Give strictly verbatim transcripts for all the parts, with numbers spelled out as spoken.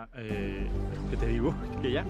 Ah, eh, ¿Qué te digo? ¿Que ya?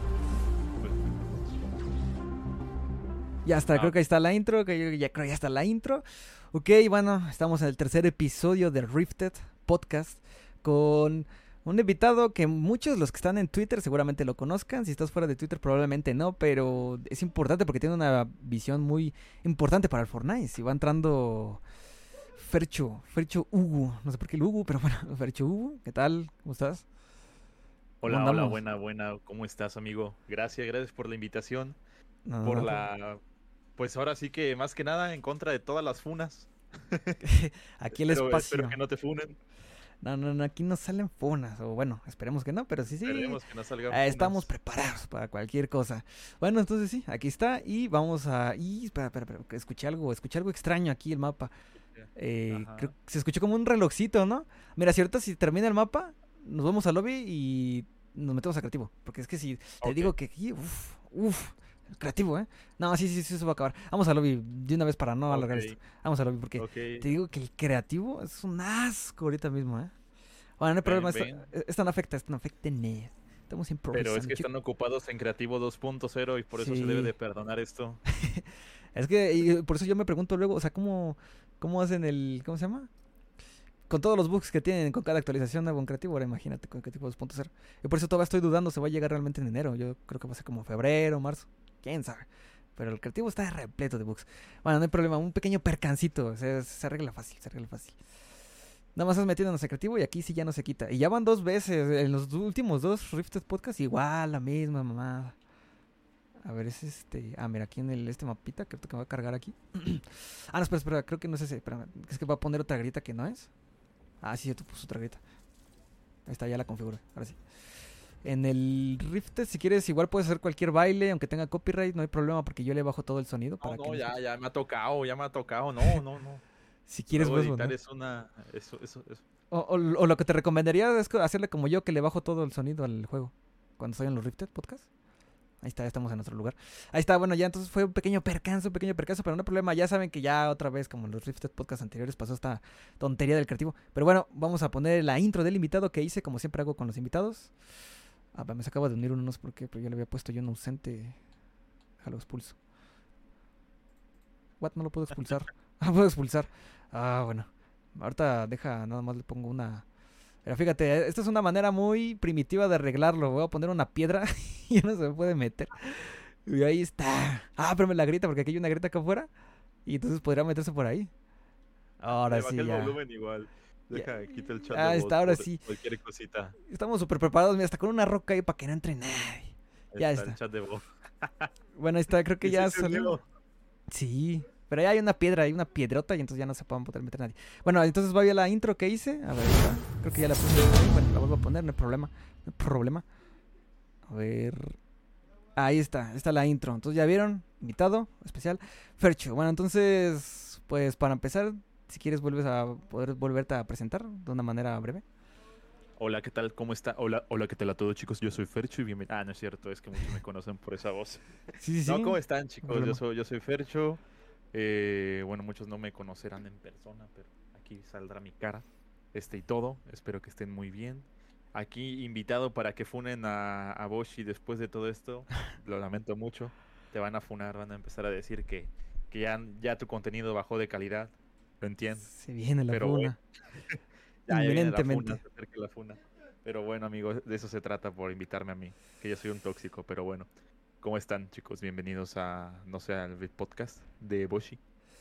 Ya está, Ah, creo que ahí está la intro, que yo ya creo que ya está la intro. Ok, bueno, estamos en el tercer episodio de Rifted Podcast con un invitado que muchos de los que están en Twitter seguramente lo conozcan. Si estás fuera de Twitter probablemente no, pero es importante porque tiene una visión muy importante para el Fortnite. Si va entrando Fercho, Fercho Hugo, no sé por qué el Hugo, pero bueno, Fercho Hugo, ¿qué tal? ¿Cómo estás? ¿Cómo Hola, hola, andamos? buena, buena. ¿Cómo estás, amigo? Gracias, gracias por la invitación, No, no, por no, pero la... Pues ahora sí que más que nada en contra de todas las funas. aquí el Espero, espero espacio. que no te funen. No, no, no, aquí no salen fonas, o bueno, esperemos que no, pero sí, sí, Esperemos que no salgan eh, estamos funas. preparados para cualquier cosa. Bueno, entonces sí, aquí está y vamos a... Y espera, espera, espera, que escuché algo, escuché algo extraño aquí el mapa. Eh, creo Ajá. que se escuchó como un relojcito, ¿no? Mira, si ahorita si termina el mapa, nos vamos al lobby y nos metemos a creativo. Porque es que si te Ok, digo que aquí, uff, uff, creativo, ¿eh? No, sí, sí, sí, eso va a acabar. Vamos al lobby de una vez para no ok, alargar esto. Vamos al lobby porque ok. te digo que el creativo es un asco ahorita mismo, ¿eh? Bueno, no hay problema, Ven, esto, ven. esto no afecta, esto no afecta ni. Estamos Pero es improvisando, que chicos. están ocupados en Creativo dos punto cero y por eso se debe Sí. de perdonar esto. Es que y por eso yo me pregunto luego, o sea, ¿cómo, cómo hacen el. ¿Cómo se llama? Con todos los bugs que tienen con cada actualización de Buen Creativo, ahora imagínate con Creativo dos punto cero. Y por eso todavía estoy dudando, se va a llegar realmente en enero. Yo creo que va a ser como febrero, marzo. Quién sabe. Pero el creativo está repleto de bugs. Bueno, no hay problema, un pequeño percancito. Se, se arregla fácil, se arregla fácil. Nada más estás metiéndonos en creativo y aquí sí ya no se quita. Y ya van dos veces. En los últimos dos Rifted Podcast, igual, la misma mamada. A ver, es este. Ah, mira, aquí en el este mapita, creo que me va a cargar aquí. Ah, no, espera, espera, creo que no es ese. Espera, es que va a poner otra grita que no es. Ah, sí, yo te puse otra grita. Ahí está, ya la configuré. Ahora sí. En el Rifted, si quieres, igual puedes hacer cualquier baile, aunque tenga copyright, no hay problema porque yo le bajo todo el sonido No, para que no, no ya, escuche. ya me ha tocado, ya me ha tocado. No, no, no. Si quieres, Luego puedes editar poner. es una... Eso, eso, eso. O, o, o lo que te recomendaría es hacerle como yo, que le bajo todo el sonido al juego. Cuando estoy en los Rifted Podcast. Ahí está, ya estamos en otro lugar. Ahí está, bueno, ya entonces fue un pequeño percance, un pequeño percance, pero no hay problema. Ya saben que ya otra vez, como en los Rifted Podcasts anteriores, pasó esta tontería del creativo. Pero bueno, vamos a poner la intro del invitado que hice, como siempre hago con los invitados. Ah, me se acaba de unir unos porque pero yo le había puesto yo un ausente. Déjalo expulso. What? No lo puedo expulsar. Ah, puedo expulsar. Ah, bueno. Ahorita deja, nada más le pongo una. Pero fíjate, esta es una manera muy primitiva de arreglarlo. Voy a poner una piedra y no se me puede meter. Y ahí está. Ah, pero me la grita porque aquí hay una grieta acá afuera. Y entonces podría meterse por ahí. Ahora Le bajé sí, el ya. volumen igual. Ya. Deja, quita el chat de Ah, voz está, ahora por sí. cualquier cosita. Estamos súper preparados. Mira, hasta con una roca ahí para que no entre nadie. Ahí Ya está el está. chat de voz. Bueno, ahí está. Creo que Y sí ya se salió. unió. Sí. Pero ahí hay una piedra, hay una piedrota y entonces ya no se pueden poder meter nadie. Bueno, entonces va a la intro que hice. A ver, está. Creo que ya la puse. Bueno, la vuelvo a poner, no hay problema. No hay problema. A ver. Ahí está, está la intro. Entonces ya vieron, invitado especial, Fercho. Bueno, entonces, pues para empezar, si quieres vuelves a poder volverte a presentar de una manera breve. Hola, ¿qué tal? ¿Cómo está? Hola, hola, ¿qué tal a todos, chicos? Yo soy Fercho y bienvenido. Ah, no es cierto, es que muchos me conocen por esa voz. Sí, sí, No, sí, no ¿cómo están, hay chicos? Yo problema. soy, yo soy Fercho. Eh, bueno, muchos no me conocerán en persona, pero aquí saldrá mi cara. Este y todo. Espero que estén muy bien. Aquí invitado para que funen a, a Boshi después de todo esto. Lo lamento mucho. Te van a funar, van a empezar a decir que, que ya, ya tu contenido bajó de calidad. Lo entiendo. Se viene la Pero bueno, funa, ya, ya viene la funa, inminentemente. se acerca la funa. Pero bueno, amigos, de eso se trata por invitarme a mí, que yo soy un tóxico, pero bueno. ¿Cómo están, chicos? Bienvenidos a, no sé, al podcast de Boshi.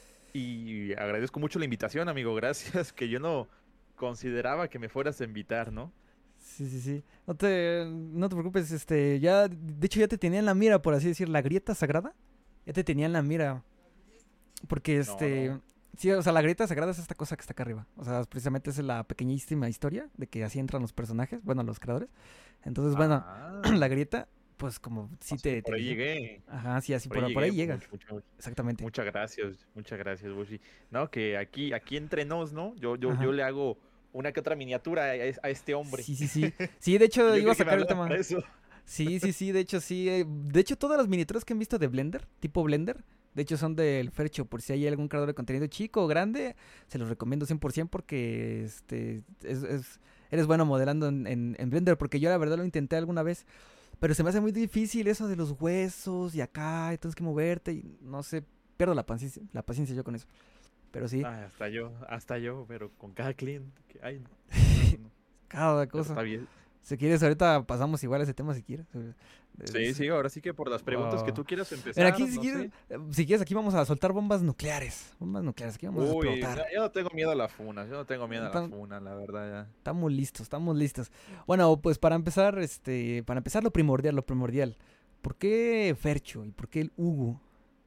Y agradezco mucho la invitación, amigo. Gracias, que yo no consideraba que me fueras a invitar, ¿no? Sí, sí, sí. No te, no te preocupes, este, ya, de hecho ya te tenía en la mira, por así decir, la grieta sagrada. Ya te tenía en la mira. Porque No, este. no. Sí, o sea, la grieta sagrada es esta cosa que está acá arriba. O sea, precisamente es la pequeñísima historia de que así entran los personajes, bueno, los creadores. Entonces, bueno, Ah, la grieta, pues como sí así te, te por ahí dije. llegué. Ajá, sí, así Por ahí por, por ahí llegué. llega. Mucho, mucho, Exactamente. muchas gracias, muchas gracias, Boshi. No, que aquí, aquí entre nos, ¿no? Yo, yo, yo Ajá. le hago una que otra miniatura a, a este hombre. Sí, sí, sí. Sí, de Y hecho yo iba a creo que me sacar el hablaban para tema. eso. Sí, sí, sí, de hecho sí. eh, De hecho, todas las miniaturas que han visto de Blender, tipo Blender, de hecho son del Fercho. Por si hay algún creador de contenido chico o grande, se los recomiendo cien por ciento porque este es, es, eres bueno modelando en, en, en Blender, porque yo la verdad lo intenté alguna vez, pero se me hace muy difícil eso de los huesos y acá, y tienes que moverte y no sé, pierdo la paciencia, la paciencia yo con eso. Pero sí, Ah, hasta yo, hasta yo, pero con cada cliente que hay, no. No, no, no. cada Pero cosa. está bien. Si quieres, ahorita pasamos igual a ese tema si quieres. Eh, Sí, es- sí, ahora sí que por las preguntas que oh. tú quieras Mira, aquí empezar, si no quieres, sé. eh, si quieres, aquí vamos a soltar bombas nucleares. Bombas nucleares, aquí vamos a Uy, no, explotar. yo no tengo miedo a la funa, yo no tengo miedo a la Tam- funa, la verdad ya. Estamos listos, estamos listos. Bueno, pues para empezar, este, para empezar lo primordial, lo primordial. ¿Por qué Fercho y por qué el Hugo?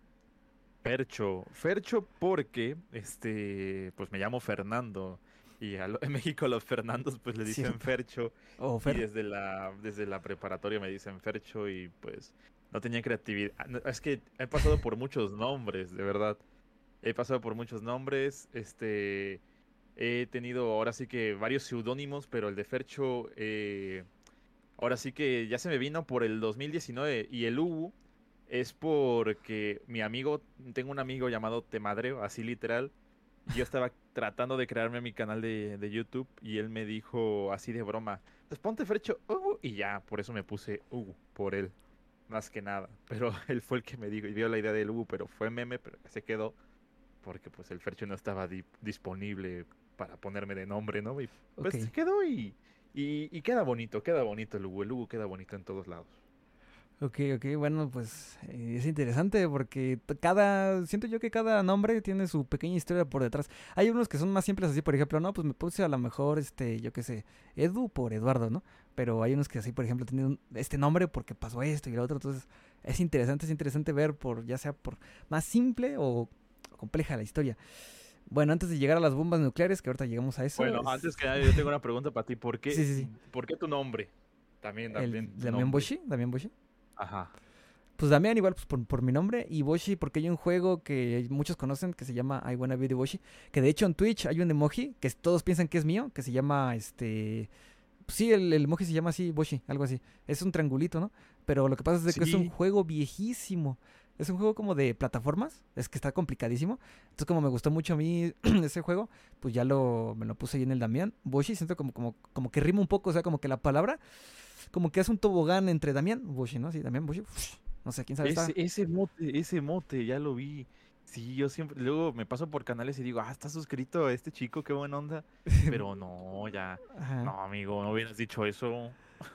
Fercho, Fercho porque, este, pues me llamo Fernando y a lo- en México los Fernandos pues le dicen Cierto. Fercho O y Fer. desde la, desde la preparatoria me dicen Fercho y pues no tenía creatividad. Ah, no, es que he pasado por muchos nombres, de verdad. He pasado por muchos nombres, este, he tenido ahora sí que varios seudónimos, pero el de Fercho, eh, ahora sí que ya se me vino por el dos mil diecinueve y el Hugo es porque mi amigo, tengo un amigo llamado Temadreo, así literal, y yo estaba tratando de crearme mi canal de, de YouTube y él me dijo así de broma, pues ponte Fercho Hugo y ya, por eso me puse Hugo, por él, más que nada. Pero él fue el que me dijo y dio la idea del Hugo, pero fue meme, pero se quedó porque pues el Fercho no estaba di- disponible para ponerme de nombre, ¿no? Y Ok. pues se quedó y, y, y queda bonito, queda bonito el Hugo, el Hugo queda bonito en todos lados. Ok, ok, bueno, pues eh, es interesante porque t- cada, siento yo que cada nombre tiene su pequeña historia por detrás. Hay unos que son más simples así, por ejemplo, no, pues me puse a lo mejor, este, yo qué sé, Edu por Eduardo, ¿no? Pero hay unos que así, por ejemplo, tienen un- este nombre porque pasó esto y lo otro, entonces es interesante, es interesante ver por, ya sea por más simple o compleja la historia. Bueno, antes de llegar a las bombas nucleares, que ahorita llegamos a eso, Bueno, es... antes que nada, yo tengo una pregunta para ti. ¿Por Sí, qué, sí, sí, por qué tu nombre? También, también el tu Damián nombre. Boshi, Damián Boshi. Ajá. Pues Damián igual pues por, por mi nombre y Boshi porque hay un juego que muchos conocen que se llama I Wanna Be the Boshi, que de hecho en Twitch hay un emoji que todos piensan que es mío, que se llama este... pues sí, el, el emoji se llama así, Boshi, algo así. Es un triangulito, ¿no? Pero lo que pasa es de que es un Sí. juego viejísimo. Es un juego como de plataformas, es que está complicadísimo. Entonces como me gustó mucho a mí ese juego, pues ya lo, me lo puse ahí en el Damián. Boshi siento como, como, como que rima un poco, o sea, como que la palabra, como que es un tobogán entre Damián, Boshi, ¿no? Sí, Damián, Boshi. No sé, quién sabe, Ese, está... ese mote, ese mote, ya lo vi. Sí, yo siempre, luego me paso por canales y digo, ah, está suscrito a este chico, qué buena onda. Pero no, ya, Ajá. no, amigo, no hubieras dicho eso.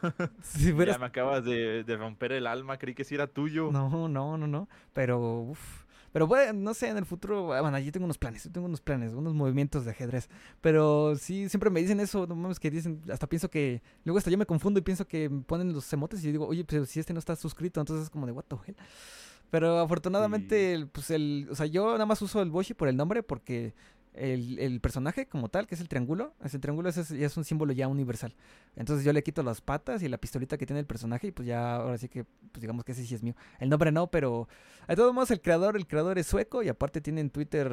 Si Ya fueras... me acabas de, de romper el alma, creí que sí era tuyo. No, no, no, no. Pero, uf. Pero bueno, no sé, en el futuro, ah, bueno, yo tengo unos planes, yo tengo unos planes, unos movimientos de ajedrez. Pero sí, siempre me dicen eso, no mames, que dicen, hasta pienso que, luego hasta yo me confundo y pienso que ponen los emotes y digo, oye, pero si este no está suscrito, entonces es como de, what the hell. Pero Sí. afortunadamente, el- pues el, o sea, yo nada más uso el Boshi por el nombre porque el, el personaje como tal, que es el triángulo, ese triángulo ese es, ya es un símbolo ya universal. Entonces yo le quito las patas y la pistolita que tiene el personaje y pues ya ahora sí que, pues digamos que ese sí es mío. El nombre no, pero de todos modos el creador, el creador es sueco y aparte tiene en Twitter,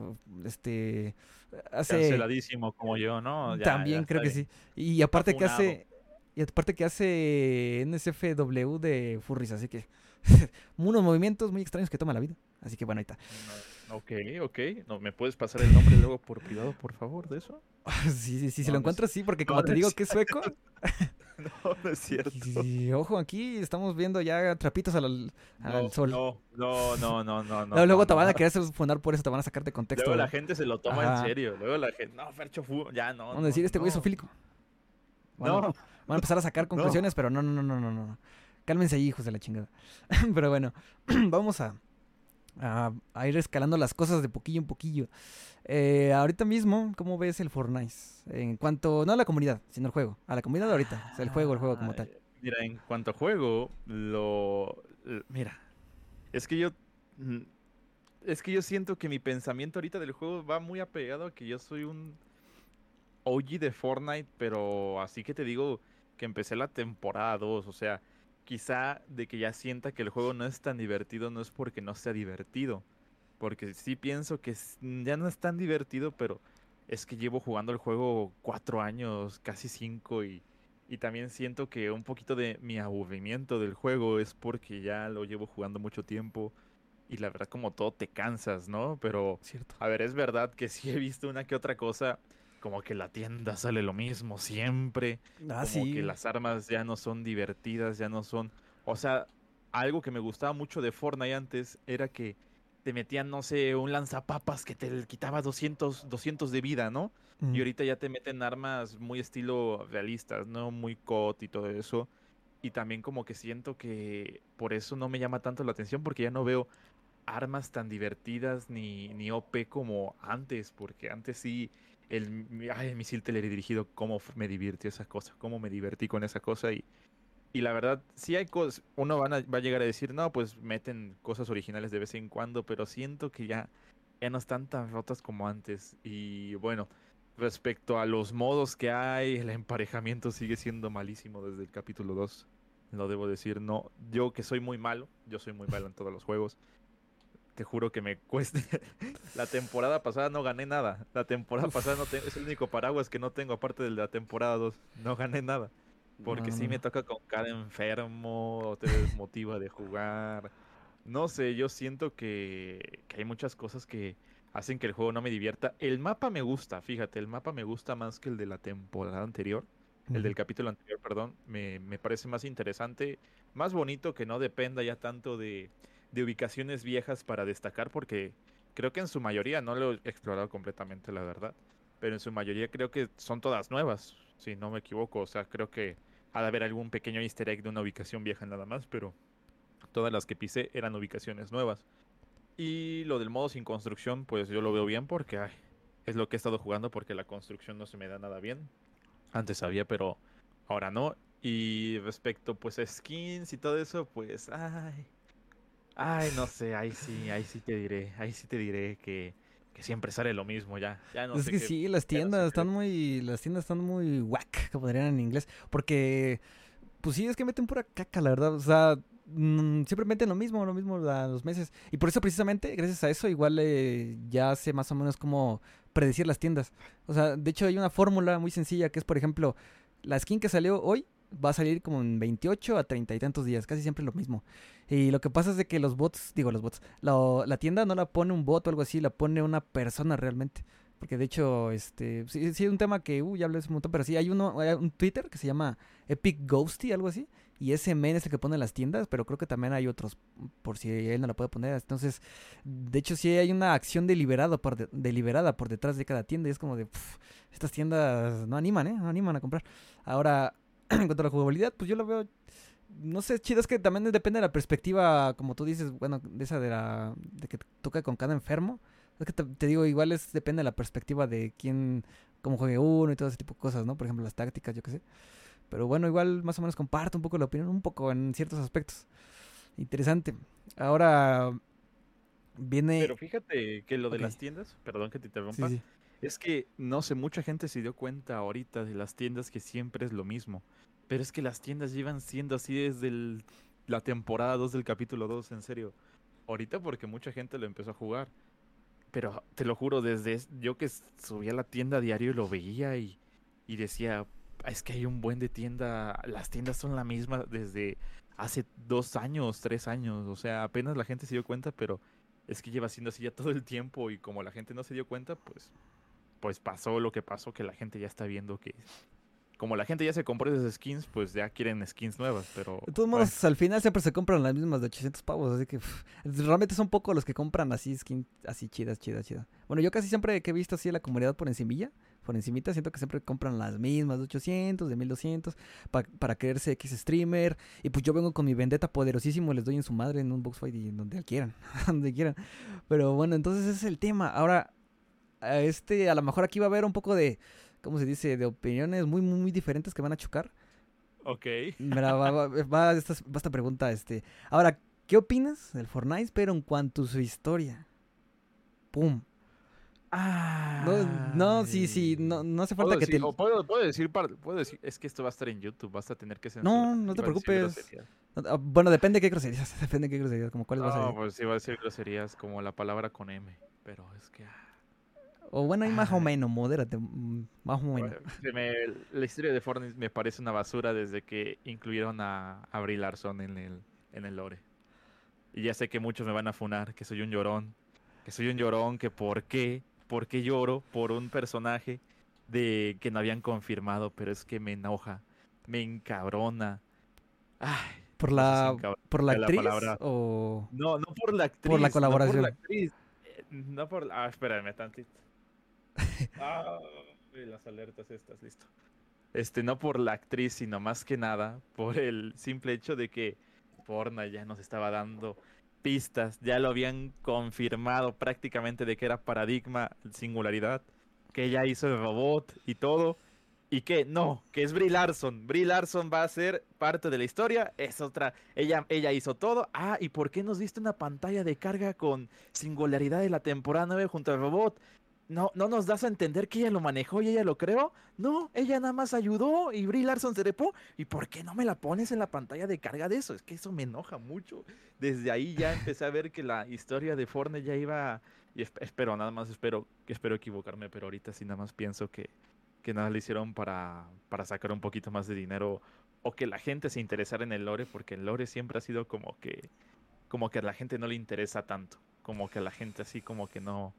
este, hace, Canceladísimo como yo, ¿no? Ya, ya también creo está que bien. sí. Y Está aparte que funado. hace, y aparte que hace N S F W de Furries, así que unos movimientos muy extraños que toma la vida. Así que bueno, ahí está. No, ok, ok. No, ¿me puedes pasar el nombre luego por privado, por favor, de eso? Sí, sí, sí, si lo No, no es, encuentro sí, porque no, como no te es digo que es cierto. sueco. No, no es cierto. Y, ojo, aquí estamos viendo ya trapitos al, al No, sol. no, no, no, no, no, no, Luego, no, luego te no. van a querer fundar por eso, te van a sacar de Luego la contexto. gente se lo toma en Ajá. serio. Luego la gente, no, Fercho Fu, ya, no, Van a no, decir, este güey es no, zoofílico. Van a, no, van a empezar a sacar no. conclusiones, pero no, no, no, no, no, no. Cálmense ahí, hijos de la chingada. Pero bueno, vamos a, a, a ir escalando las cosas de poquillo en poquillo. Eh, ahorita mismo, ¿cómo ves el Fortnite? En cuanto, no a la comunidad, sino el juego. A la comunidad de ahorita, o sea, el juego, el juego como Ah, tal. mira, en cuanto a juego, lo, l- mira, es que yo, mm, es que yo siento que mi pensamiento ahorita del juego va muy apegado a que yo soy un O G de Fortnite, pero así que te digo que empecé la temporada dos, o sea, quizá de que ya sienta que el juego no es tan divertido, no es porque no sea divertido, porque sí pienso que es- ya no es tan divertido, pero es que llevo jugando el juego cuatro años, casi cinco, y, y también siento que un poquito de mi aburrimiento del juego es porque ya lo llevo jugando mucho tiempo, y la verdad como todo te cansas, ¿no? Pero, Cierto. a ver, es verdad que sí he visto una que otra cosa como que la tienda sale lo mismo siempre, Ah, como que sí. las armas ya no son divertidas, ya no son, o sea, algo que me gustaba mucho de Fortnite antes era que te metían, no sé, un lanzapapas que te quitaba doscientos, doscientos de vida, ¿no? Y Mm. ahorita ya te meten armas muy estilo realistas, ¿no? Muy C O D y todo eso. Y también como que siento que por eso no me llama tanto la atención porque ya no veo armas tan divertidas ni, ni O P como antes, porque antes sí, el, mi- ay, el misil teledirigido, cómo f- me divirtió esa cosa, cómo me divertí con esa cosa y, y la verdad, sí hay cosas, uno van a- va a llegar a decir, no, pues meten cosas originales de vez en cuando, pero siento que ya, ya no están tan rotas como antes y bueno. Respecto a los modos que hay, el emparejamiento sigue siendo malísimo desde el capítulo dos. Lo debo decir, no, yo que soy muy malo, yo soy muy malo en todos los juegos. Te juro que me cueste. La temporada pasada no gané nada. La temporada pasada no Uf. tengo, es el único paraguas que no tengo aparte del de la temporada dos. No gané nada. No, Porque no, sí me no. toca con cada enfermo, o te desmotiva de jugar. No sé, yo siento que, que hay muchas cosas que hacen que el juego no me divierta. El mapa me gusta, fíjate, el mapa me gusta más que el de la temporada anterior. El Ujú. del capítulo anterior, perdón. Me, me parece más interesante, más bonito, que no dependa ya tanto de de ubicaciones viejas para destacar, porque creo que en su mayoría, no lo he explorado completamente, la verdad, pero en su mayoría creo que son todas nuevas, si no me equivoco. O sea, creo que ha de haber algún pequeño easter egg de una ubicación vieja nada más, pero todas las que pisé eran ubicaciones nuevas. Y lo del modo sin construcción, pues yo lo veo bien porque ay, es lo que he estado jugando porque la construcción no se me da nada bien. Antes sabía, pero ahora no. Y respecto pues a skins y todo eso, pues ay, ay, no sé, ahí sí, ahí sí te diré, ahí sí te diré que, que siempre sale lo mismo ya. Ya no Es sé que qué, sí, las ya no sé tiendas qué están decir. muy, las tiendas están muy whack, como dirían en inglés, porque, pues sí, es que meten pura caca, la verdad, o sea, mm, siempre meten lo mismo, lo mismo a los meses, y por eso precisamente, gracias a eso, igual eh, ya sé más o menos cómo predecir las tiendas, o sea, de hecho hay una fórmula muy sencilla que es, por ejemplo, la skin que salió hoy va a salir como en veintiocho a treinta y tantos días, casi siempre lo mismo. Y lo que pasa es de que los bots, digo los bots, la, la tienda no la pone un bot o algo así, la pone una persona realmente. Porque de hecho, este, sí, sí, es un tema que, uh, ya hablé un montón, pero sí, hay uno, hay un Twitter que se llama Epic Ghosty, algo así, y ese men es el que pone las tiendas, pero creo que también hay otros, por si él no la puede poner. Entonces, de hecho, sí hay una acción deliberada por, de- deliberada por detrás de cada tienda, y es como de, puf, estas tiendas no animan, ¿eh? No animan a comprar. Ahora, en cuanto a la jugabilidad, pues yo lo veo, no sé, chido, es que también depende de la perspectiva, como tú dices, bueno, de esa de la, de que toca con cada enfermo. Es que te, te digo, igual es, depende de la perspectiva de quién, cómo juegue uno y todo ese tipo de cosas, ¿no? Por ejemplo, las tácticas, yo qué sé. Pero bueno, igual más o menos comparto un poco la opinión, un poco en ciertos aspectos. Interesante. Ahora viene, Pero fíjate que lo de ok, las tiendas, perdón que te sí, interrumpa, sí. es que no sé, mucha gente se dio cuenta ahorita de las tiendas que siempre es lo mismo. Pero es que las tiendas llevan siendo así desde el- la temporada dos del capítulo dos, en serio. Ahorita porque mucha gente lo empezó a jugar. Pero te lo juro, desde es- yo que s- subía a la tienda a diario y lo veía y, y decía, "Ah, es que hay un buen de tienda, las tiendas son la misma desde hace dos años, tres años, o sea, apenas la gente se dio cuenta, pero es que lleva siendo así ya todo el tiempo y como la gente no se dio cuenta, pues, pues pasó lo que pasó, que la gente ya está viendo que como la gente ya se compró esas skins, pues ya quieren skins nuevas, pero De todos bueno, modos, al final siempre se compran las mismas de ochocientos pavos, así que pff, realmente son pocos los que compran así skin, así chidas, chidas, chidas. Bueno, yo casi siempre que he visto así a la comunidad por encimilla, por encimita, siento que siempre compran las mismas de ochocientos, de mil doscientos, pa- para creerse X streamer. Y pues yo vengo con mi vendetta poderosísimo, les doy en su madre en un box fight y en donde quieran, donde quieran. Pero bueno, entonces ese es el tema. Ahora, a este, a lo mejor aquí va a haber un poco de, ¿cómo se dice? De opiniones muy, muy, muy diferentes que van a chocar. ok. Mira, va, va- va esta, va esta pregunta, este. Ahora, ¿qué opinas del Fortnite, pero en cuanto a su historia? ¡Pum! No, no, sí, sí, no, Ay. no hace Puedo falta que decir, te... o puedo, puedo decir, par- puedo decir, es que esto va a estar en YouTube, vas a tener que censurar. No, no te Iba a decir preocupes. groserías. Ah, bueno, depende de qué groserías, depende de qué groserías, como cuáles vas a No, decir. pues iba a decir groserías como la palabra con M, pero es que... O bueno, hay más o Ay, menos, modérate, mm, más o menos. bueno, se me- la historia de Fortnite me parece una basura desde que incluyeron a, a Brie Larson en el, en el lore. Y ya sé que muchos me van a funar, que soy un llorón, que soy un llorón, que por qué, por qué lloro por un personaje de que no habían confirmado, pero es que me enoja, me encabrona. Ay, ¿Por no sé si la, encabrona por la sea la actriz palabra. o No, no por la por la actriz, no por la colaboración? actriz. eh, No por la... Ah, espérame tantito. Ah, uy, las alertas estas, listo. Este, no por la actriz, sino más que nada por el simple hecho de que Fortnite ya nos estaba dando pistas, ya lo habían confirmado prácticamente de que era Paradigma Singularidad, que ella hizo el robot y todo, y que no, que es Brie Larson. Brie Larson va a ser parte de la historia, es otra, ella, ella hizo todo. Ah, ¿y por qué nos diste una pantalla de carga con Singularidad de la temporada nueve junto al robot? No, no nos das a entender que ella lo manejó y ella lo creó. No, ella nada más ayudó y Brie Larson se trepó. ¿Y por qué no me la pones en la pantalla de carga de eso? Es que eso me enoja mucho. Desde ahí ya empecé a ver que la historia de Fortnite ya iba. Y esp- espero, nada más espero, que espero equivocarme, pero ahorita sí nada más pienso que, que nada le hicieron para, para sacar un poquito más de dinero o que la gente se interesara en el lore, porque el lore siempre ha sido como que, como que a la gente no le interesa tanto, como que a la gente así como que no.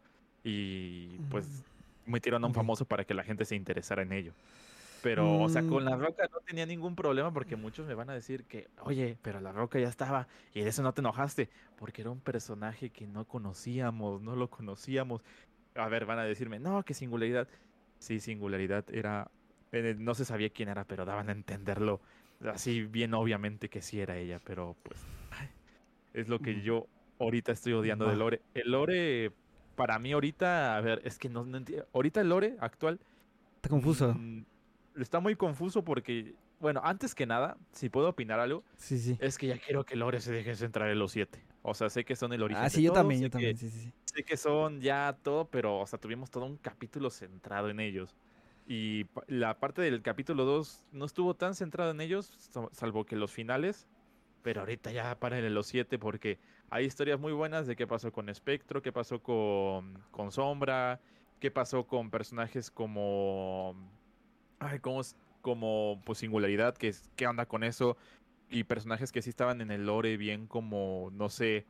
Y Mm, pues metieron a un ok. famoso para que la gente se interesara en ello. Pero, o sea, Mm, con La Roca no tenía ningún problema porque muchos me van a decir que, oye, pero La Roca ya estaba y de eso no te enojaste, porque era un personaje que no conocíamos, no lo conocíamos. A ver, van a decirme, no, que Singularidad. Sí, Singularidad era, eh, no se sabía quién era, pero daban a entenderlo así bien obviamente que sí era ella, pero pues ay, es lo que mm, yo ahorita estoy odiando de va. Lore. El Lore, para mí ahorita, a ver, es que no, no entiendo. Ahorita el Lore actual Está confuso. mm, está muy confuso porque, bueno, antes que nada, si puedo opinar algo, Sí, sí. es que ya quiero que Lore se deje centrar en los siete. O sea, sé que son el Ah, origen de sí, yo todo, también, yo sé que, también, sí, sí, sí. sé que son ya todo, pero, o sea, tuvimos todo un capítulo centrado en ellos. Y pa- la parte del capítulo dos no estuvo tan centrado en ellos, so- salvo que los finales, pero ahorita ya paren en los siete porque hay historias muy buenas de qué pasó con Espectro, qué pasó con, con Sombra, qué pasó con personajes como ay, como, s- como pues singularidad, que es, qué onda con eso, y personajes que sí estaban en el lore bien como, no sé,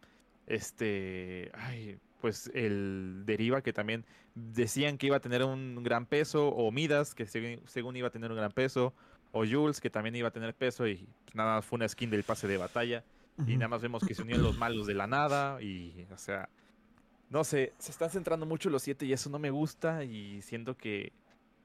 este, ay, pues el Deriva que también decían que iba a tener un gran peso, o Midas que según, según iba a tener un gran peso, o Jules que también iba a tener peso y pues, nada más fue una skin del pase de batalla, y Ujú. nada más vemos que se unían los malos de la nada, y o sea, no sé, se están centrando mucho los siete y eso no me gusta, y siento que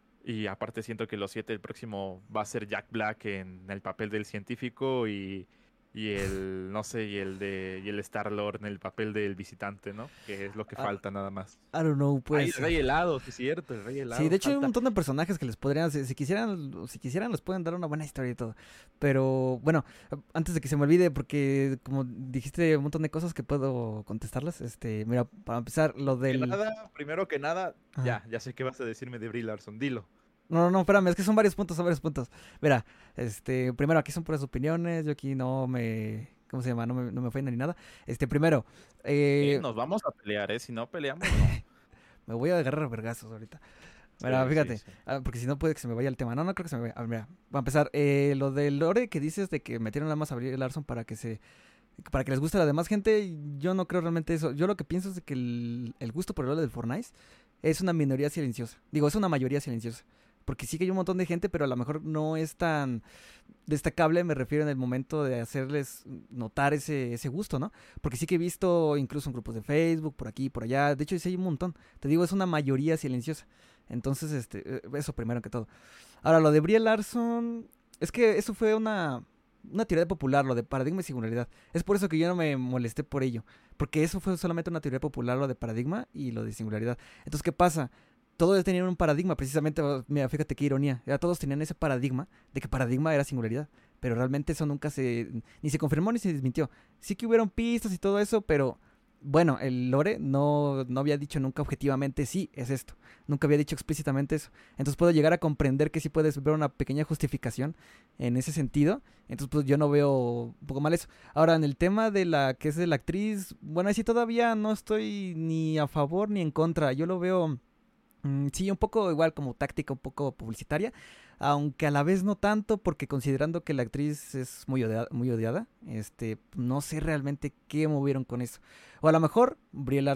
y aparte siento que los siete, el próximo va a ser Jack Black en el papel del científico y, y el, no sé, y el de, y el Star-Lord en el papel del visitante, ¿no? Que es lo que Ah, falta nada más. I don't know, Ay, puede el ser. Rey Helado, sí es cierto, el Rey Sí, Helado de hecho hay un falta. montón de personajes que les podrían, si, si quisieran, si quisieran, les pueden dar una buena historia y todo. Pero bueno, antes de que se me olvide, porque como dijiste un montón de cosas que puedo contestarlas, este, mira, para empezar, lo Que del... nada, primero que nada, Ajá. ya, ya sé qué vas a decirme de Brie Larson, dilo. No, no, no, espérame, es que son varios puntos, son varios puntos. Mira, este, primero, aquí son puras opiniones, yo aquí no me, ¿cómo se llama? No me, no me ofendo ni nada. Este, primero, Eh, eh, nos vamos a pelear, ¿eh? Si no peleamos, no. me voy a agarrar a vergazos ahorita. Mira, Sí, sí, fíjate, sí. ah, porque si no puede que se me vaya el tema. No, no creo que se me vaya. A ver, mira, va a empezar. Eh, lo del lore que dices de que metieron nada más a Brie Larson para que se, para que les guste a la demás gente, yo no creo realmente eso. Yo lo que pienso es de que el, el gusto por el lore del Fortnite es una minoría silenciosa. Digo, es una mayoría silenciosa. Porque sí que hay un montón de gente, pero a lo mejor no es tan destacable, me refiero en el momento de hacerles notar ese, ese gusto, ¿no? Porque sí que he visto incluso en grupos de Facebook, por aquí, por allá. De hecho, sí hay un montón. Te digo, es una mayoría silenciosa. Entonces, este, eh, eso primero que todo. Ahora, lo de Brie Larson, es que eso fue una, una teoría popular, lo de paradigma y singularidad. Es por eso que yo no me molesté por ello. Porque eso fue solamente una teoría popular, lo de paradigma y lo de singularidad. Entonces, ¿qué pasa? Todos tenían un paradigma, precisamente, oh, mira, fíjate qué ironía. Ya todos tenían ese paradigma de que paradigma era singularidad. Pero realmente eso nunca se, ni se confirmó ni se desmintió. Sí que hubieron pistas y todo eso, pero bueno, el lore no, no había dicho nunca objetivamente sí, es esto. Nunca había dicho explícitamente eso. Entonces puedo llegar a comprender que sí puedes ver una pequeña justificación en ese sentido. Entonces pues yo no veo un poco mal eso. Ahora, en el tema de la que es de la actriz, bueno, ahí sí todavía no estoy ni a favor ni en contra. Yo lo veo, mm, sí, un poco igual como táctica, un poco publicitaria, aunque a la vez no tanto, porque considerando que la actriz es muy odiada, muy odiada, este, no sé realmente qué movieron con eso. O a lo mejor Brie Larson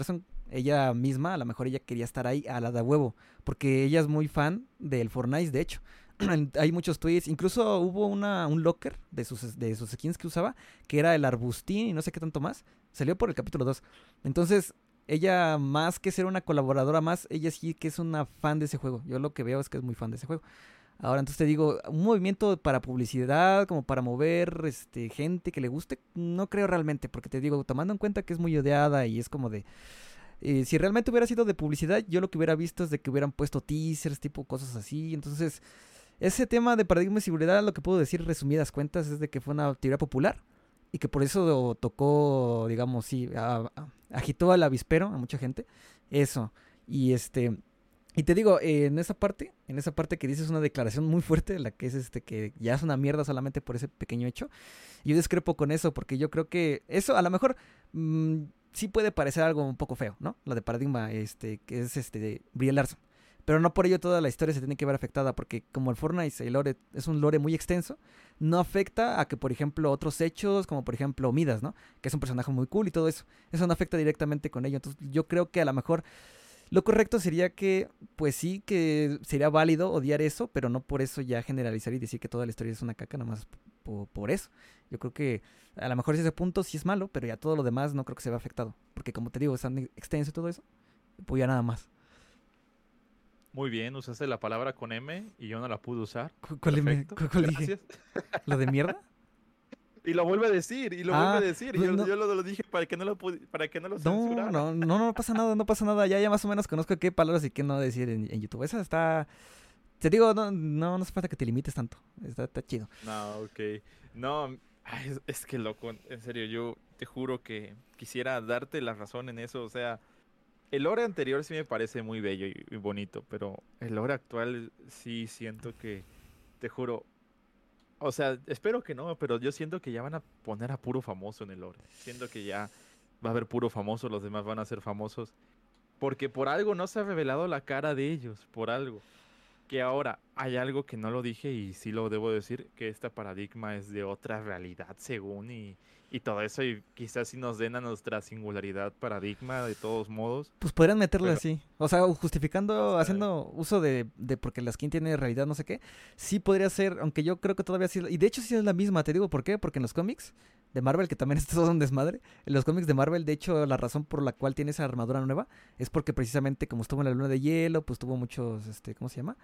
ella misma, a lo mejor ella quería estar ahí a la de huevo, porque ella es muy fan del Fortnite, de hecho. Hay muchos tweets, incluso hubo una, un locker de sus, de sus skins que usaba, que era el arbustín y no sé qué tanto más, salió por el capítulo dos. Entonces, ella más que ser una colaboradora más, ella sí que es una fan de ese juego. Yo lo que veo es que es muy fan de ese juego. Ahora, entonces te digo, un movimiento para publicidad, como para mover este gente que le guste, no creo realmente, porque te digo, tomando en cuenta que es muy odiada y es como de... eh, si realmente hubiera sido de publicidad, yo lo que hubiera visto es de que hubieran puesto teasers, tipo cosas así. Entonces, ese tema de paradigma de seguridad, lo que puedo decir resumidas cuentas, es de que fue una teoría popular y que por eso tocó, digamos, sí, a- a- agitó al avispero a mucha gente. Eso. Y este... Y te digo, eh, en esa parte, en esa parte que dices una declaración muy fuerte, la que es este que ya es una mierda solamente por ese pequeño hecho. Yo discrepo con eso, porque yo creo que eso a lo mejor mm, sí puede parecer algo un poco feo, ¿no? La de Paradigma, este, que es este de Brie Larson. Pero no por ello toda la historia se tiene que ver afectada, porque como el Fortnite, el lore es un lore muy extenso, no afecta a que, por ejemplo, otros hechos, como por ejemplo Midas, ¿no? Que es un personaje muy cool y todo eso. Eso no afecta directamente con ello. Entonces yo creo que a lo mejor lo correcto sería que, pues sí, que sería válido odiar eso, pero no por eso ya generalizar y decir que toda la historia es una caca, nada más por, por eso. Yo creo que a lo mejor ese punto sí es malo, pero ya todo lo demás no creo que se vea afectado. Porque como te digo, es tan extenso y todo eso, pues ya nada más. Muy bien, usaste la palabra con M y yo no la pude usar. ¿Cu- ¿Cuál, me- Perfecto, cu- cuál dije? gracias. ¿Lo de mierda? Y lo vuelve a decir, y lo vuelve a Ah, decir. pues Yo, no, yo lo, lo dije para que no lo, pudi- para que no lo no, censurara. no, no, no pasa nada, no pasa nada. Ya, ya más o menos conozco qué palabras y qué no decir en, en YouTube. Esa está... Te digo, no, no, no hace falta que te limites tanto. Está, está chido. No, ok. No, ay, es, es que loco, en serio, yo te juro que quisiera darte la razón en eso. O sea, el lore anterior sí me parece muy bello y, y bonito, pero el lore actual sí siento que, te juro, o sea, espero que no, pero yo siento que ya van a poner a puro famoso en el lore. Siento que ya va a haber puro famoso, los demás van a ser famosos. Porque por algo no se ha revelado la cara de ellos, por algo. Que ahora hay algo que no lo dije y sí lo debo decir, que esta paradigma es de otra realidad según y, y todo eso y quizás si nos den a nuestra singularidad paradigma de todos modos, Pues podrían meterle pero así. O sea, justificando, o sea, haciendo uso de, de porque la skin tiene realidad, no sé qué. Sí podría ser, aunque yo creo que todavía sí. Y de hecho sí es la misma, te digo por qué. Porque en los cómics de Marvel, que también es todo un desmadre. En los cómics de Marvel, de hecho, la razón por la cual tiene esa armadura nueva es porque precisamente como estuvo en la luna de hielo, pues tuvo muchos, este, ¿cómo se llama?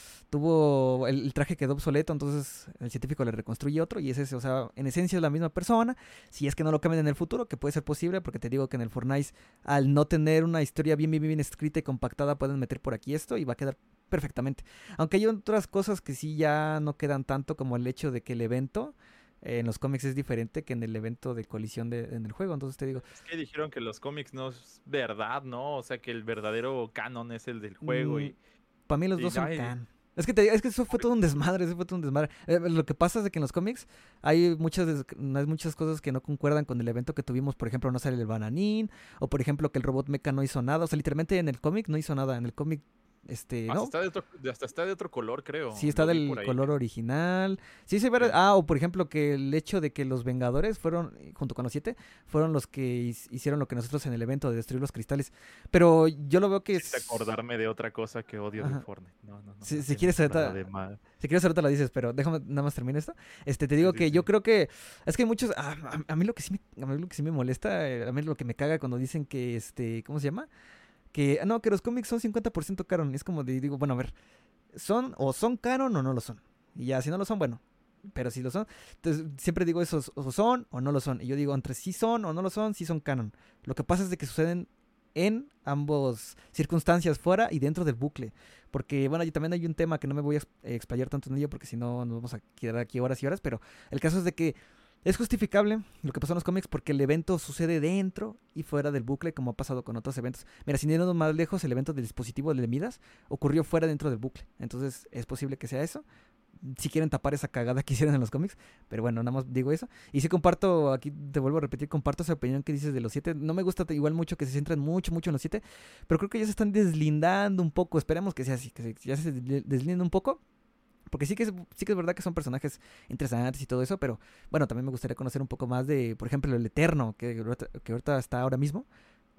Tuvo el, el traje quedó obsoleto, entonces el científico le reconstruye otro y es ese, o sea, en esencia es la misma persona, si es que no lo cambian en el futuro, que puede ser posible, porque te digo que en el Fortnite, al no tener una historia bien, bien, bien escrita y compactada, pueden meter por aquí esto y va a quedar perfectamente. Aunque hay otras cosas que sí ya no quedan tanto, como el hecho de que el evento eh, en los cómics es diferente que en el evento de colisión de, en el juego, entonces te digo, es que dijeron que los cómics no es verdad, ¿no? O sea, que el verdadero canon es el del juego mm, y, para mí los y dos son ay, can. Es que, te- es que eso fue todo un desmadre, eso fue todo un desmadre. Eh, lo que pasa es de que en los cómics hay muchas, des- hay muchas cosas que no concuerdan con el evento que tuvimos. Por ejemplo, no sale el bananín, o por ejemplo que el robot mecha no hizo nada. O sea, literalmente en el cómic no hizo nada. En el cómic, este, hasta no, está de otro, hasta está de otro color, sí creo. está Lo vi del por ahí. color original. Sí, se ve. Sí. Ah, o por ejemplo que el hecho de que los Vengadores fueron, eh, junto con los siete, fueron los que his- hicieron lo que nosotros en el evento de destruir los cristales. Pero yo lo veo que Quise es... acordarme de otra cosa que odio del Ajá. Fortnite. No, no, no, Si, no si tienes quieres nada de ahorita, mal. si quieres ahorita la dices, pero déjame nada más terminar esto. Este, te Sí, digo sí, que yo sí. creo que es que hay muchos, a, a- a mí lo que sí me, a mí lo que sí me molesta, eh, a mí lo que me caga cuando dicen que este, ¿cómo se llama? Que ah, no, que los cómics son cincuenta por ciento canon. Es como de, digo, bueno, a ver, son o son canon o no lo son. Y ya, si no lo son, bueno. Pero si lo son, entonces siempre digo esos o son o no lo son. Y yo digo, entre sí son o no lo son, sí son canon. Lo que pasa es de que suceden en ambos circunstancias, fuera y dentro del bucle. Porque, bueno, y también hay un tema que no me voy a ex- eh, explayar tanto en ello porque si no nos vamos a quedar aquí horas y horas, pero el caso es de que es justificable lo que pasó en los cómics porque el evento sucede dentro y fuera del bucle como ha pasado con otros eventos. Mira, sin irnos más lejos, el evento del dispositivo de Midas ocurrió fuera dentro del bucle. Entonces es posible que sea eso. Si quieren tapar esa cagada que hicieron en los cómics, pero bueno, nada más digo eso. Y sí comparto, aquí te vuelvo a repetir, comparto esa opinión que dices de los siete. No me gusta t- igual mucho que se centren mucho, mucho en los siete, pero creo que ya se están deslindando un poco. Esperemos que sea así, que se- ya se desli- deslinden un poco. Porque sí que, es, sí que es verdad que son personajes interesantes y todo eso, pero bueno, también me gustaría conocer un poco más de, por ejemplo, el Eterno, que, ahorita- que ahorita está ahora mismo.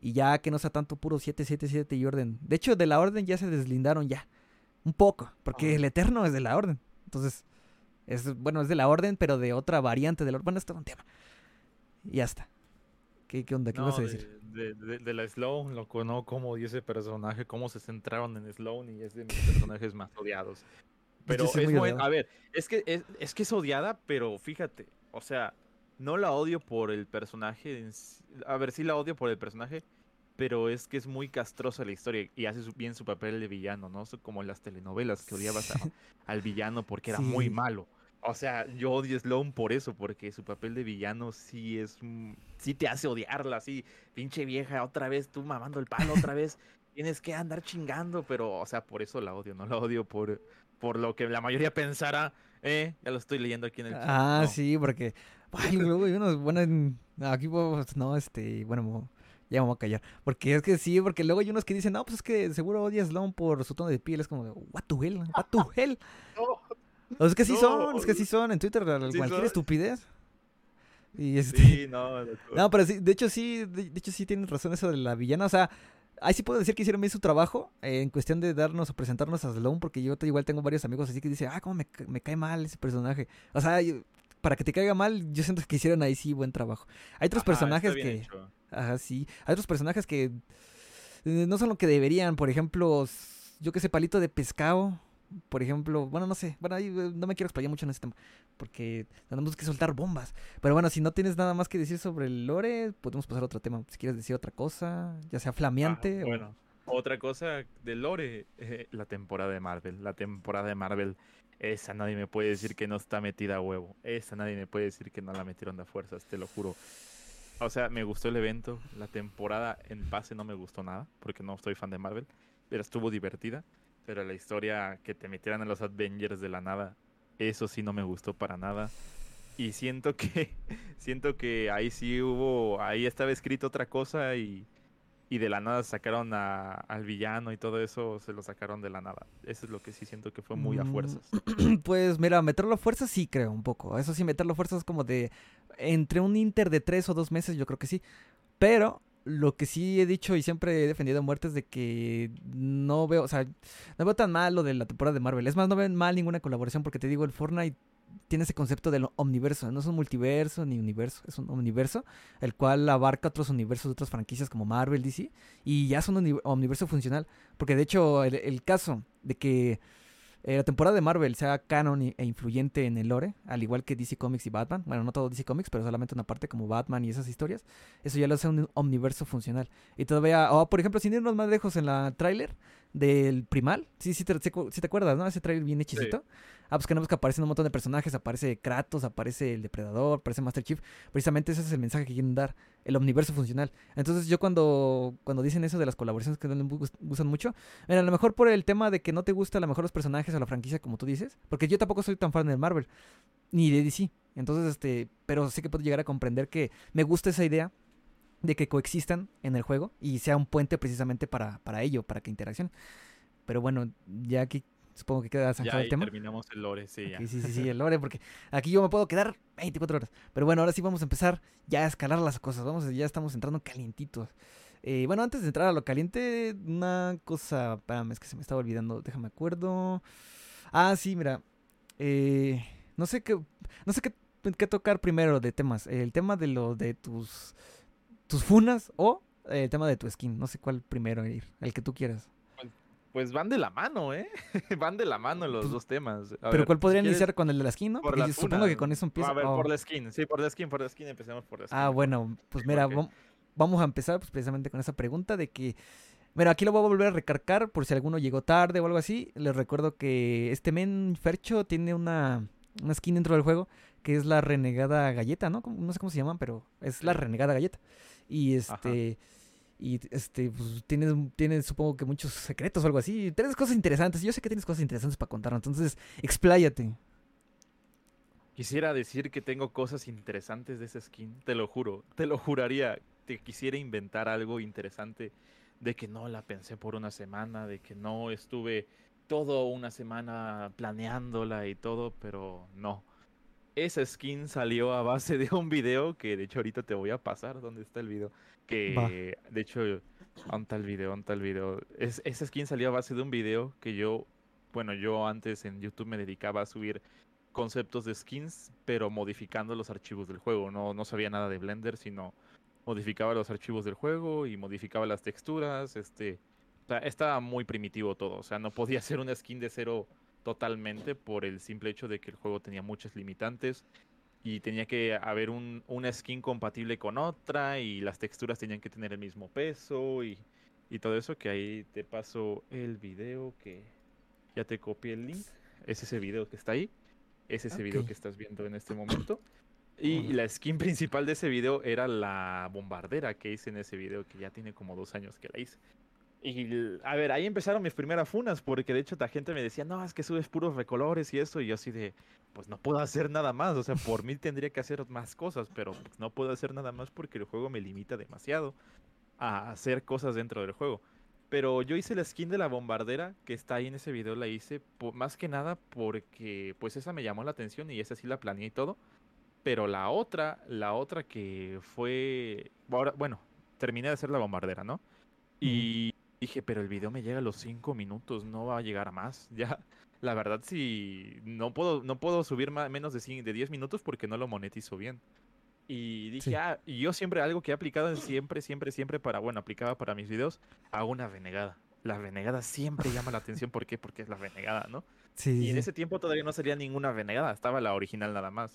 Y ya que no sea tanto puro siete siete siete y orden. De hecho, de la orden ya se deslindaron ya. Un poco. Porque Ah, el Eterno es de la orden. Entonces, es bueno, es de la orden, pero de otra variante de la orden. Bueno, esto es un tema. Y ya está. ¿Qué, qué onda? ¿Qué vas no, a decir? de, de, de, de la Sloan, loco, no, cómo dio ese personaje, cómo se centraron en Sloan y es de mis personajes más odiados. De hecho, Pero sí es es muy buen, odiado. a ver, es que es, es que es odiada, pero fíjate, o sea, no la odio por el personaje, en sí- a ver, sí la odio por el personaje, pero es que es muy castrosa la historia y hace su- bien su papel de villano, ¿no? So- Como en las telenovelas que odiabas a- al villano porque era muy Sí. malo. O sea, yo odio a Sloan por eso, porque su papel de villano sí es, un- sí te hace odiarla, así, pinche vieja, otra vez tú mamando el palo, otra vez tienes que andar chingando, pero, o sea, por eso la odio, no la odio por, por lo que la mayoría pensara, eh, ya lo estoy leyendo aquí en el chat, Ah, no. sí, porque. Ay, luego hay unos. Bueno, en- aquí pues, no, este. Bueno, mo- ya me voy a callar. Porque es que sí, porque luego hay unos que dicen, no, pues es que seguro odias Sloan por su tono de piel. Es como, de, what the hell, what the hell. No, O es que sí no, son, es que sí son en Twitter al- sí cualquier soy. estupidez. Y este. Sí, no, loco. No, pero sí, de hecho sí, de, de hecho sí tienes razón eso de la villana. O sea, ahí sí puedo decir que hicieron bien su trabajo eh, en cuestión de darnos o presentarnos a Sloan, porque yo te- igual tengo varios amigos así que dicen, ah, cómo me, ca- me cae mal ese personaje. O sea, yo- para que te caiga mal, yo siento que hicieron ahí sí buen trabajo. Hay otros Ajá, está personajes bien que, hecho. ajá, sí, hay otros personajes que eh, no son lo que deberían. Por ejemplo, s- yo que sé, Palito de Pescado. Por ejemplo, bueno, no sé, bueno, ahí eh, no me quiero explayar mucho en este tema, porque tenemos que soltar bombas. Pero bueno, si no tienes nada más que decir sobre el lore, podemos pasar a otro tema. Si quieres decir otra cosa, ya sea Ah, flameante o... bueno, otra cosa de Lore, eh, la temporada de Marvel. La temporada de Marvel, esa nadie me puede decir que no está metida a huevo. Esa nadie me puede decir que no la metieron de a fuerzas, te lo juro. O sea, me gustó el evento. La temporada en base no me gustó nada, porque no soy fan de Marvel, pero estuvo divertida. Pero la historia que te metieran a los Avengers de la nada, eso sí no me gustó para nada. Y siento que, siento que ahí sí hubo, ahí estaba escrito otra cosa y, y de la nada sacaron a- al villano y todo eso, se lo sacaron de la nada. Eso es lo que sí siento que fue muy a Mm, fuerzas. pues mira, meterlo a fuerza sí creo un poco. Eso sí, meterlo a fuerza es como de... Entre un inter de tres o dos meses, yo creo que sí. Pero lo que sí he dicho y siempre he defendido a muerte es de que no veo, o sea, no veo tan mal lo de la temporada de Marvel. Es más, no veo mal ninguna colaboración porque te digo, el Fortnite tiene ese concepto del omniverso. No es un multiverso ni universo, es un omniverso, el cual abarca otros universos de otras franquicias como Marvel, D C, y ya es un uni- omniverso funcional. Porque de hecho, el, el caso de que eh, la temporada de Marvel sea canon y- e influyente en el lore, al igual que D C Comics y Batman. Bueno, no todo D C Comics, pero solamente una parte como Batman y esas historias. Eso ya lo hace un omniverso funcional. Y todavía, o por ejemplo, sin irnos más lejos en la tráiler del Primal, sí, sí te, sí te acuerdas, ¿no? Ese tráiler bien Sí. hechicito. Ah, pues que no, pues que aparecen un montón de personajes, aparece Kratos, aparece el Depredador, aparece Master Chief. Precisamente ese es el mensaje que quieren dar, el omniverso funcional. Entonces yo cuando, cuando dicen eso de las colaboraciones que no les gus- gustan mucho, mira, a lo mejor por el tema de que no te gusta a lo mejor los personajes o la franquicia, como tú dices, porque yo tampoco soy tan fan de Marvel, ni de D C. Entonces, este, pero sí que puedo llegar a comprender que me gusta esa idea de que coexistan en el juego y sea un puente precisamente para, para ello, para que interaccionen. Pero bueno, ya aquí supongo que queda Ya zanjado el ahí tema. terminamos el lore, sí, Ok, ya. sí, sí, sí, el lore, porque aquí yo me puedo quedar veinticuatro horas. Pero bueno, ahora sí vamos a empezar ya a escalar las cosas. Vamos, ya estamos entrando calientitos. Eh, bueno, antes de entrar a lo caliente, una cosa. Espérame, es que se me estaba olvidando. Déjame acuerdo. Ah, sí, mira. eh, no sé qué. No sé qué, qué tocar primero de temas. El tema de lo de tus. tus funas o el tema de tu skin. No sé cuál primero ir. El que tú quieras. Pues, pues van de la mano, ¿eh? Van de la mano los Pues, dos temas. A pero ver, ¿cuál si podría quieres, iniciar con el de la skin, no? por Porque yo las supongo que funas. con eso A empieza. ver, por Oh. la skin, sí, por la skin, por la skin, empecemos por la skin Ah, mejor. bueno, pues mira, Mejor que. vam- vamos a empezar pues, precisamente con esa pregunta de que, mira, aquí lo voy a volver a recargar por si alguno llegó tarde o algo así. Les recuerdo que este men Fercho tiene una, una skin dentro del juego que es la renegada galleta, ¿no? Como- No sé cómo se llaman, pero es la Sí. renegada galleta. Y Ajá. este, y este, pues tienes, tienes supongo que muchos secretos o algo así. Tienes cosas interesantes. Yo sé que tienes cosas interesantes para contar, entonces expláyate. Quisiera decir que tengo cosas interesantes de esa skin, te lo juro, te lo juraría. Te quisiera inventar algo interesante de que no la pensé por una semana, de que no estuve todo una semana planeándola y todo, pero no. esa skin salió a base de un video que de hecho ahorita te voy a pasar dónde está el video. Va. Que de hecho, ¿dónde está el video? ¿Dónde está el video? Es, esa skin salió a base de un video que yo, bueno, yo antes en YouTube me dedicaba a subir conceptos de skins, pero modificando los archivos del juego. No, no sabía nada de Blender, sino modificaba los archivos del juego y modificaba las texturas. Este, o sea, estaba muy primitivo todo. O sea, no podía hacer una skin de cero totalmente por el simple hecho de que el juego tenía muchas limitantes y tenía que haber un, una skin compatible con otra y las texturas tenían que tener el mismo peso y, y todo eso, que ahí te paso el video que ya te copié el link. Es ese video que está ahí. Es ese video Ok. que estás viendo en este momento. Y Órale. la skin principal de ese video era la bombardera que hice en ese video, que ya tiene como dos años que la hice. Y l- a ver, ahí empezaron mis primeras funas, porque de hecho la gente me decía, no, es que subes puros recolores y eso, y yo así de, pues no puedo hacer nada más, o sea, por mí tendría que hacer más cosas, pero pues, no puedo hacer nada más porque el juego me limita demasiado a hacer cosas dentro del juego. Pero yo hice la skin de la bombardera que está ahí en ese video, la hice po- más que nada porque pues esa me llamó la atención y esa sí la planeé y todo. Pero la otra, la otra que fue, ahora, bueno, terminé de hacer la bombardera, ¿no? Ujú. Y dije, pero el video me llega a los cinco minutos, no va a llegar a más. Ya, la verdad, sí, no puedo, no puedo subir ma- menos de, cin- de diez minutos porque no lo monetizo bien. Y dije, Sí. ah, y yo siempre, algo que he aplicado en siempre, siempre, siempre para, bueno, aplicaba para mis videos, hago una renegada. La renegada siempre llama la atención, ¿por qué? Porque es la renegada, ¿no? Sí, Y en sí, sí. ese tiempo todavía no salía ninguna renegada, estaba la original nada más.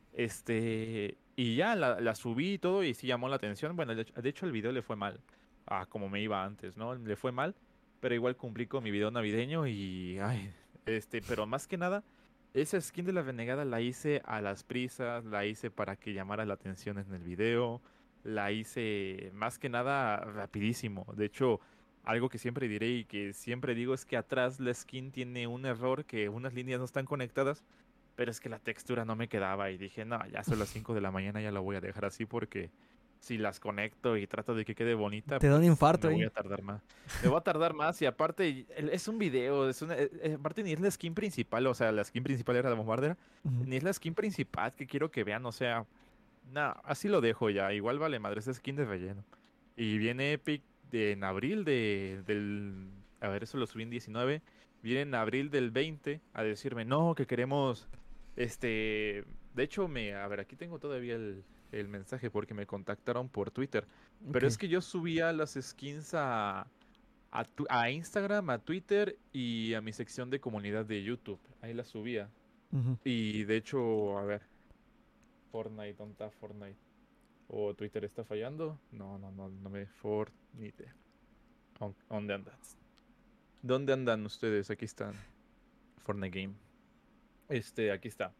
Este, y ya la, la subí y todo y sí llamó la atención. Bueno, de hecho, de hecho el video le fue mal, a como me iba antes, ¿no? Le fue mal, pero igual cumplí con mi video navideño y, ay, este, pero más que nada, esa skin de la renegada la hice a las prisas, la hice para que llamara la atención en el video, la hice más que nada rapidísimo. De hecho, algo que siempre diré y que siempre digo es que atrás la skin tiene un error, que unas líneas no están conectadas. Pero es que la textura no me quedaba y dije, no, ya son las cinco de la mañana, ya la voy a dejar así porque si las conecto y trato de que quede bonita, Te da un pues infarto me voy ahí. a tardar más. Me voy a tardar más y aparte el- es un video, es una, eh, eh, aparte ni es la skin principal, o sea, la skin principal era la bombardera, Ujú. ni es la skin principal que quiero que vean, o sea, no, así lo dejo ya, igual vale madre, es skin de relleno. Y viene Epic de, en abril de, del, a ver, eso lo subí en diecinueve, viene en abril del veinte a decirme, no, que queremos, este, de hecho, me, a ver, aquí tengo todavía el, el mensaje porque me contactaron por Twitter, Ok. pero es que yo subía las skins a, a, tu- a Instagram, a Twitter y a mi sección de comunidad de YouTube, ahí las subía. Ujú. Y de hecho, a ver, Fortnite, ¿dónde está Fortnite? ¿O Twitter está fallando? No, no, no, no me Fortnite. ¿Dó- ¿Dónde andas? ¿Dónde andan ustedes? Aquí están. Fortnite Game. Este, aquí está.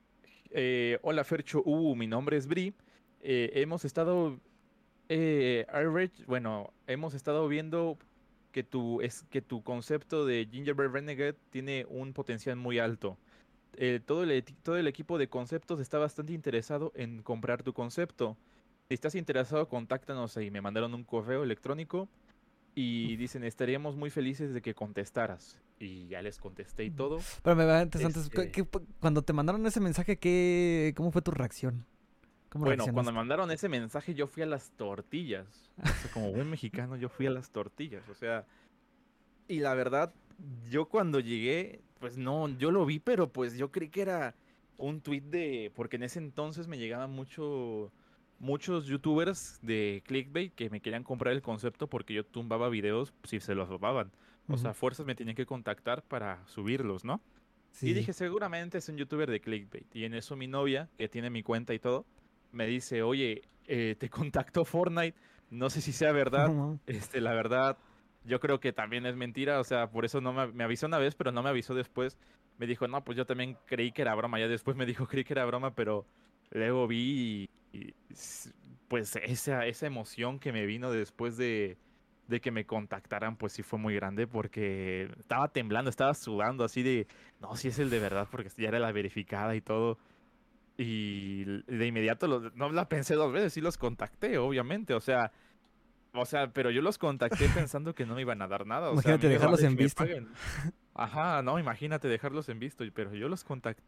Eh, hola Fercho, uh, mi nombre es Bri. Eh, hemos estado, eh, Average, bueno, hemos estado viendo que tu, es, que tu concepto de Gingerbread Renegade tiene un potencial muy alto. Eh, todo el, eti- todo el equipo de conceptos está bastante interesado en comprar tu concepto. Si estás interesado, contáctanos ahí. Me mandaron un correo electrónico y dicen, estaríamos muy felices de que contestaras. Y ya les contesté y todo. Pero me va antes, antes, ¿qué- Este, qué fue- cuando te mandaron ese mensaje, ¿qué, cómo fue tu reacción? ¿Cómo bueno, cuando me reaccionaste? mandaron ese mensaje, yo fui a las tortillas. O sea, como buen mexicano, yo fui a las tortillas. O sea, y la verdad, yo cuando llegué, pues no, yo lo vi, pero pues yo creí que era un tweet de, porque en ese entonces me llegaban mucho, muchos youtubers de clickbait que me querían comprar el concepto porque yo tumbaba videos si se los robaban. O Ujú. sea, fuerzas me tenían que contactar para subirlos, ¿no? Y Sí, dije, seguramente es un youtuber de clickbait. Y en eso mi novia, que tiene mi cuenta y todo, me dice, oye, eh, te contactó Fortnite, no sé si sea sí. No verdad, mames. este, la verdad, yo creo que también es mentira, o sea, por eso no me, me avisó una vez, pero no me avisó después. Me dijo, no, pues yo también creí que era broma, ya después me dijo, creí que era broma, pero luego vi y, y s- pues esa, esa emoción que me vino después de, de que me contactaran, pues sí fue muy grande porque estaba temblando, estaba sudando así de, no, si es el de verdad, porque ya era la verificada y todo. Y l- de inmediato los- no la pensé dos veces, sí los contacté, obviamente, o sea, o sea, pero yo los contacté pensando que no me iban a dar nada, o sea, a mí Imagínate me dejarlos vale en que me visto. paguen. Ajá, no, imagínate dejarlos en visto, pero yo los contacté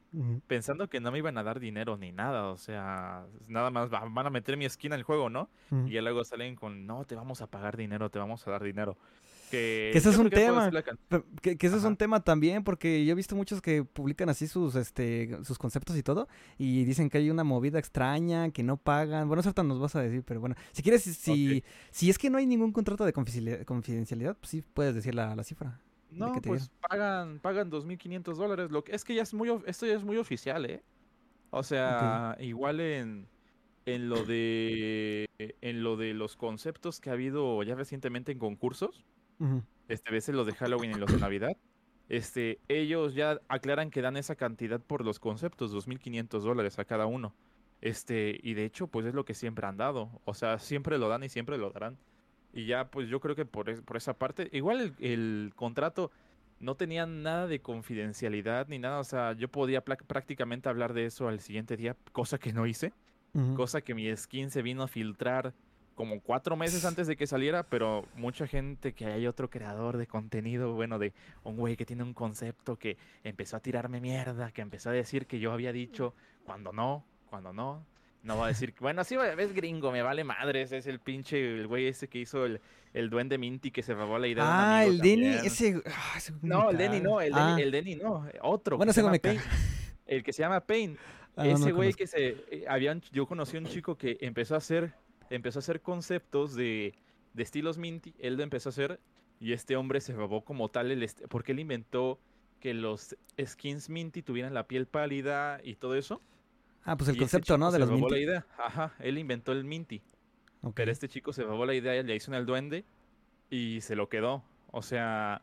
Ujú. pensando que no me iban a dar dinero ni nada, o sea, nada más va- van a meter mi skin al juego, ¿no? Ujú. Y ya luego salen con, no, te vamos a pagar dinero, te vamos a dar dinero. Que Que eso es yo creo un que puede ser tema. la can- pe- Que, que eso es un Ajá. tema también, porque yo he visto muchos que publican así sus, este, sus conceptos y todo, y dicen que hay una movida extraña, que no pagan. Bueno, eso ahorita nos vas a decir, pero bueno. Si quieres, si, Ok. si, si es que no hay ningún contrato de confidencialidad, confidencialidad, pues sí puedes decir la, la cifra de que No, te dieron. pues pagan, pagan dos mil quinientos dólares. Lo que, es que ya es muy, of- esto ya es muy oficial, ¿eh? O Ok. sea, igual en, en lo de, en lo de los conceptos que ha habido ya recientemente en concursos. Ujú. Este, veces los de Halloween y los de Navidad, este, ellos ya aclaran que dan esa cantidad por los conceptos, dos mil quinientos dólares a cada uno. Este, y de hecho, pues es lo que siempre han dado. O sea, siempre lo dan y siempre lo darán. Y ya, pues yo creo que por, es- por esa parte, igual el, el contrato no tenía nada de confidencialidad ni nada. O sea, yo podía pla- prácticamente hablar de eso al siguiente día, cosa que no hice. Ujú. Cosa que mi skin se vino a filtrar como cuatro meses antes de que saliera, pero mucha gente que hay otro creador de contenido, bueno, de un güey que tiene un concepto que empezó a tirarme mierda, que empezó a decir que yo había dicho, cuando no, cuando no, no va a decir, bueno, sí, es gringo, me vale madres, es el pinche, el güey ese que hizo el, el duende Minty que se robó la idea de un Ah, amigo el Denny, también. ese, ah, ese güey me No, el Denny caga. no, el Denny, Ah, el Denny no, otro bueno, que se ese güey llama me caga. Pain. El que se llama Pain. Ah, no, no Ese lo güey conozco. que se eh, habían, yo conocí a un chico que empezó a hacer, empezó a hacer conceptos de, de estilos Minty, él lo empezó a hacer y este hombre se robó como tal el est- porque él inventó que los skins Minty tuvieran la piel pálida y todo eso, Ah, pues el y este concepto, ¿no? chico De se los robó la Minty. idea. Ajá, él inventó el Minty, Ok. pero este chico se robó la idea, le hizo en el duende y se lo quedó. O sea,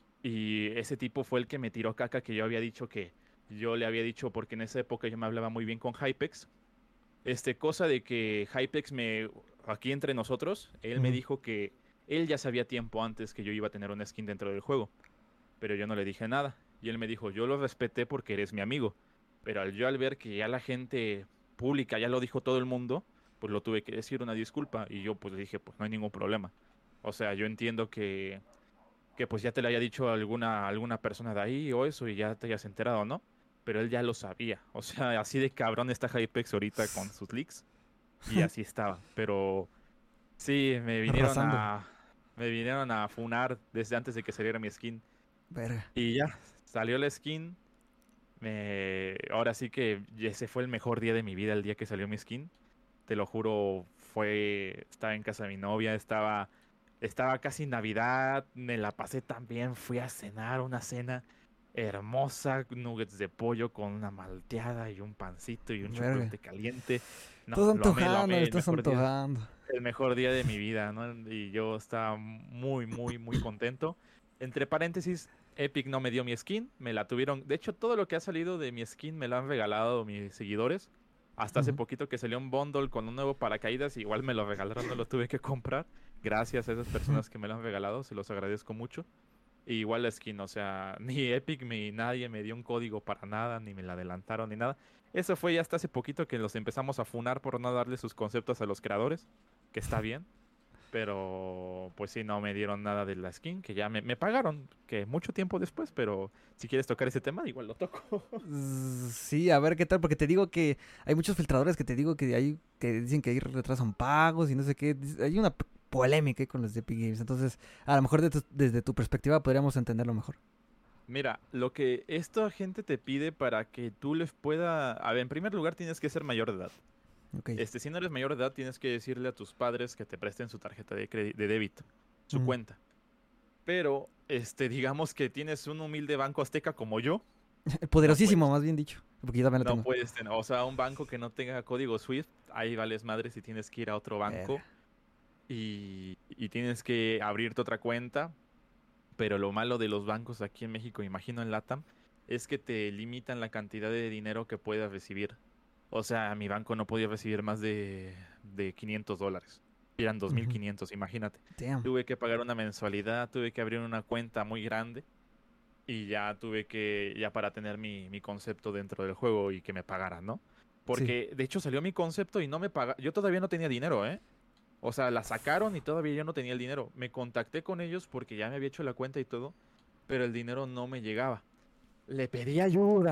y ese tipo fue el que me tiró caca que yo había dicho que yo le había dicho porque en esa época yo me hablaba muy bien con Hypex. Este, cosa de que Hypex me, aquí entre nosotros, él me Ujú. dijo que él ya sabía tiempo antes que yo iba a tener una skin dentro del juego, pero yo no le dije nada. Y él me dijo, yo lo respeté porque eres mi amigo, pero al yo al ver que ya la gente pública ya lo dijo todo el mundo, pues lo tuve que decir una disculpa y yo pues le dije, pues no hay ningún problema. O sea, yo entiendo que que pues ya te lo haya dicho alguna, alguna persona de ahí o eso y ya te hayas enterado, ¿no? Pero él ya lo sabía. O sea, así de cabrón está Hypex ahorita con sus leaks y así estaba. Pero sí, me vinieron Arrasando. a me vinieron a funar desde antes de que saliera mi skin Verga. y ya salió la skin. Me... Ahora sí que ese fue el mejor día de mi vida, el día que salió mi skin. Te lo juro, fue estaba en casa de mi novia, estaba estaba casi Navidad, me la pasé tan bien, fui a cenar una cena hermosa, nuggets de pollo con una malteada y un pancito y un Verga. chocolate caliente. No, Estás lo amé, lo antojando, amé, me el estás mejor día, antojando. el mejor día de mi vida, ¿no? Y yo estaba muy, muy, muy contento. Entre paréntesis, Epic no me dio mi skin, me la tuvieron. De hecho, todo lo que ha salido de mi skin me lo han regalado mis seguidores. Hasta hace Ujú. poquito que salió un bundle con un nuevo paracaídas, igual me lo regalaron, no lo tuve que comprar. Gracias a esas personas que me lo han regalado, se los agradezco mucho. Y igual la skin, o sea, ni Epic ni nadie me dio un código para nada, ni me la adelantaron ni nada. Eso fue ya hasta hace poquito que los empezamos a funar por no darle sus conceptos a los creadores, que está bien. Pero pues sí, no me dieron nada de la skin, que ya me, me pagaron, que mucho tiempo después, pero si quieres tocar ese tema, igual lo toco. Z- Sí, a ver qué tal, porque te digo que hay muchos filtradores que te digo que hay que dicen que hay retrasan pagos y no sé qué. Dice- Hay una p- polémica ahí con los de Epic Games, entonces a lo mejor de tu- desde tu perspectiva podríamos entenderlo mejor. Mira, lo que esta gente te pide para que tú les pueda... A ver, en primer lugar tienes que ser mayor de edad. Ok. Este, si no eres mayor de edad, tienes que decirle a tus padres que te presten su tarjeta de crédito, de débito, su Ujú. cuenta. Pero, este, digamos que tienes un humilde banco azteca como yo, no Poderosísimo, puedes. más bien dicho, porque yo también lo No tengo. puedes tener, o sea, un banco que no tenga código SWIFT, ahí vales madre si tienes que ir a otro banco Verga. y, y tienes que abrirte otra cuenta. Pero lo malo de los bancos aquí en México, imagino en LATAM, es que te limitan la cantidad de dinero que puedas recibir. O sea, mi banco no podía recibir más de, de quinientos dólares. Eran dos mil Ujú. quinientos, imagínate. Damn. Tuve que pagar una mensualidad, tuve que abrir una cuenta muy grande y ya tuve que, ya para tener mi, mi concepto dentro del juego y que me pagaran, ¿no? Sí. Porque de hecho salió mi concepto y no me pagaron. Yo todavía no tenía dinero, ¿eh? O sea, la sacaron y todavía yo no tenía el dinero. Me contacté con ellos porque ya me había hecho la cuenta y todo, pero el dinero no me llegaba. Le pedí ayuda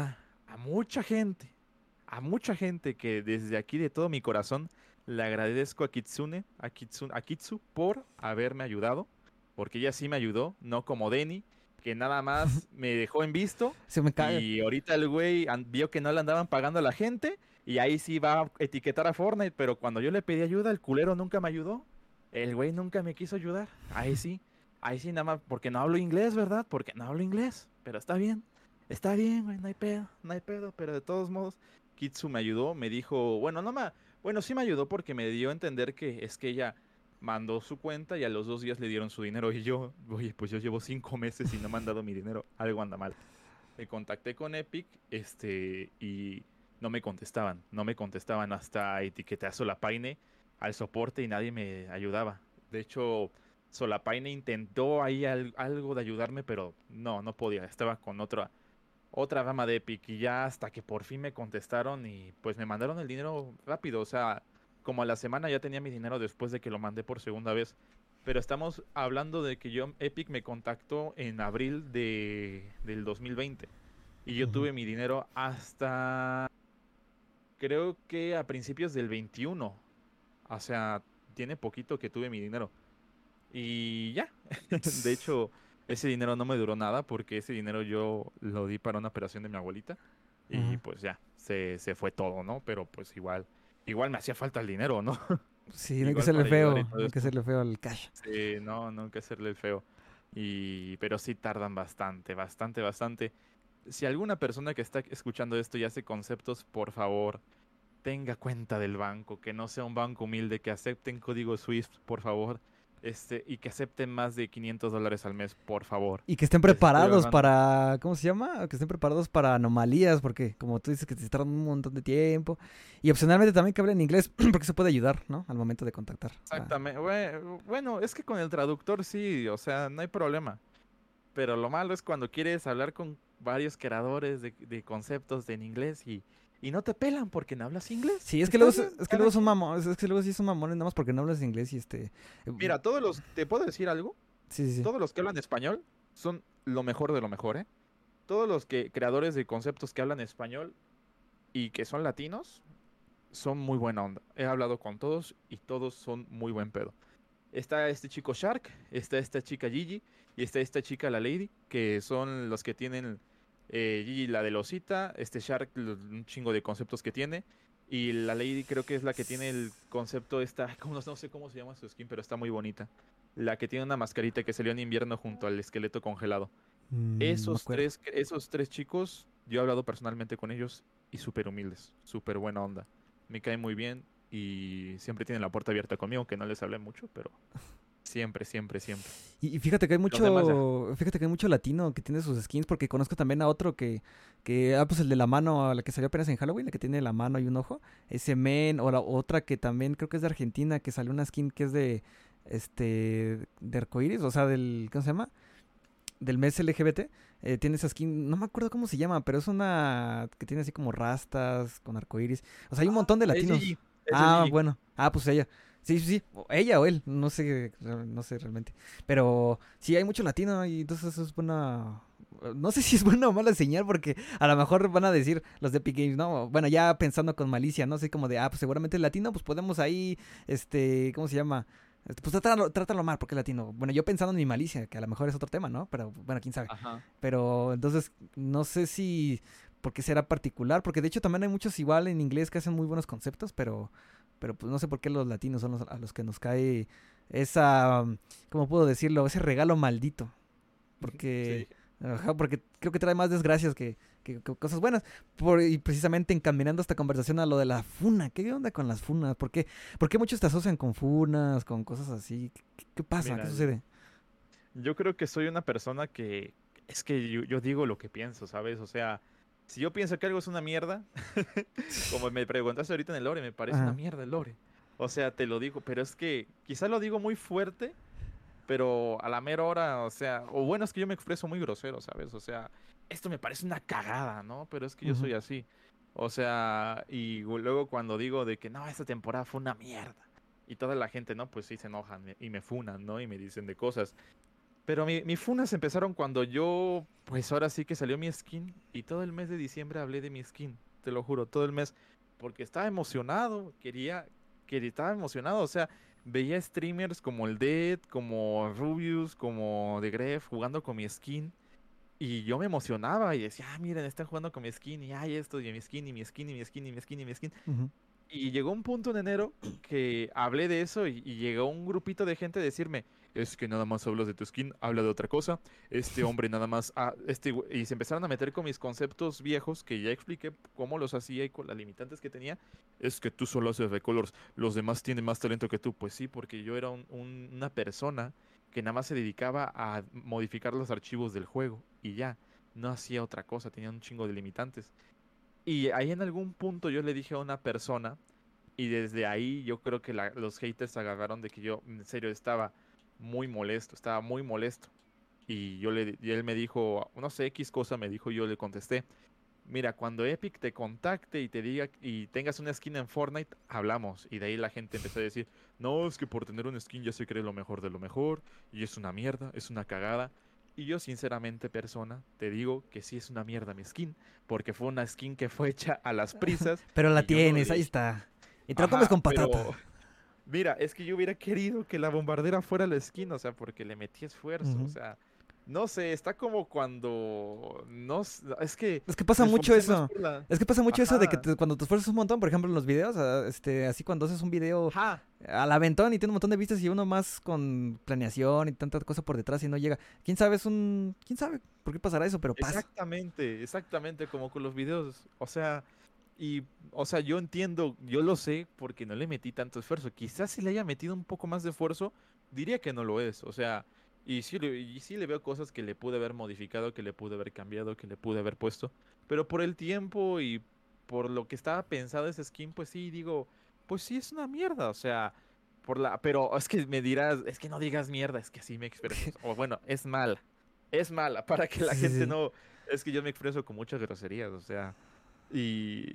a mucha gente, a mucha gente que desde aquí de todo mi corazón le agradezco a Kitsune, a Kitsu, a Kitsu por haberme ayudado, porque ella sí me ayudó, no como Denny, que nada más me dejó en visto Se me cae. y ahorita el güey an- vio que no le andaban pagando a la gente y ahí sí va a etiquetar a Fortnite, pero cuando yo le pedí ayuda, el culero nunca me ayudó. El güey nunca me quiso ayudar. Ahí sí, ahí sí nada más, porque no hablo inglés, ¿verdad? Porque no hablo inglés, pero está bien. Está bien, güey, no hay pedo, no hay pedo, pero de todos modos, Kitsu me ayudó, me dijo, bueno, no me, bueno, sí me ayudó porque me dio a entender que es que ella mandó su cuenta y a los dos días le dieron su dinero y yo, oye, pues yo llevo cinco meses y no me han dado mi dinero, algo anda mal. Me contacté con Epic, este, y no me contestaban, no me contestaban hasta etiqueté a Solapaine al soporte y nadie me ayudaba. De hecho, Solapaine intentó ahí al- algo de ayudarme, pero no, no podía, estaba con otra, otra rama de Epic y ya hasta que por fin me contestaron y pues me mandaron el dinero rápido, o sea, como a la semana ya tenía mi dinero después de que lo mandé por segunda vez. Pero estamos hablando de que yo, Epic me contactó en abril de, del dos mil veinte y yo Ujú. tuve mi dinero hasta, creo que a principios del veintiuno. O sea, tiene poquito que tuve mi dinero. Y ya, de hecho, ese dinero no me duró nada porque ese dinero yo lo di para una operación de mi abuelita y Ujú. pues ya, se, se fue todo, ¿no? Pero pues igual, igual me hacía falta el dinero, ¿no? Sí, no hay que Igual hacerle para ayudar y feo, todo no hay que esto. hacerle feo al cash. Sí, no, no hay que hacerle el feo. Y, pero sí tardan bastante, bastante, bastante. Si alguna persona que está escuchando esto y hace conceptos, por favor, tenga cuenta del banco, que no sea un banco humilde, que acepten código SWIFT, por favor, este, y que acepten más de quinientos dólares al mes, por favor. Y que estén Les estoy preparados ahorrando. para, ¿cómo se llama? Que estén preparados para anomalías, porque como tú dices que te tardan un montón de tiempo. Y opcionalmente también que hablen inglés, porque eso puede ayudar, ¿no? Al momento de contactar. Ah, Exactamente. bue- Bueno, es que con el traductor sí, o sea, no hay problema. Pero lo malo es cuando quieres hablar con varios creadores de, de conceptos en inglés y, y no te pelan porque no hablas inglés. sí, es que Está luego, bien, es que cada luego son quien. mamones, es que luego sí son mamones nada más porque no hablas inglés y este... eh, Mira, todos los, ¿te puedo decir algo? Sí, sí, sí. Todos los que hablan español son lo mejor de lo mejor, ¿eh? Todos los que creadores de conceptos que hablan español y que son latinos son muy buena onda. He hablado con todos y todos son muy buen pedo. Está este chico Shark, está esta chica Gigi y está esta chica la Lady, que son los que tienen eh, Gigi la de Losita, este Shark lo- un chingo de conceptos que tiene y la Lady creo que es la que tiene el concepto esta, como no, no sé cómo se llama su skin, pero está muy bonita. La que tiene una mascarita que salió en invierno junto al esqueleto congelado. Mm, no me Esos acuerdo. tres, esos tres chicos, yo he hablado personalmente con ellos y súper humildes, súper buena onda. Me caen muy bien y siempre tienen la puerta abierta conmigo, que no les hablé mucho, pero siempre, siempre, siempre. Y, y fíjate que hay Los demás ya. mucho, fíjate que hay mucho latino que tiene sus skins, porque conozco también a otro que, que, ah, pues el de la mano, a la que salió apenas en Halloween, la que tiene la mano y un ojo, ese men, o la otra que también creo que es de Argentina, que salió una skin que es de, este, de arcoíris, o sea, del, ¿cómo se llama? Del mes L G B T, eh, tiene esa skin, no me acuerdo cómo se llama, pero es una que tiene así como rastas con arcoíris. O sea, hay un montón de Ah, es latinos. Gigi, ese es Ah, Gigi. bueno. Ah, pues ella. Sí, sí, sí. O ella o él, no sé, re- no sé realmente. Pero sí, hay mucho latino y entonces eso es buena... No sé si es buena o mala señal porque a lo mejor van a decir los de Epic Games, ¿no? Bueno, ya pensando con malicia, ¿no? Así como de, ah, pues seguramente es latino, pues podemos ahí, este, ¿cómo se llama? Este, Pues trátalo, trátalo mal porque es latino. Bueno, yo pensando en mi malicia, que a lo mejor es otro tema, ¿no? Pero bueno, quién sabe. Ajá. Pero entonces, no sé si, por qué será particular, porque de hecho también hay muchos igual en inglés que hacen muy buenos conceptos, pero, pero pues no sé por qué los latinos son los, a los que nos cae esa, um, ¿cómo puedo decirlo? Ese regalo maldito. Sí. Porque, ajá, porque creo que trae más desgracias que, que- que cosas buenas. Por, y precisamente encaminando esta conversación a lo de la funa. ¿Qué onda con las funas? ¿Por qué, por qué muchos te asocian con funas, con cosas así? ¿Qué, qué pasa? ¿Qué Mira, sucede? yo creo que soy una persona que es que yo, yo digo lo que pienso, ¿sabes? O sea, si yo pienso que algo es una mierda, como me preguntaste ahorita en el lore, me parece una Ajá. mierda el lore. O sea, te lo digo, pero es que quizá lo digo muy fuerte, pero a la mera hora, o sea, o bueno, es que yo me expreso muy grosero, ¿sabes? O sea, esto me parece una cagada, ¿no? Pero es que yo Ujú. soy así. O sea, y gu- luego cuando digo de que no, esta temporada fue una mierda. Y toda la gente, ¿no? Pues sí se enojan me- y me funan, ¿no? Y me dicen de cosas. Pero mi, mis funas empezaron cuando yo, pues ahora sí que salió mi skin y todo el mes de diciembre hablé de mi skin, te lo juro, todo el mes, porque estaba emocionado, quería, quería, estaba emocionado, o sea, veía streamers como el Dead, como Rubius, como The Gref jugando con mi skin y yo me emocionaba y decía, ah, miren, están jugando con mi skin y hay esto y mi skin y mi skin y mi skin y mi skin y mi skin. Ujú. Y llegó un punto en enero que hablé de eso y, y llegó un grupito de gente a decirme, es que nada más hablas de tu skin, habla de otra cosa, este hombre nada más, ah, este, güey", y se empezaron a meter con mis conceptos viejos que ya expliqué cómo los hacía y con las limitantes que tenía, es que tú solo haces recolors, los demás tienen más talento que tú, pues sí, porque yo era un- un- una persona que nada más se dedicaba a modificar los archivos del juego y ya, no hacía otra cosa, tenía un chingo de limitantes. Y ahí en algún punto yo le dije a una persona, y desde ahí yo creo que la- los haters agarraron de que yo en serio estaba muy molesto, estaba muy molesto. Y yo le, y él me dijo, no sé, X cosa me dijo, y yo le contesté, mira, cuando Epic te contacte y te diga y tengas una skin en Fortnite, hablamos. Y de ahí la gente empezó a decir, no, es que por tener una skin ya se cree lo mejor de lo mejor, y es una mierda, es una cagada. Y yo sinceramente, persona, te digo que sí es una mierda mi skin, porque fue una skin que fue hecha a las prisas Pero la y yo no tienes, ahí le... está. Y te lo comes Ajá, con patata. pero mira, es que yo hubiera querido que la bombardera fuera la skin, o sea, porque le metí esfuerzo, o Ujú. sea, no sé, está como cuando, no, s- es que Es que pasa me mucho esforcé más eso. por la, Es que pasa mucho eso de que ajá, te- cuando te esfuerzas un montón, por ejemplo, en los videos, ah, este, así cuando haces un video ajá, al aventón y tiene un montón de vistas y uno más con planeación y tanta cosa por detrás y no llega. ¿Quién sabe? Es un... ¿Quién sabe por qué pasará eso? Pero pasa. exactamente, exactamente como con los videos, o sea, y, o sea, yo entiendo, yo lo sé porque no le metí tanto esfuerzo, quizás si le haya metido un poco más de esfuerzo, diría que no lo es, o sea, y sí, le- y sí le veo cosas que le pude haber modificado, que le pude haber cambiado, que le pude haber puesto, pero por el tiempo y por lo que estaba pensado ese skin, pues sí, digo, pues sí es una mierda, o sea, por la, pero es que me dirás, es que no digas mierda, es que así me expreso, o bueno, es mala, es mala, para que la Sí, sí, gente sí. no, es que yo me expreso con muchas groserías, o sea. Y,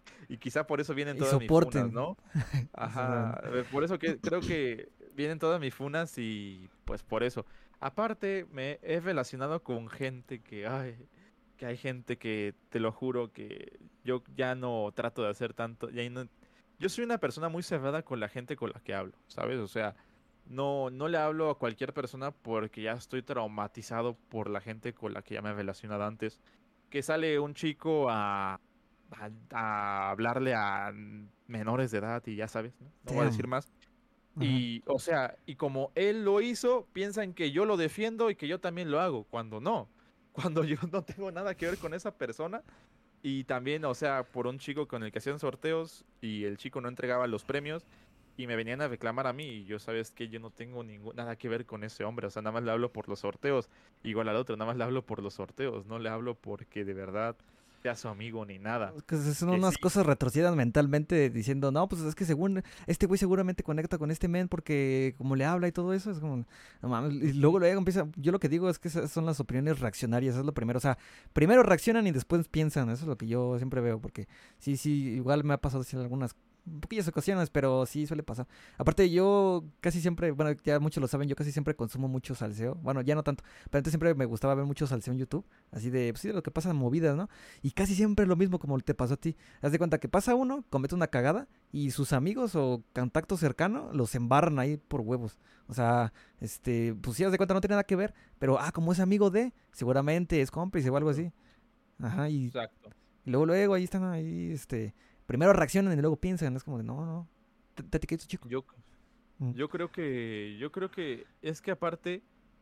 y quizá por eso vienen Y todas mis funas, soporten. ¿no? Ajá, eh, por eso que creo que vienen todas mis funas y pues por eso. Aparte, me he relacionado con gente que, ay, que hay gente que, te lo juro, que yo ya no trato de hacer tanto, ya no- yo soy una persona muy cerrada con la gente con la que hablo, ¿sabes? O sea, no, no le hablo a cualquier persona porque ya estoy traumatizado por la gente con la que ya me he relacionado antes. Que sale un chico a a, a hablarle a menores de edad y ya sabes, ¿no? No voy a decir Damn. más. Ajá. Y, o sea, y como él lo hizo, piensan que yo lo defiendo y que yo también lo hago, cuando no. Cuando yo no tengo nada que ver con esa persona. Y también, o sea, por un chico con el que hacían sorteos y el chico no entregaba los premios y me venían a reclamar a mí y yo, sabes que yo no tengo ningún, nada que ver con ese hombre, o sea, nada más le hablo por los sorteos, igual al otro, nada más le hablo por los sorteos, no le hablo porque de verdad sea su amigo ni nada. Que son Que sí, unas cosas retorcidas mentalmente diciendo, no, pues es que según este güey seguramente conecta con este men porque como le habla y todo eso, es como, no mames. Y luego ujú, luego empieza, yo lo que digo es que esas son las opiniones reaccionarias, es lo primero, o sea, primero reaccionan y después piensan, eso es lo que yo siempre veo, porque sí, sí, igual me ha pasado así en algunas poquillas ocasiones, pero sí suele pasar. Aparte yo casi siempre, bueno, ya muchos lo saben, yo casi siempre consumo mucho salseo, bueno, ya no tanto, pero antes siempre me gustaba ver mucho salseo en YouTube, así de, pues sí, de lo que pasa en movidas, ¿no? Y casi siempre es lo mismo como te pasó a ti. Haz de cuenta que pasa uno, comete una cagada y sus amigos o contacto cercano los embarran ahí por huevos. O sea, este, pues sí, haz de cuenta no tiene nada que ver, pero ah, como es amigo de, seguramente es cómplice o algo así. Ajá, y, exacto. y luego luego ahí están ahí, este, primero reaccionan y luego piensan, es como de, no, no, te, te etiqueto, chico. Yo, Mm. yo creo que, yo creo que es que aparte,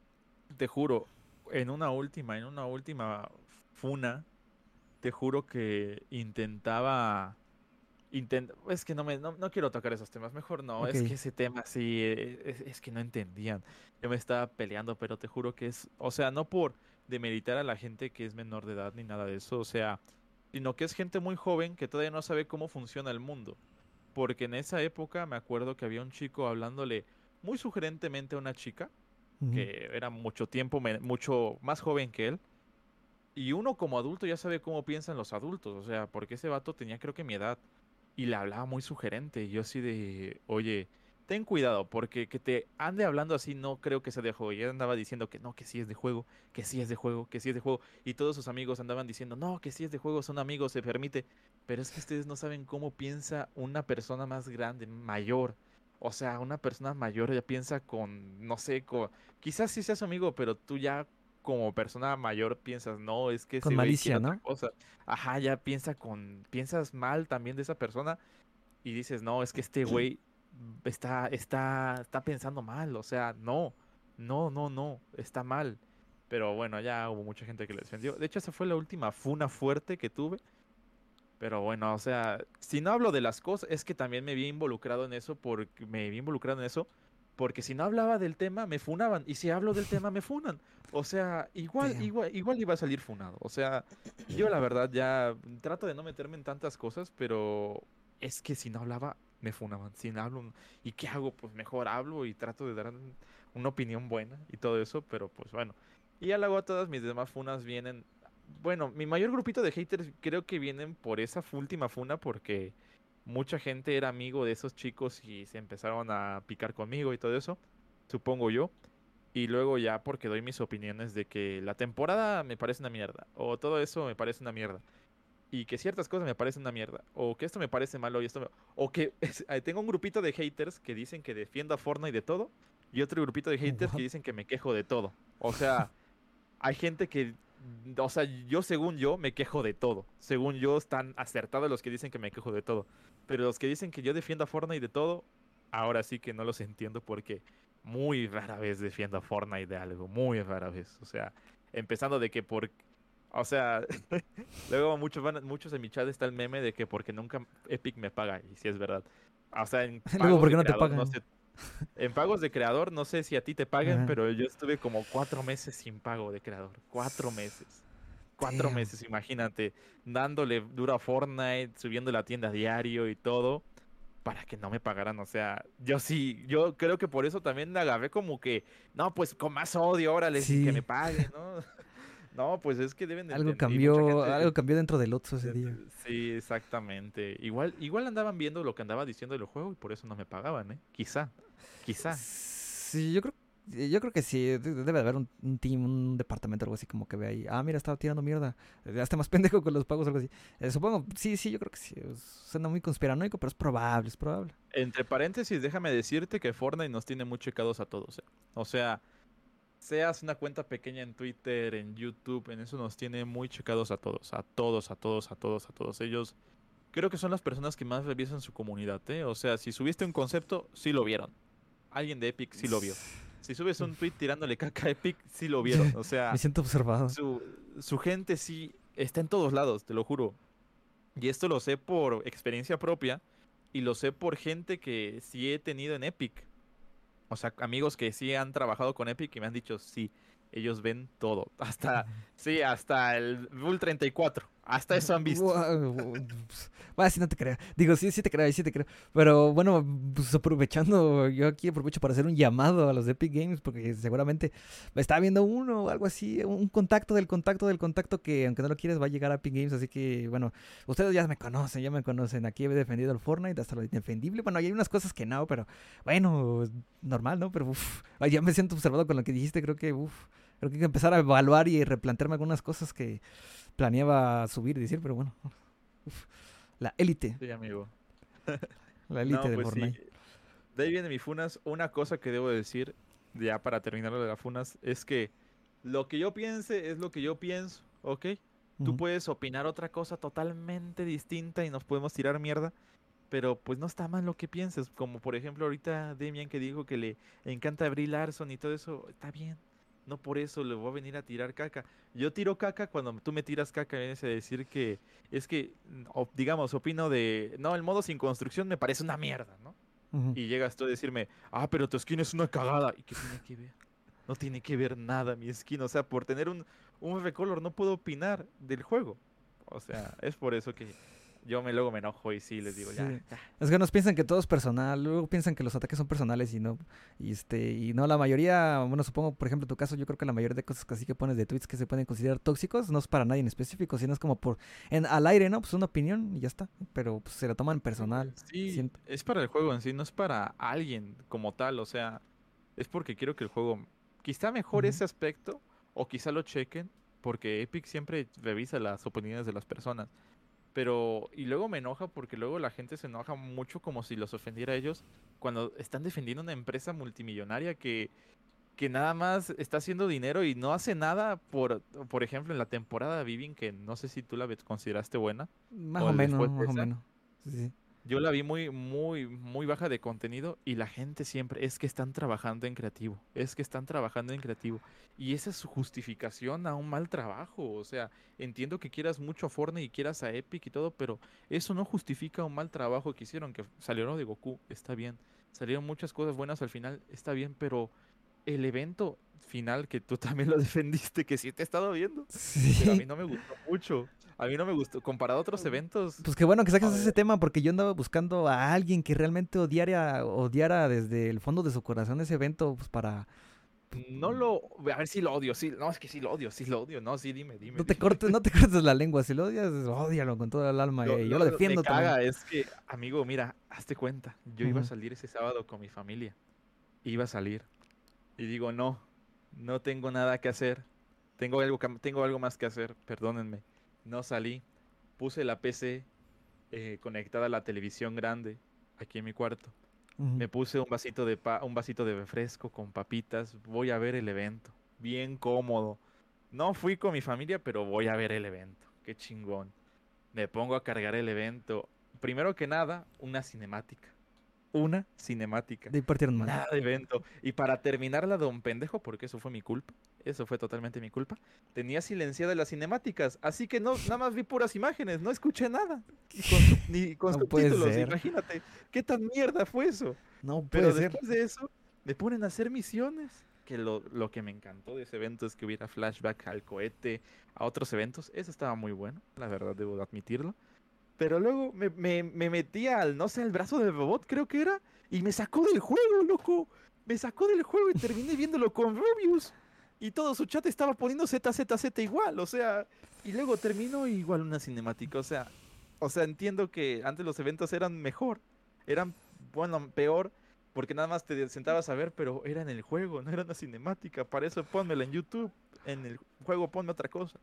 te juro, en una última, en una última funa, te juro que intentaba Intent- es que no me no, no quiero tocar esos temas, mejor no, Ok, es que ese tema sí, eh, es, es que no entendían. Yo me estaba peleando, pero te juro que es, o sea, no por demeritar a la gente que es menor de edad ni nada de eso, o sea, sino que es gente muy joven que todavía no sabe cómo funciona el mundo. Porque en esa época me acuerdo que había un chico hablándole muy sugerentemente a una chica ujú, que era mucho tiempo, me- mucho más joven que él. Y uno como adulto ya sabe cómo piensan los adultos, o sea, porque ese vato tenía creo que mi edad y le hablaba muy sugerente. Y yo así de, oye, ten cuidado, porque que te ande hablando así no creo que sea de juego. Y él andaba diciendo que no, que sí es de juego, que sí es de juego, que sí es de juego. Y todos sus amigos andaban diciendo, no, que sí es de juego, son amigos, se permite. Pero es que ustedes no saben cómo piensa una persona más grande, mayor. O sea, una persona mayor ya piensa con, no sé, con, quizás sí seas su amigo, pero tú ya como persona mayor piensas, no, es que Con ese güey quiere malicia, otra ¿no? cosa. Ajá, ya piensa con, piensas mal también de esa persona y dices, no, es que este güey está, está, está pensando mal, o sea, no, no, no, no, está mal. Pero bueno, ya hubo mucha gente que le defendió. De hecho, esa fue la última funa fuerte que tuve. Pero bueno, o sea, si no hablo de las cosas, es que también me vi involucrado en eso porque me vi involucrado en eso, porque si no hablaba del tema, me funaban, y si hablo del tema, me funan. O sea, igual, Damn. igual, igual iba a salir funado. O sea, yo la verdad ya trato de no meterme en tantas cosas, pero es que si no hablaba, me funaban. Si no hablo, ¿y qué hago? Pues mejor hablo y trato de dar un- una opinión buena y todo eso, pero pues bueno. Y ya luego todas mis demás funas vienen bueno, mi mayor grupito de haters creo que vienen por esa fu- última funa porque mucha gente era amigo de esos chicos y se empezaron a picar conmigo y todo eso, supongo yo. Y luego ya porque doy mis opiniones de que la temporada me parece una mierda, o todo eso me parece una mierda, y que ciertas cosas me parecen una mierda, o que esto me parece malo y esto me- O que es- eh, tengo un grupito de haters que dicen que defiendo a Fortnite de todo, y otro grupito de haters que What? dicen que me quejo de todo. O sea hay gente que, mm, o sea, yo según yo me quejo de todo. Según yo están acertados los que dicen que me quejo de todo. Pero los que dicen que yo defiendo a Fortnite de todo, ahora sí que no los entiendo porque muy rara vez defiendo a Fortnite de algo, muy rara vez. O sea, empezando de que por, o sea, luego muchos van, muchos en mi chat está el meme de que porque nunca Epic me paga, y si es verdad. O sea, en Luego, pagos ¿por de qué no te creador, no pagan? sé en pagos de creador, no sé si a ti te paguen, Ajá. pero yo estuve como cuatro meses sin pago de creador. Cuatro meses. Cuatro Damn. meses, imagínate, dándole duro a Fortnite, subiendo la tienda a diario y todo, para que no me pagaran. O sea, yo sí, yo creo que por eso también la agarré como que, no, pues con más odio, órale, sin que me Sí, paguen, ¿no? No, pues es que deben de algo entender, y mucha cambió, gente, algo cambió dentro del Otso ese eh, día. sí, exactamente. Igual, igual andaban viendo lo que andaba diciendo del juego y por eso no me pagaban, ¿eh? Quizá, quizá. Sí, yo creo, eh, yo creo que sí, de- debe de haber un, un team, un departamento, algo así como que ve ahí. Ah, mira, estaba tirando mierda. Ya está más pendejo con los pagos, algo así. Eh, supongo, sí, sí, yo creo que sí. es- Suena muy conspiranoico, pero es probable, es probable. Entre paréntesis, déjame decirte que Fortnite nos tiene muy checados a todos, ¿eh? O sea, seas una cuenta pequeña en Twitter, en YouTube, en eso nos tiene muy checados a todos, a todos, a todos, a todos, a todos. Ellos creo que son las personas que más revisan su comunidad, ¿eh? O sea, si subiste un concepto, sí lo vieron. Alguien de Epic sí lo vio. Si subes un tweet tirándole caca a Epic, sí lo vieron. O Me sea, siento observado. su, su gente sí está en todos lados, te lo juro. Y esto lo sé por experiencia propia y lo sé por gente que sí he tenido en Epic. O sea, amigos que sí han trabajado con Epic y me han dicho, sí, ellos ven todo. Hasta, sí, hasta el Rule treinta y cuatro. Hasta eso han visto. Guau, Bueno, sí, no te creo. Digo, sí, sí te creo, sí te creo. Pero bueno, pues aprovechando, yo aquí aprovecho para hacer un llamado a los de Epic Games, porque seguramente me está viendo uno o algo así, un contacto del contacto del contacto que, aunque no lo quieres, va a llegar a Epic Games. Así que, bueno, ustedes ya me conocen, ya me conocen. Aquí he defendido el Fortnite hasta lo indefendible. Bueno, hay unas cosas que no, pero bueno, normal, ¿no? Pero uff, ya me siento observado con lo que dijiste. Creo que, uff, creo que hay que empezar a evaluar y replantearme algunas cosas que planeaba subir y decir, pero bueno. Uf, la élite, Sí, amigo. la élite No, del pues sí. Fortnite. De ahí viene mi Funas. Una cosa que debo decir, ya para terminar lo de las Funas, es que lo que yo piense es lo que yo pienso, ¿ok? Tú Ujú. puedes opinar otra cosa totalmente distinta y nos podemos tirar mierda, pero pues no está mal lo que pienses. Como por ejemplo ahorita Demian que dijo que le encanta Brie Larson y todo eso, está bien. No por eso le voy a venir a tirar caca. Yo tiro caca cuando tú me tiras caca, vienes a decir que es que, mm, o- digamos, opino de, no, el modo sin construcción me parece una mierda, ¿no? Ujú. Y llegas tú a decirme, ah, pero tu skin es una cagada. ¿Y qué tiene que ver? No tiene que ver nada mi skin. O sea, por tener un, un recolor no puedo opinar del juego. O sea, es por eso que yo me luego me enojo y sí les digo, Sí. ya, ya. Es que nos piensan que todo es personal, luego piensan que los ataques son personales y no, y este, y no la mayoría, bueno, supongo, por ejemplo, en tu caso, yo creo que la mayoría de cosas que así que pones de tweets que se pueden considerar tóxicos no es para nadie en específico, sino es como por, en, al aire, ¿no? Pues una opinión y ya está, pero pues, se la toman personal, Sí, siento. es para el juego en sí, no es para alguien como tal, o sea, es porque quiero que el juego quizá mejore Ujú. ese aspecto o quizá lo chequen, porque Epic siempre revisa las opiniones de las personas. Pero, y luego me enoja porque luego la gente se enoja mucho como si los ofendiera a ellos cuando están defendiendo una empresa multimillonaria que, que nada más está haciendo dinero y no hace nada por, por ejemplo, en la temporada de Viving, que no sé si tú la ve- consideraste buena, Más o o el menos, después de más o esa. menos. Sí, sí. Yo la vi muy, muy, muy baja de contenido y la gente siempre es que están trabajando en creativo, es que están trabajando en creativo. Y esa es su justificación a un mal trabajo. O sea, entiendo que quieras mucho a Fortnite y quieras a Epic y todo, pero eso no justifica un mal trabajo que hicieron, que salieron de Goku, está bien. Salieron muchas cosas buenas al final, está bien, pero el evento final que tú también lo defendiste, que sí te he estado viendo, pero a Sí. mí no me gustó mucho. A mí no me gustó. Comparado a otros eventos, Pues qué bueno que a saques ese ver, tema porque yo andaba buscando a alguien que realmente odiara, odiara desde el fondo de su corazón ese evento, pues para... no lo. A ver si lo odio, sí. No, es que sí lo odio, sí lo odio. No, sí, dime, dime, No te dime. cortes, no te cortes la lengua, si lo odias, ódialo con toda el alma, Lo, eh, yo lo- lo lo- me defiendo también. caga, es que, amigo, mira, hazte cuenta. Yo iba a Ujú, salir ese sábado con mi familia. Iba a salir. Y digo, no, no tengo nada que hacer. Tengo algo, que- tengo algo más que hacer, perdónenme. No salí. Puse la P C eh, conectada a la televisión grande aquí en mi cuarto. ujú. Me puse un vasito de pa- un vasito de refresco con papitas. Voy a ver el evento. Bien cómodo. No fui con mi familia, pero voy a ver el evento. Qué chingón. Me pongo a cargar el evento. Primero que nada, una cinemática. Una cinemática. De ahí partieron madre. Nada de evento. Y para terminarla de un pendejo, porque eso fue mi culpa. Eso fue totalmente mi culpa. Tenía silenciadas las cinemáticas. Así que no, nada más vi puras imágenes. No escuché nada. Con sub- ni con No puede subtítulos. ser, Imagínate. ¿Qué tan mierda fue eso? no puede Pero ser. después de eso, me ponen a hacer misiones. Que lo, lo que me encantó de ese evento es que hubiera flashback al cohete, a otros eventos. Eso estaba muy bueno, la verdad, debo de admitirlo. Pero luego me, me, me metí al, no sé, al brazo del robot, creo que era, y me sacó del juego, loco. Me sacó del juego y terminé viéndolo con Rubius. Y todo su chat estaba poniendo Z Z Z igual, o sea. Y luego terminó igual una cinemática, o sea. O sea, entiendo que antes los eventos eran mejor. Eran, bueno, peor, porque nada más te sentabas a ver, pero era en el juego, no era una cinemática. Para eso pónmela en YouTube. En el juego ponme otra cosa.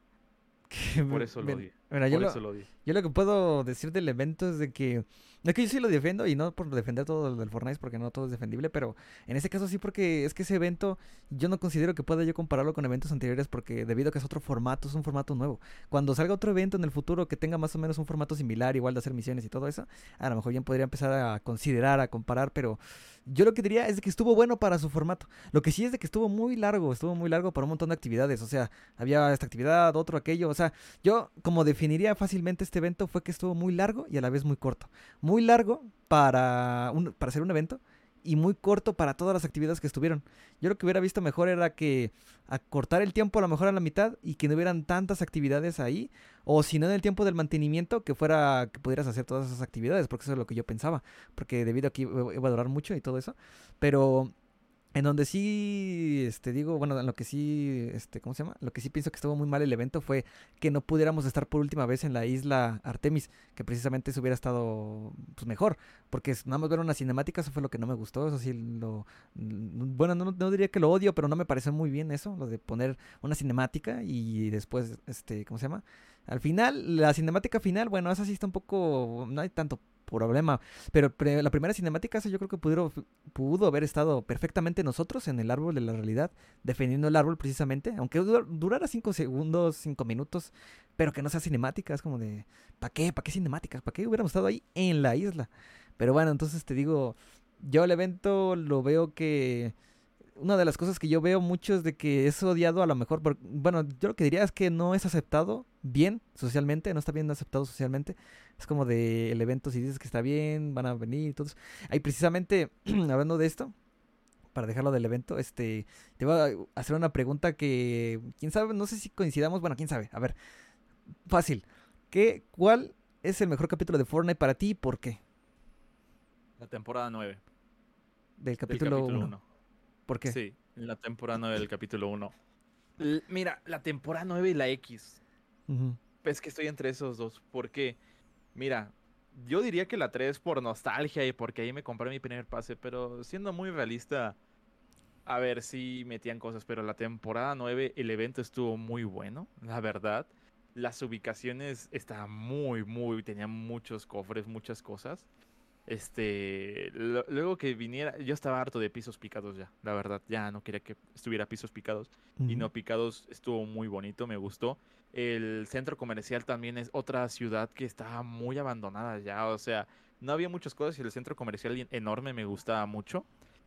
Y por eso lo Ven- odié. Mira, yo Por lo, eso lo odié. yo lo que puedo decir del evento es de que... Es que yo sí lo defiendo y no por defender todo lo del Fortnite porque no todo es defendible, pero en este caso sí porque es que ese evento yo no considero que pueda yo compararlo con eventos anteriores porque debido a que es otro formato, es un formato nuevo. Cuando salga otro evento en el futuro que tenga más o menos un formato similar, igual de hacer misiones y todo eso, a lo mejor ya podría empezar a considerar, a comparar, pero yo lo que diría es de que estuvo bueno para su formato. Lo que sí es de que estuvo muy largo, estuvo muy largo para un montón de actividades, o sea, había esta actividad, otro, aquello, o sea, yo, como definiría fácilmente este evento, fue que estuvo muy largo y a la vez muy corto. Muy largo para, un, para hacer un evento y muy corto para todas las actividades que estuvieron. Yo lo que hubiera visto mejor era que acortar el tiempo a lo mejor a la mitad y que no hubieran tantas actividades ahí. O si no en el tiempo del mantenimiento, que fuera que pudieras hacer todas esas actividades, porque eso es lo que yo pensaba. Porque debido a que iba iba a durar mucho y todo eso. Pero en donde sí, este, digo, bueno, en lo que sí, este, ¿cómo se llama? Lo que sí pienso que estuvo muy mal el evento fue que no pudiéramos estar por última vez en la isla Artemis, que precisamente eso hubiera estado, pues, mejor, porque es- nada más ver una cinemática, eso fue lo que no me gustó, eso sí, lo, n- bueno, no, no diría que lo odio, pero no me pareció muy bien eso, lo de poner una cinemática y después, este, ¿cómo se llama? Al final, la cinemática final, bueno, esa sí está un poco, no hay tanto problema, pero pre- la primera cinemática, esa yo creo que pudieron, pudo haber estado perfectamente nosotros en el árbol de la realidad, defendiendo el árbol precisamente, aunque dur- durara cinco segundos, cinco minutos, pero que no sea cinemática, es como de, ¿para qué? ¿Para qué cinemáticas? ¿Para qué hubiéramos estado ahí en la isla? Pero bueno, entonces te digo, yo el evento lo veo que una de las cosas que yo veo mucho es de que es odiado a lo mejor, por, bueno, yo lo que diría es que no es aceptado bien socialmente, no está bien aceptado socialmente. Es como de el evento, si dices que está bien, van a venir y todo eso. Ahí precisamente, hablando de esto, para dejarlo del evento, este, te voy a hacer una pregunta que, quién sabe, no sé si coincidamos, bueno, quién sabe, a ver, fácil. ¿Qué, cuál es el mejor capítulo de Fortnite para ti y por qué? La temporada nueve Del del capítulo capítulo uno. uno. ¿Por qué? Sí, en la temporada nueve del capítulo uno. L- Mira, la temporada nueve y la X. Ujú, Es que estoy entre esos dos. Porque, mira, yo diría que la tres por nostalgia y porque ahí me compré mi primer pase, pero siendo muy realista, a ver si metían cosas, pero la temporada nueve el evento estuvo muy bueno, la verdad. Las ubicaciones estaban muy, muy, tenían muchos cofres, muchas cosas. Este, lo- luego que viniera, yo estaba harto de pisos picados ya, la verdad, ya no quería que estuviera pisos picados y ujú. no picados, estuvo muy bonito, me gustó. El centro comercial también es otra ciudad que estaba muy abandonada ya, o sea, no había muchas cosas y el centro comercial en- enorme me gustaba mucho.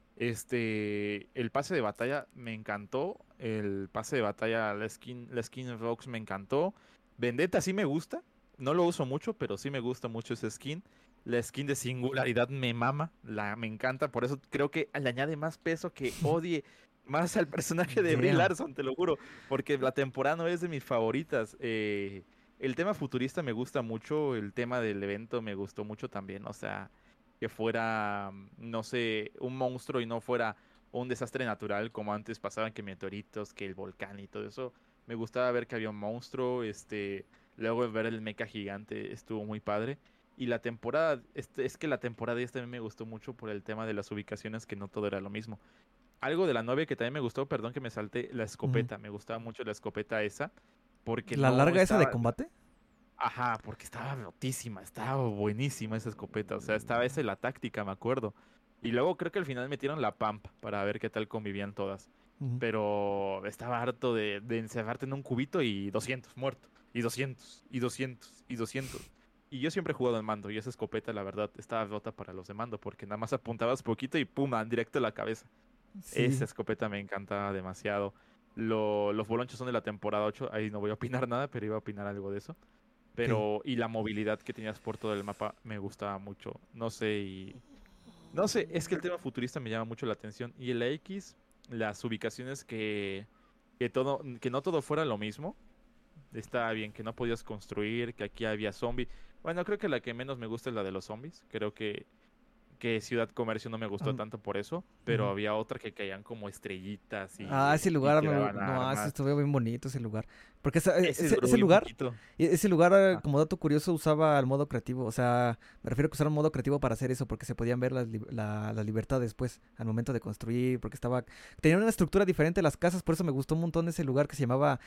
Este, el pase de batalla me encantó, el pase de batalla, la skin, la skin Rox me encantó. Vendetta sí me gusta, no lo uso mucho, pero sí me gusta mucho ese skin. La skin de singularidad me mama, la, me encanta, por eso creo que le añade más peso que odie más al personaje de Brie Damn. Larson, te lo juro, porque la temporada no es de mis favoritas. Eh, el tema futurista me gusta mucho, el tema del evento me gustó mucho también, o sea, que fuera, mm, no sé, un monstruo y no fuera un desastre natural como antes pasaban que meteoritos, que el volcán y todo eso. Me gustaba ver que había un monstruo, este, luego ver el mecha gigante estuvo muy padre. Y la temporada, este, es que la temporada esta también me gustó mucho por el tema de las ubicaciones, que no todo era lo mismo. Algo de la nueve que también me gustó, perdón que me salte, la Ujú. escopeta. Me gustaba mucho la escopeta esa, porque ¿La no larga esa de estaba, combate? ajá, porque estaba rotísima, estaba buenísima esa escopeta. O sea, estaba esa y la táctica, me acuerdo. Y luego creo que al final metieron la pump para ver qué tal convivían todas. Ujú. Pero estaba harto de, de encerrarte en un cubito y doscientos muerto. Y doscientos y doscientos y doscientos. Y yo siempre he jugado en mando y esa escopeta, la verdad, estaba rota para los de mando porque nada más apuntabas poquito y pum, directo a la cabeza. Esa Sí. escopeta me encantaba demasiado. Lo- los bolonchos son de la temporada ocho, ahí no voy a opinar nada, pero iba a opinar algo de eso. Ok. Pero, y la movilidad que tenías por todo el mapa me gustaba mucho. No sé, y. No sé, es que el tema futurista me llama mucho la atención. Y en la X, las ubicaciones que. Que todo, que no todo fuera lo mismo. Está bien, que no podías construir, que aquí había zombies. Bueno, creo que la que menos me gusta es la de los zombies. Creo que que Ciudad Comercio no me gustó Am, tanto por eso, pero ujú. había otra que caían como estrellitas Ah, y, ese y lugar, que me gu- daban no, ese armas. estuvo bien bonito ese lugar. Porque esa- e- Ese ese, duró ese bien lugar, poquito. e- ese lugar, eh, Ah, como dato curioso, usaba el modo creativo. O sea, me refiero a que usaron modo creativo para hacer eso, porque se podían ver las, li- la- las libertades después, al momento de construir, porque estaba, tenía una estructura diferente las casas, por eso me gustó un montón ese lugar que se llamaba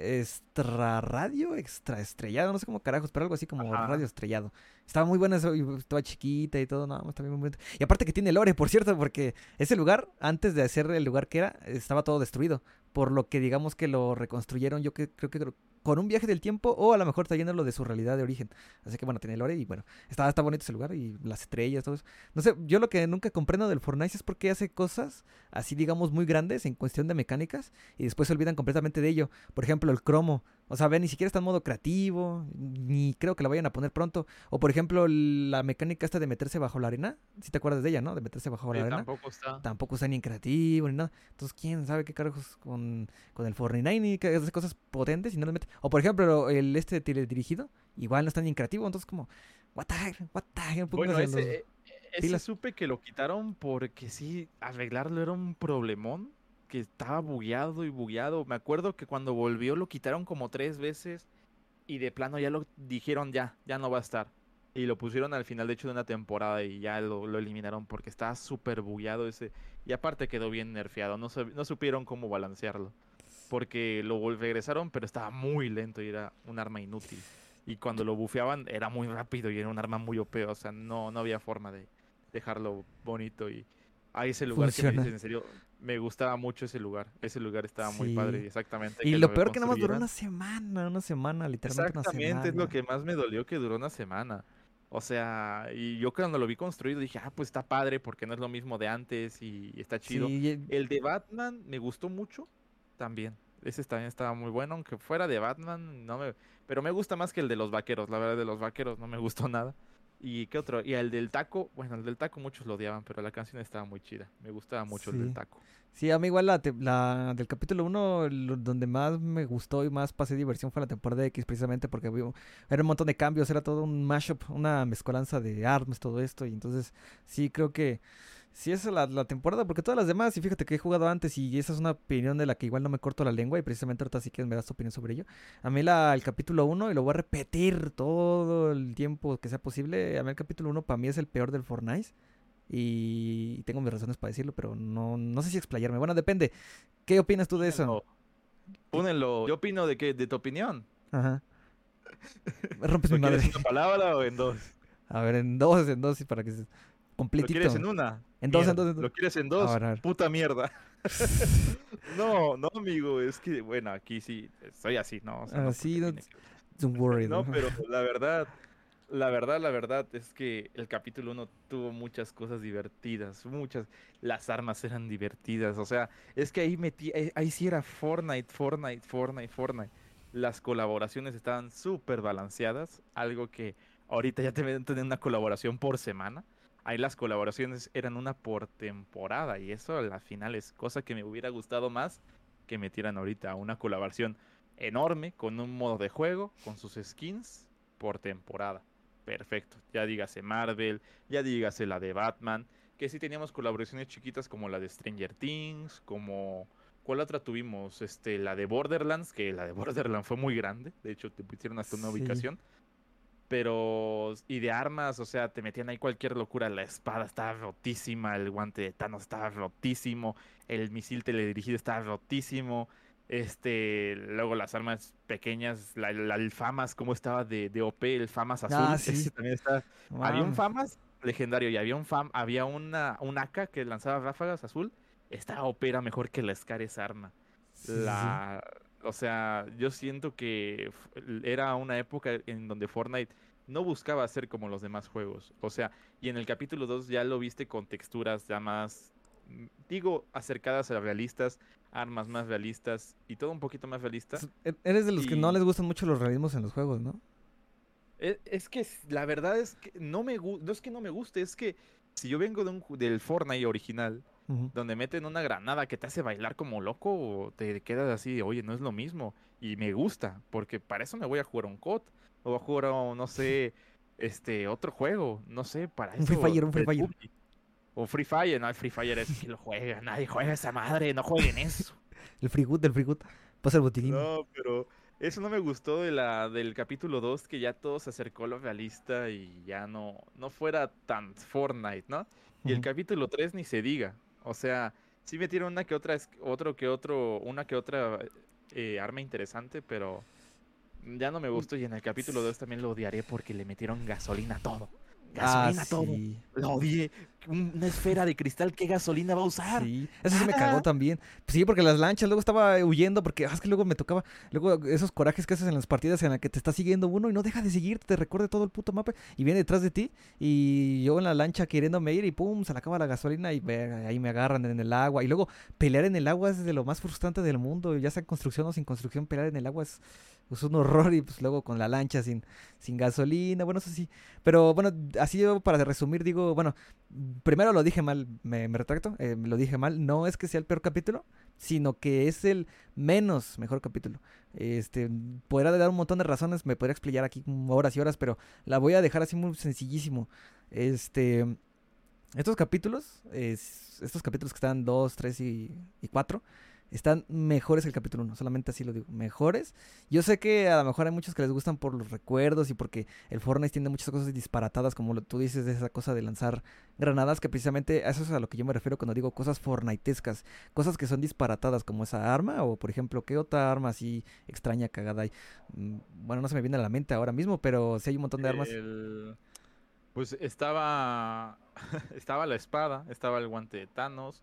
Extra Radio, Extra Estrellado, no sé cómo carajos, pero algo así como Radio ajá. Estrellado. Estaba muy buena eso, y estaba chiquita y todo, no, estaba bien bonito. Y aparte que tiene lore, por cierto, porque ese lugar, antes de hacer el lugar que era, estaba todo destruido. Por lo que digamos que lo reconstruyeron, yo que, creo que con un viaje del tiempo o a lo mejor trayéndolo de su realidad de origen. Así que bueno, tiene lore y bueno, está, está bonito ese lugar y las estrellas, todo eso. No sé, yo lo que nunca comprendo del Fortnite es por qué hace cosas así, digamos, muy grandes en cuestión de mecánicas y después se olvidan completamente de ello. Por ejemplo, el cromo. O sea, ve, ni siquiera está en modo creativo, ni creo que la vayan a poner pronto. O por ejemplo, la mecánica esta de meterse bajo la arena. Si te acuerdas de ella, ¿no? De meterse bajo la Sí, arena. tampoco está. Tampoco está ni en creativo ni nada. Entonces, quién sabe qué carajos con, con el Fortnite ni que hace cosas potentes y no le mete. O por ejemplo, el este teledirigido, igual no está ni en creativo. Entonces, como, what the heck, what the heck, Bueno, pónganse los ese, e- ese pilas. supe que lo quitaron porque sí, arreglarlo era un problemón, que estaba bugueado y bugueado. Me acuerdo que cuando volvió lo quitaron como tres veces y de plano ya lo dijeron ya, ya no va a estar. Y lo pusieron al final, de hecho, de una temporada y ya lo, lo eliminaron porque estaba súper bugueado ese. Y aparte quedó bien nerfeado, no, sab- no supieron cómo balancearlo. Porque lo vol- regresaron, pero estaba muy lento y era un arma inútil. Y cuando lo bufeaban era muy rápido y era un arma muy O P, o sea, no, no había forma de dejarlo bonito. Y a ese lugar que me Funciona. dices, en serio, me gustaba mucho ese lugar. Ese lugar estaba muy padre Sí. y exactamente Y que lo lo peor que nada más duró reconstruyeran. una semana, una semana, literalmente una Exactamente, es lo semana. que más me dolió que duró una semana. O sea, y yo cuando lo vi construido dije, ah, pues está padre porque no es lo mismo de antes y está chido. Sí, y- El de Batman me gustó mucho también. Ese también estaba muy bueno, aunque fuera de Batman, no me... Pero me gusta más que el de los vaqueros, la verdad, de los vaqueros no me gustó nada. ¿Y qué otro? Y el del taco, bueno, el del taco muchos lo odiaban, pero la canción estaba muy chida. Me gustaba mucho el del Sí. taco. Sí, a mí igual la, te- la del capítulo uno donde más me gustó y más pasé diversión fue la temporada X, precisamente porque había, un- era un montón de cambios, era todo un mashup, una mezcolanza de armas, todo esto, y entonces sí creo que sí es la, la temporada, porque todas las demás, y fíjate que he jugado antes y esa es una opinión de la que igual no me corto la lengua y precisamente ahorita sí que me das tu opinión sobre ello. A mí la, el capítulo uno y lo voy a repetir todo el tiempo que sea posible, a mí el capítulo uno para mí es el peor del Fortnite. Y tengo mis razones para decirlo, pero no, no sé si explayarme. Bueno, depende. ¿Qué opinas tú de eso? Pónganlo, pónganlo. Yo opino de que, de tu opinión. Ajá. Me rompes mi ¿Lo madre. quieres en una palabra o en dos? A ver, en dos, en dos, y para que se... ¿Lo quieres Completito. en una? En dos, en dos, Mierda. en dos. ¿Lo quieres en A dos? ver, a ver. Puta mierda. No, no, amigo, es que, bueno, aquí sí, soy así, ¿no? O sea, no Así, porque no, tiene que... don't worry, No, ¿no? pero la verdad, la verdad, la verdad es que el capítulo uno tuvo muchas cosas divertidas, muchas, las armas eran divertidas, o sea, es que ahí metí, ahí, ahí sí era Fortnite, Fortnite, Fortnite, Fortnite. Las colaboraciones estaban súper balanceadas, algo que ahorita ya te ven tener una colaboración por semana. Ahí las colaboraciones eran una por temporada y eso a la final es cosa que me hubiera gustado más que metieran ahorita una colaboración enorme con un modo de juego, con sus skins por temporada. Perfecto. Ya dígase Marvel, ya dígase la de Batman, que sí teníamos colaboraciones chiquitas como la de Stranger Things, como... ¿Cuál otra tuvimos? Este, la de Borderlands, que la de Borderlands fue muy grande, de hecho te pusieron hasta una Sí. ubicación. Pero, y de armas, o sea, te metían ahí cualquier locura. La espada estaba rotísima, el guante de Thanos estaba rotísimo, el misil teledirigido estaba rotísimo. Este, luego las armas pequeñas, la, la- el FAMAS, cómo estaba de, de O P, el FAMAS Ah, azul, sí. ese también está. Había un Mames. FAMAS legendario y había un FAM, había una, un A K que lanzaba ráfagas azul. Esta O P era mejor que la Scar esa arma. Sí, sí, sí. La, o sea, yo siento que f- era una época en donde Fortnite no buscaba ser como los demás juegos. O sea, y en el capítulo dos ya lo viste con texturas ya más, mm, digo, acercadas a realistas, armas más realistas y todo un poquito más realista. S- e- Eres de los que no Y les gustan mucho los realismos en los juegos, ¿no? e- es, que s- la verdad es que no me gu- no es que no me guste, es que si yo vengo de un, ju- del Fortnite original, Ujú. donde meten una granada que te hace bailar como loco, te quedas así, de, oye, no es lo mismo. Y me gusta, porque para eso me voy a jugar un C O D, o voy a jugar a, no sé, este, otro juego, no sé, para Un Free eso, Fire, un Free el Fire. P U B G. O Free Fire, no, el Free Fire es que lo juega, nadie juega esa madre, no jueguen eso. El Free Good, el Free Good. Pasa el botiquín. No, pero eso no me gustó de la, del capítulo dos que ya todo se acercó a lo realista y ya no, no fuera tan Fortnite, ¿no? Y el Ujú. capítulo tres ni se diga. O sea, sí metieron una que otra, es- otro que otro, una que otra eh, arma interesante, pero ya no me gustó. Y en el capítulo dos también lo odiaré porque le metieron gasolina a todo. Ah, Gasolina a todo. sí. Lo odié. Un- Una esfera de cristal, ¿qué gasolina va a usar? Sí, eso sí me cagó Nada. también. Pues sí, porque las lanchas, luego estaba huyendo, porque ah, es que luego me tocaba, luego esos corajes que haces en las partidas en la que te está siguiendo uno y no deja de seguirte, te recorre todo el puto mapa y viene detrás de ti y yo en la lancha queriéndome ir y pum, se le acaba la gasolina y ve- ahí me agarran en el agua. Y luego pelear en el agua es de lo más frustrante del mundo, ya sea en construcción o sin construcción, pelear en el agua es, es un horror y pues luego con la lancha sin, sin gasolina, bueno, eso sí. Pero bueno, así yo para resumir digo, bueno, primero lo dije mal, me, me retracto, eh, lo dije mal, no es que sea el peor capítulo, sino que es el menos mejor capítulo. Este, podrá dar un montón de razones, me podría explicar aquí horas y horas, pero la voy a dejar así muy sencillísimo. Este, estos capítulos, es- estos capítulos que están dos, tres y, y cuatro, están mejores que el capítulo uno, solamente así lo digo, mejores. Yo sé que a lo mejor hay muchos que les gustan por los recuerdos y porque el Fortnite tiene muchas cosas disparatadas, como lo, tú dices, de esa cosa de lanzar granadas, que precisamente a eso es a lo que yo me refiero cuando digo cosas Fortnitescas, cosas que son disparatadas como esa arma o por ejemplo, ¿qué otra arma así extraña, cagada hay? Mm, Bueno, no se me viene a la mente ahora mismo, pero sí hay un montón de armas. El... Pues estaba, estaba la espada, estaba el guante de Thanos,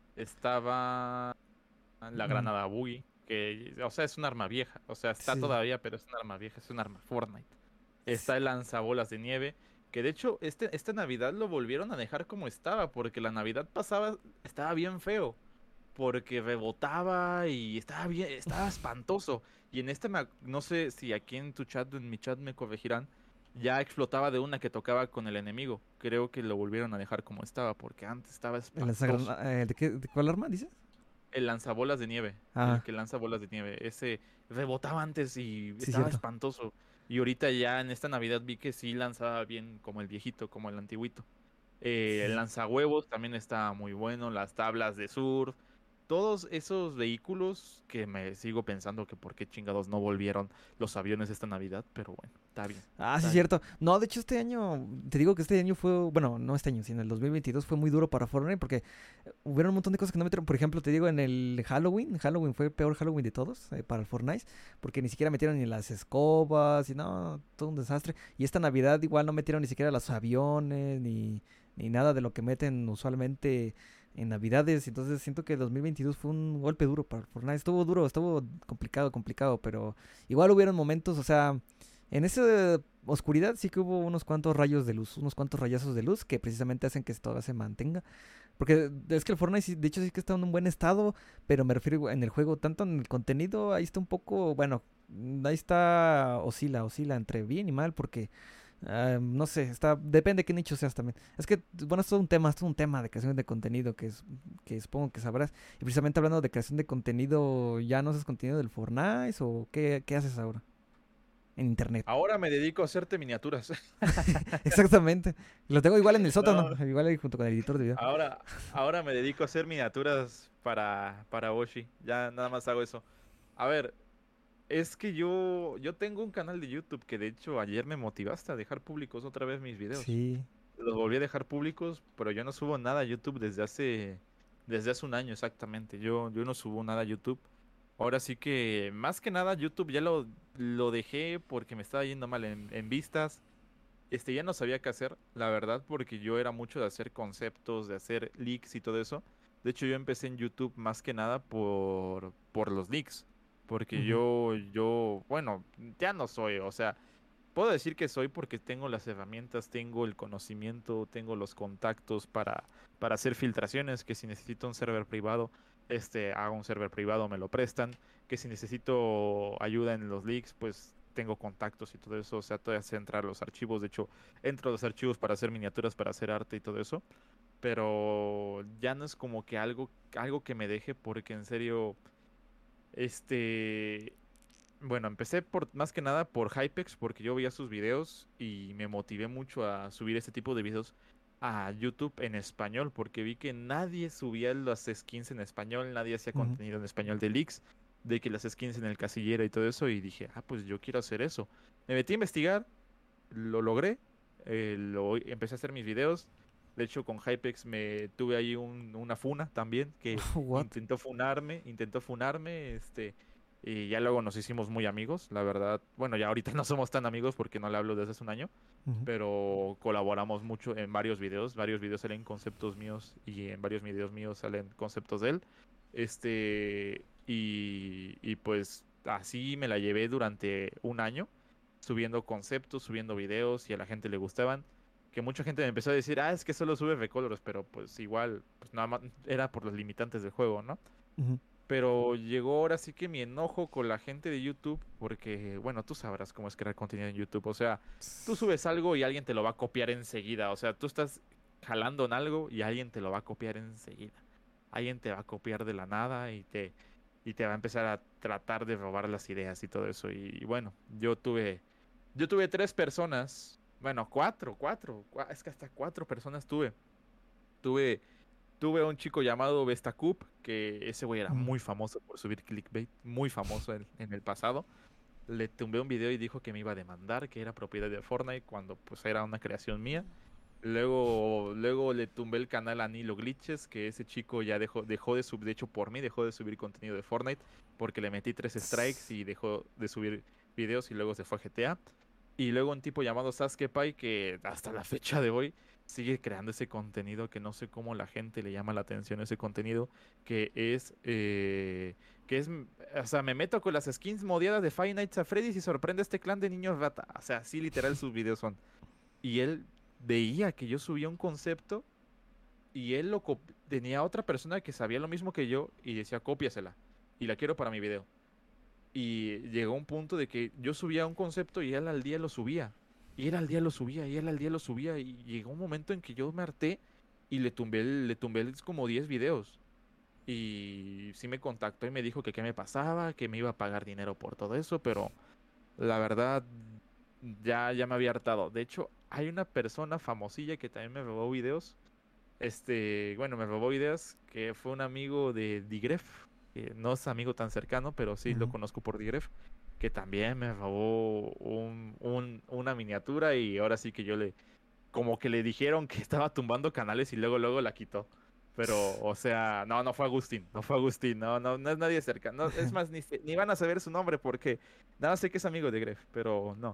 estaba la Mm, granada boogie, que, o sea, es un arma vieja, o sea, está sí. todavía, pero es un arma vieja, es un arma Fortnite. Está el lanzabolas de nieve, que de hecho, este, esta Navidad lo volvieron a dejar como estaba, porque la Navidad pasaba, estaba bien feo, porque rebotaba y estaba bien, estaba espantoso. Y en este, me ac- no sé si aquí en tu chat, en mi chat me corregirán, ya explotaba de una que tocaba con el enemigo. Creo que lo volvieron a dejar como estaba, porque antes estaba El espantoso. lanzagrana- eh, ¿de qué, de cuál arma dices? El lanzabolas de nieve, el Ah, que lanza bolas de nieve, ese rebotaba antes y sí, estaba cierto. espantoso. Y ahorita ya en esta Navidad vi que sí lanzaba bien como el viejito, como el antiguito. Eh, el Sí. lanzahuevos también está muy bueno, las tablas de surf, todos esos vehículos que me sigo pensando que por qué chingados no volvieron los aviones esta Navidad, pero bueno, está bien, Ah, sí, está bien. cierto. No, de hecho este año, te digo que este año fue, bueno, no este año, sino el dos mil veintidós fue muy duro para Fortnite porque hubieron un montón de cosas que no metieron. Por ejemplo, te digo, en el Halloween, Halloween fue el peor Halloween de todos eh, para el Fortnite, porque ni siquiera metieron ni las escobas y no, todo un desastre. Y esta Navidad igual no metieron ni siquiera los aviones ni, ni nada de lo que meten usualmente en Navidades. Entonces siento que el dos mil veintidós fue un golpe duro para el Fortnite. Estuvo duro, estuvo complicado, complicado, pero igual hubieron momentos, o sea, en esa oscuridad sí que hubo unos cuantos rayos de luz, unos cuantos rayazos de luz que precisamente hacen que todo se mantenga. Porque es que el Fortnite, sí- de hecho, sí que está en un buen estado, pero me refiero en el juego, tanto en el contenido, ahí está un poco, bueno, mm, ahí está, oscila, oscila entre bien y mal, porque, ah, no sé, está, depende de qué nicho seas también. Es que, bueno, es todo un tema, es todo un tema de creación de contenido que, es, que supongo que sabrás. Y precisamente hablando de creación de contenido, ¿ya no haces contenido del Fortnite o qué, qué haces ahora en internet? Ahora me dedico a hacerte miniaturas. Exactamente. Lo tengo igual en el sótano, No, igual ahí junto con el editor de video. ahora, ahora me dedico a hacer miniaturas para, para Oshi. Ya nada más hago eso. A ver, es que yo, yo tengo un canal de YouTube que de hecho ayer me motivaste a dejar públicos otra vez mis videos. Sí. Los volví a dejar públicos, pero yo no subo nada a YouTube desde hace, desde hace un año exactamente. Yo, yo no subo nada a YouTube. Ahora sí que, más que nada, YouTube ya lo, lo dejé porque me estaba yendo mal en, en vistas. Este, ya no sabía qué hacer, la verdad, porque yo era mucho de hacer conceptos, de hacer leaks y todo eso. De hecho, yo empecé en YouTube más que nada por, por los leaks. Porque Ujú. yo, yo, bueno, ya no soy, o sea, puedo decir que soy porque tengo las herramientas, tengo el conocimiento, tengo los contactos para, para hacer filtraciones, que si necesito un server privado, este, hago un server privado, me lo prestan, que si necesito ayuda en los leaks, pues tengo contactos y todo eso, o sea, todavía sé entrar a los archivos, de hecho, entro a los archivos para hacer miniaturas, para hacer arte y todo eso, pero ya no es como que algo, algo que me deje, porque en serio, este, bueno, empecé por más que nada por Hypex porque yo veía sus videos y me motivé mucho a subir este tipo de videos a YouTube en español porque vi que nadie subía las skins en español, nadie hacía Ujú. contenido en español de leaks, de que las skins en el casillero y todo eso y dije, ah, pues yo quiero hacer eso. Me metí a investigar, lo logré, eh, lo empecé a hacer mis videos. De hecho, con Hypex me tuve ahí un- una funa también que What? intentó funarme, intentó funarme, este, y ya luego nos hicimos muy amigos, la verdad. Bueno, ya ahorita no somos tan amigos porque no le hablo desde hace un año, Ujú. pero colaboramos mucho en varios videos. Varios videos salen conceptos míos y en varios videos míos salen conceptos de él. Este, y, y pues así me la llevé durante un año, subiendo conceptos, subiendo videos y a la gente le gustaban. Que mucha gente me empezó a decir, ah, es que solo sube Recolors, pero pues igual, pues nada más era por los limitantes del juego, ¿no? Ujú. Pero llegó ahora sí que mi enojo con la gente de YouTube, porque, bueno, tú sabrás cómo es crear contenido en YouTube. O sea, tú subes algo y alguien te lo va a copiar enseguida. O sea, tú estás jalando en algo y alguien te lo va a copiar enseguida. Alguien te va a copiar de la nada y te, y te va a empezar a tratar de robar las ideas y todo eso. Y, bueno, yo tuve, yo tuve tres personas, bueno, cuatro, cuatro, cua- es que hasta cuatro personas tuve. Tuve Tuve a un chico llamado Bestacup, que ese güey era Ujú. muy famoso por subir clickbait, muy famoso en, en el pasado. Le tumbé un video y dijo que me iba a demandar, que era propiedad de Fortnite, cuando pues era una creación mía. Luego, luego le tumbé el canal a Nilo Glitches, que ese chico ya dejó, dejó de subir, de hecho por mí dejó de subir contenido de Fortnite, porque le metí tres strikes y dejó de subir videos y luego se fue a G T A. Y luego un tipo llamado SasukePie que hasta la fecha de hoy sigue creando ese contenido que no sé cómo la gente le llama la atención a ese contenido, que es, eh, que es, mm, o sea, me meto con las skins modiadas de Five Nights at Freddy's y sorprende a este clan de niños rata. O sea, así literal sus videos son. Y él veía que yo subía un concepto y él lo cop- tenía otra persona que sabía lo mismo que yo y decía, cópiasela y la quiero para mi video. Y llegó un punto de que yo subía un concepto y él al día lo subía. Y él al día lo subía, y él al día lo subía, y llegó un momento en que yo me harté y le tumbé, el- le tumbé el- como diez videos. Y sí me contactó y me dijo que qué me pasaba, que me iba a pagar dinero por todo eso, pero la verdad ya, ya me había hartado. De hecho, hay una persona famosilla que también me robó videos. Este, bueno, me robó videos que fue un amigo de Digref, que no es amigo tan cercano, pero sí lo Ujú. conozco por Digref, que también me robó un, un- una miniatura y ahora sí que yo le, como que le dijeron que estaba tumbando canales y luego luego la quitó. Pero, o sea, no, no fue Agustín, no fue Agustín, no, no, no es nadie cerca. No, es más, ni, se- ni van a saber su nombre porque nada sé que es amigo de Gref, pero no.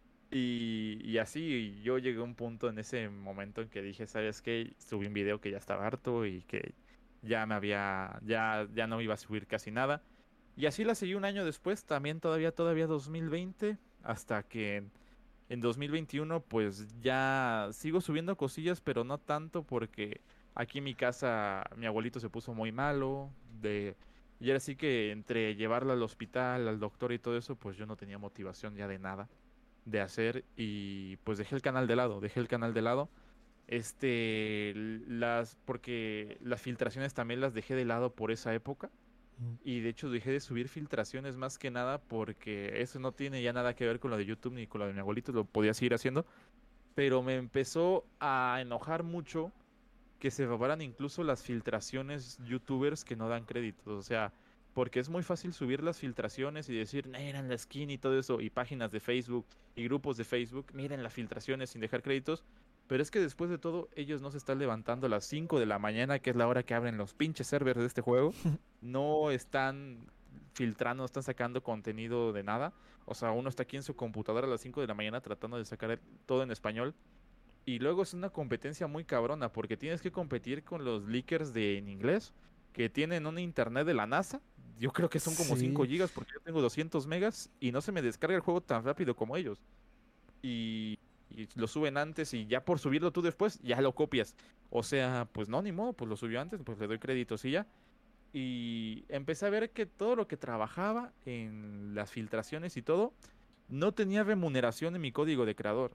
Y, y así yo llegué a un punto en ese momento en que dije, ¿sabes qué? Subí un video que ya estaba harto y que ya me había, ya, ya no iba a subir casi nada. Y así la seguí un año después, también todavía, todavía dos mil veinte, hasta que en, en dos mil veintiuno pues ya sigo subiendo cosillas, pero no tanto porque aquí en mi casa mi abuelito se puso muy malo, de... Y era así que entre llevarlo al hospital, al doctor y todo eso, pues yo no tenía motivación ya de nada de hacer y pues dejé el canal de lado, dejé el canal de lado. Este, l- las, porque las filtraciones también las dejé de lado por esa época Ujú. y de hecho dejé de subir filtraciones más que nada porque eso no tiene ya nada que ver con lo de YouTube ni con lo de mi abuelito, lo podía seguir haciendo, pero me empezó a enojar mucho que se robaran incluso las filtraciones youtubers que no dan créditos. O sea, porque es muy fácil subir las filtraciones y decir, miren la skin y todo eso, y páginas de Facebook y grupos de Facebook, miren las filtraciones sin dejar créditos. Pero es que después de todo, ellos no se están levantando a las cinco de la mañana, que es la hora que abren los pinches servers de este juego. No están filtrando, no están sacando contenido de nada. O sea, uno está aquí en su computadora a las cinco de la mañana tratando de sacar todo en español y luego es una competencia muy cabrona porque tienes que competir con los leakers de en inglés que tienen un internet de la NASA. Yo creo que son como cinco Sí. gigas porque yo tengo doscientos megas y no se me descarga el juego tan rápido como ellos. Y, y lo suben antes y ya por subirlo tú después ya lo copias. O sea, pues no, ni modo, pues lo subió antes, pues le doy créditos y ya. Y empecé a ver que todo lo que trabajaba en las filtraciones y todo no tenía remuneración en mi código de creador.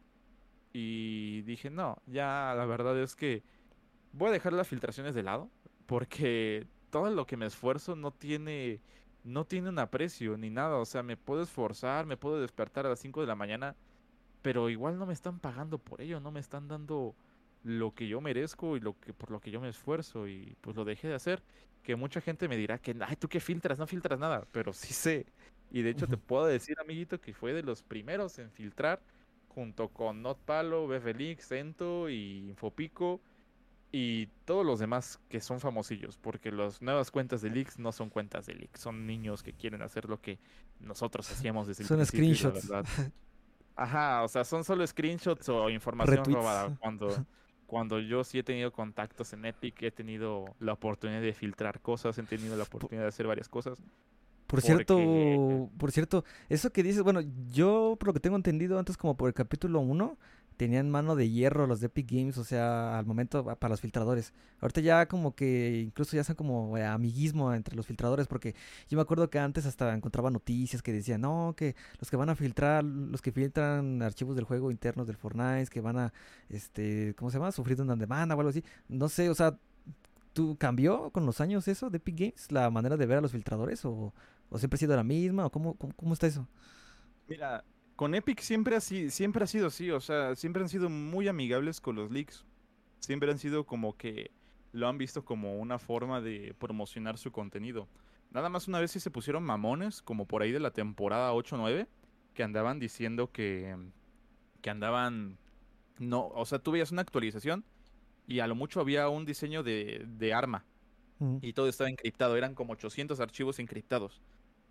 Y dije, no, ya la verdad es que voy a dejar las filtraciones de lado porque todo lo que me esfuerzo no tiene, no tiene un aprecio ni nada. O sea, me puedo esforzar, me puedo despertar a las cinco de la mañana, pero igual no me están pagando por ello, no me están dando lo que yo merezco y lo que, por lo que yo me esfuerzo y pues lo dejé de hacer. Que mucha gente me dirá que, ay, ¿tú qué filtras? No filtras nada, pero sí sé. Y de hecho te Ujú. puedo decir, amiguito, que fue de los primeros en filtrar junto con NotPalo, BFLeaks, Cento y Infopico y todos los demás que son famosillos, porque las nuevas cuentas de leaks no son cuentas de leaks, son niños que quieren hacer lo que nosotros hacíamos desde el Son principio y la screenshots, verdad. Ajá, o sea, son solo screenshots o información retweets. robada. Cuando, cuando yo sí he tenido contactos en Epic, he tenido la oportunidad de filtrar cosas, he tenido la Po- oportunidad de hacer varias cosas, Por porque cierto, por cierto, eso que dices, bueno, yo por lo que tengo entendido antes como por el capítulo uno tenían mano de hierro los de Epic Games, o sea, al momento pa- para los filtradores. Ahorita ya como que incluso ya son como eh, amiguismo entre los filtradores, porque yo me acuerdo que antes hasta encontraba noticias que decían, no, que los que van a filtrar, los que filtran archivos del juego internos del Fortnite, que van a, este, ¿cómo se llama? Sufrir una demanda o algo así. No sé, o sea, ¿tú cambió con los años eso de Epic Games, la manera de ver a los filtradores o, o siempre ha sido la misma o cómo, cómo, cómo está eso? mira, con Epic siempre ha, si- siempre ha sido así, o sea, siempre han sido muy amigables con los leaks. Siempre han sido como que lo han visto como una forma de promocionar su contenido. Nada más una vez sí se pusieron mamones, como por ahí de la temporada ocho nueve que andaban diciendo que, que andaban, no, o sea, tú veías una actualización y a lo mucho había un diseño de, de arma Ujú. y todo estaba encriptado, eran como ochocientos archivos encriptados.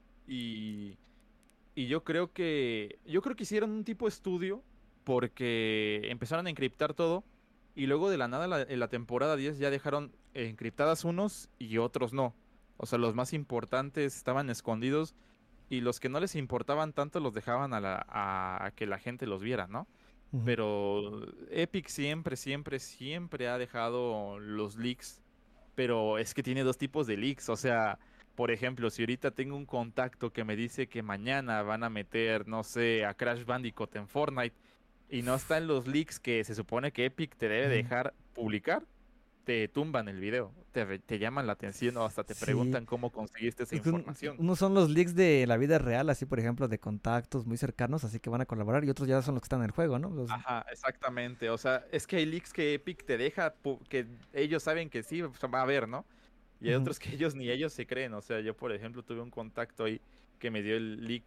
Y, y yo creo que, yo creo que hicieron un tipo de estudio porque empezaron a encriptar todo y luego de la nada la- en la temporada diez ya dejaron encriptadas unos y otros no. O sea, los más importantes estaban escondidos y los que no les importaban tanto los dejaban a, la, a, a que la gente los viera, ¿no? Ujú. Pero Epic siempre, siempre, siempre ha dejado los leaks, pero es que tiene dos tipos de leaks. O sea, por ejemplo, si ahorita tengo un contacto que me dice que mañana van a meter, no sé, a Crash Bandicoot en Fortnite, y no están los leaks que se supone que Epic te debe Ujú. dejar publicar, te tumban el video, te, re- te llaman la atención o hasta te Sí. preguntan cómo conseguiste esa Es que un- información. unos son los leaks de la vida real, así por ejemplo, de contactos muy cercanos, así que van a colaborar, y otros ya son los que están en el juego, ¿no? Los- Ajá, exactamente. O sea, es que hay leaks que Epic te deja, pu- que ellos saben que sí, o sea, va a haber, ¿no? Y hay Ujú, otros que ellos ni ellos se creen. O sea, yo, por ejemplo, tuve un contacto ahí que me dio el leak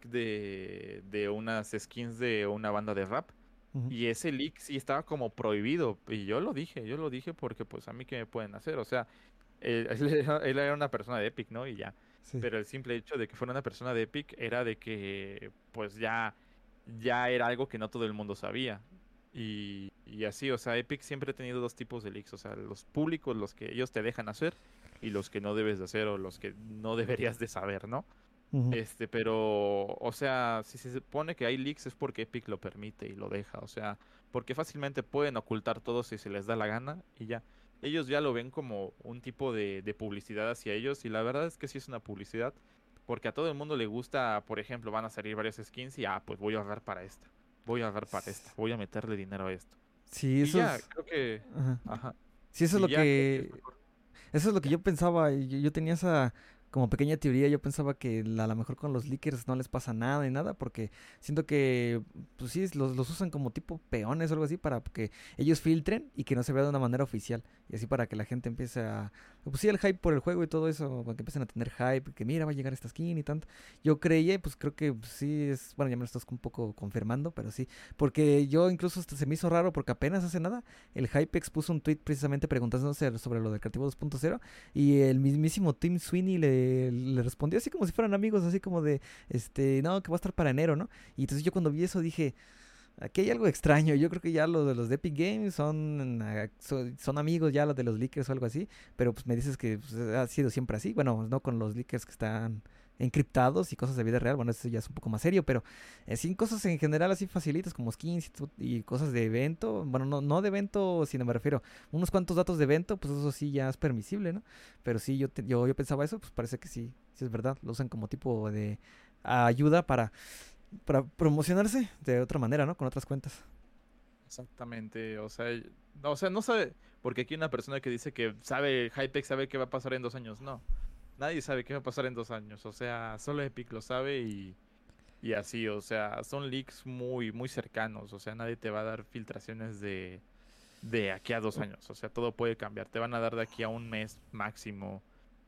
de, de unas skins de una banda de rap. ujú. Y ese leak sí estaba como prohibido. Y yo lo dije, yo lo dije porque pues a mí qué me pueden hacer. O sea, él, él era él era una persona de Epic, ¿no? Y ya. Sí. Pero el simple hecho de que fuera una persona de Epic era de que pues ya, ya era algo que no todo el mundo sabía. Y, y así, o sea, Epic siempre ha tenido dos tipos de leaks. O sea, los públicos, los que ellos te dejan hacer, y los que no debes de hacer o los que no deberías de saber, ¿no? Ujú. Este, pero, o sea, si se supone que hay leaks es porque Epic lo permite y lo deja, o sea, porque fácilmente pueden ocultar todo si se les da la gana y ya. Ellos ya lo ven como un tipo de, de publicidad hacia ellos y la verdad es que sí es una publicidad, porque a todo el mundo le gusta, por ejemplo, van a salir varias skins y, ah, pues voy a ahorrar para esta, voy a ahorrar para esta, voy a meterle dinero a esto. Sí, Y eso ya, es... creo que, Ajá. ajá, Sí, eso es y lo ya creo que es que... mejor. Eso es lo que Ya. yo pensaba, y yo, yo tenía esa como pequeña teoría, yo pensaba que la- a lo mejor con los leakers no les pasa nada ni nada, porque siento que, pues sí, los, los usan como tipo peones o algo así para que ellos filtren y que no se vea de una manera oficial, y así para que la gente empiece a, pues sí, el hype por el juego y todo eso, para que empiecen a tener hype, que mira, va a llegar esta skin y tanto. Yo creía, y pues creo que pues, sí es, bueno, ya me lo estás un poco confirmando, pero sí, porque yo incluso hasta se me hizo raro porque apenas hace nada el Hypex puso un tweet precisamente preguntándose sobre lo del Creativo dos punto cero y el mismísimo Tim Sweeney le, le respondió así como si fueran amigos, así como de, este, no, que va a estar para enero, ¿no? Y entonces yo cuando vi eso dije, aquí hay algo extraño, yo creo que ya los de los de Epic Games son, ah, so- son amigos ya los de los leakers o algo así, pero pues me dices que pues, ha sido siempre así, bueno, no con los leakers que están encriptados y cosas de vida real, bueno, eso ya es un poco más serio, pero eh, sí cosas en general así facilitas como skins y, tu- y cosas de evento, bueno, no, no de evento, sino me refiero, unos cuantos datos de evento, pues eso sí ya es permisible, ¿no? Pero sí, yo, te- yo, yo pensaba eso, pues parece que sí, sí es verdad, lo usan como tipo de ayuda para, para promocionarse de otra manera, ¿no? Con otras cuentas. Exactamente, o sea, y- no, o sea, no sabe, porque aquí hay una persona que dice que sabe, Hypex sabe qué va a pasar en dos años, no, nadie sabe qué va a pasar en dos años, o sea, solo Epic lo sabe y, y así, o sea, son leaks muy, muy cercanos, o sea, nadie te va a dar filtraciones de, de aquí a dos años, o sea, todo puede cambiar, te van a dar de aquí a un mes máximo,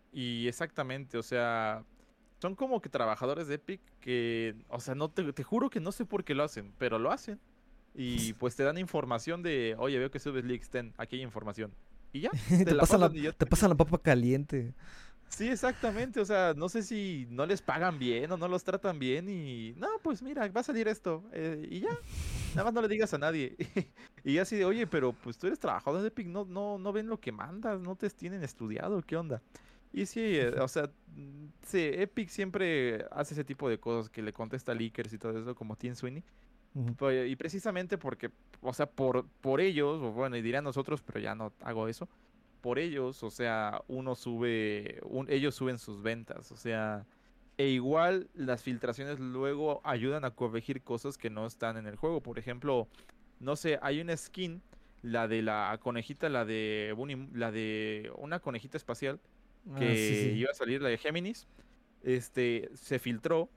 y exactamente, o sea, son como que trabajadores de Epic que, o sea, no te, te juro que no sé por qué lo hacen, pero lo hacen. Y pues te dan información de, oye, veo que subes leaks, ten, aquí hay información. Y ya, te te la pasan la, pasan y ya te pasan la terminas. papa caliente. Sí, exactamente, o sea, no sé si no les pagan bien o no los tratan bien y, no, pues mira, va a salir esto. eh, y ya, nada más no le digas a nadie. Y así de, oye, pero pues tú eres trabajador de Epic, no, no, no ven lo que mandas, no te tienen estudiado, ¿qué onda? Y sí, eh, o sea, mm, sí, Epic siempre hace ese tipo de cosas que le contesta a leakers y todo eso, como Tim Sweeney. Ujú. Pues, y precisamente porque, o sea, por, por ellos, o bueno, y dirán nosotros, pero ya no hago eso, por ellos, o sea, uno sube, un- ellos suben sus ventas, o sea, e igual las filtraciones luego ayudan a corregir cosas que no están en el juego. Por ejemplo, no sé, hay una skin, la de la conejita, la de Bunny- la de una conejita espacial Ah, sí, que sí. iba a salir, la de Géminis, este, se filtró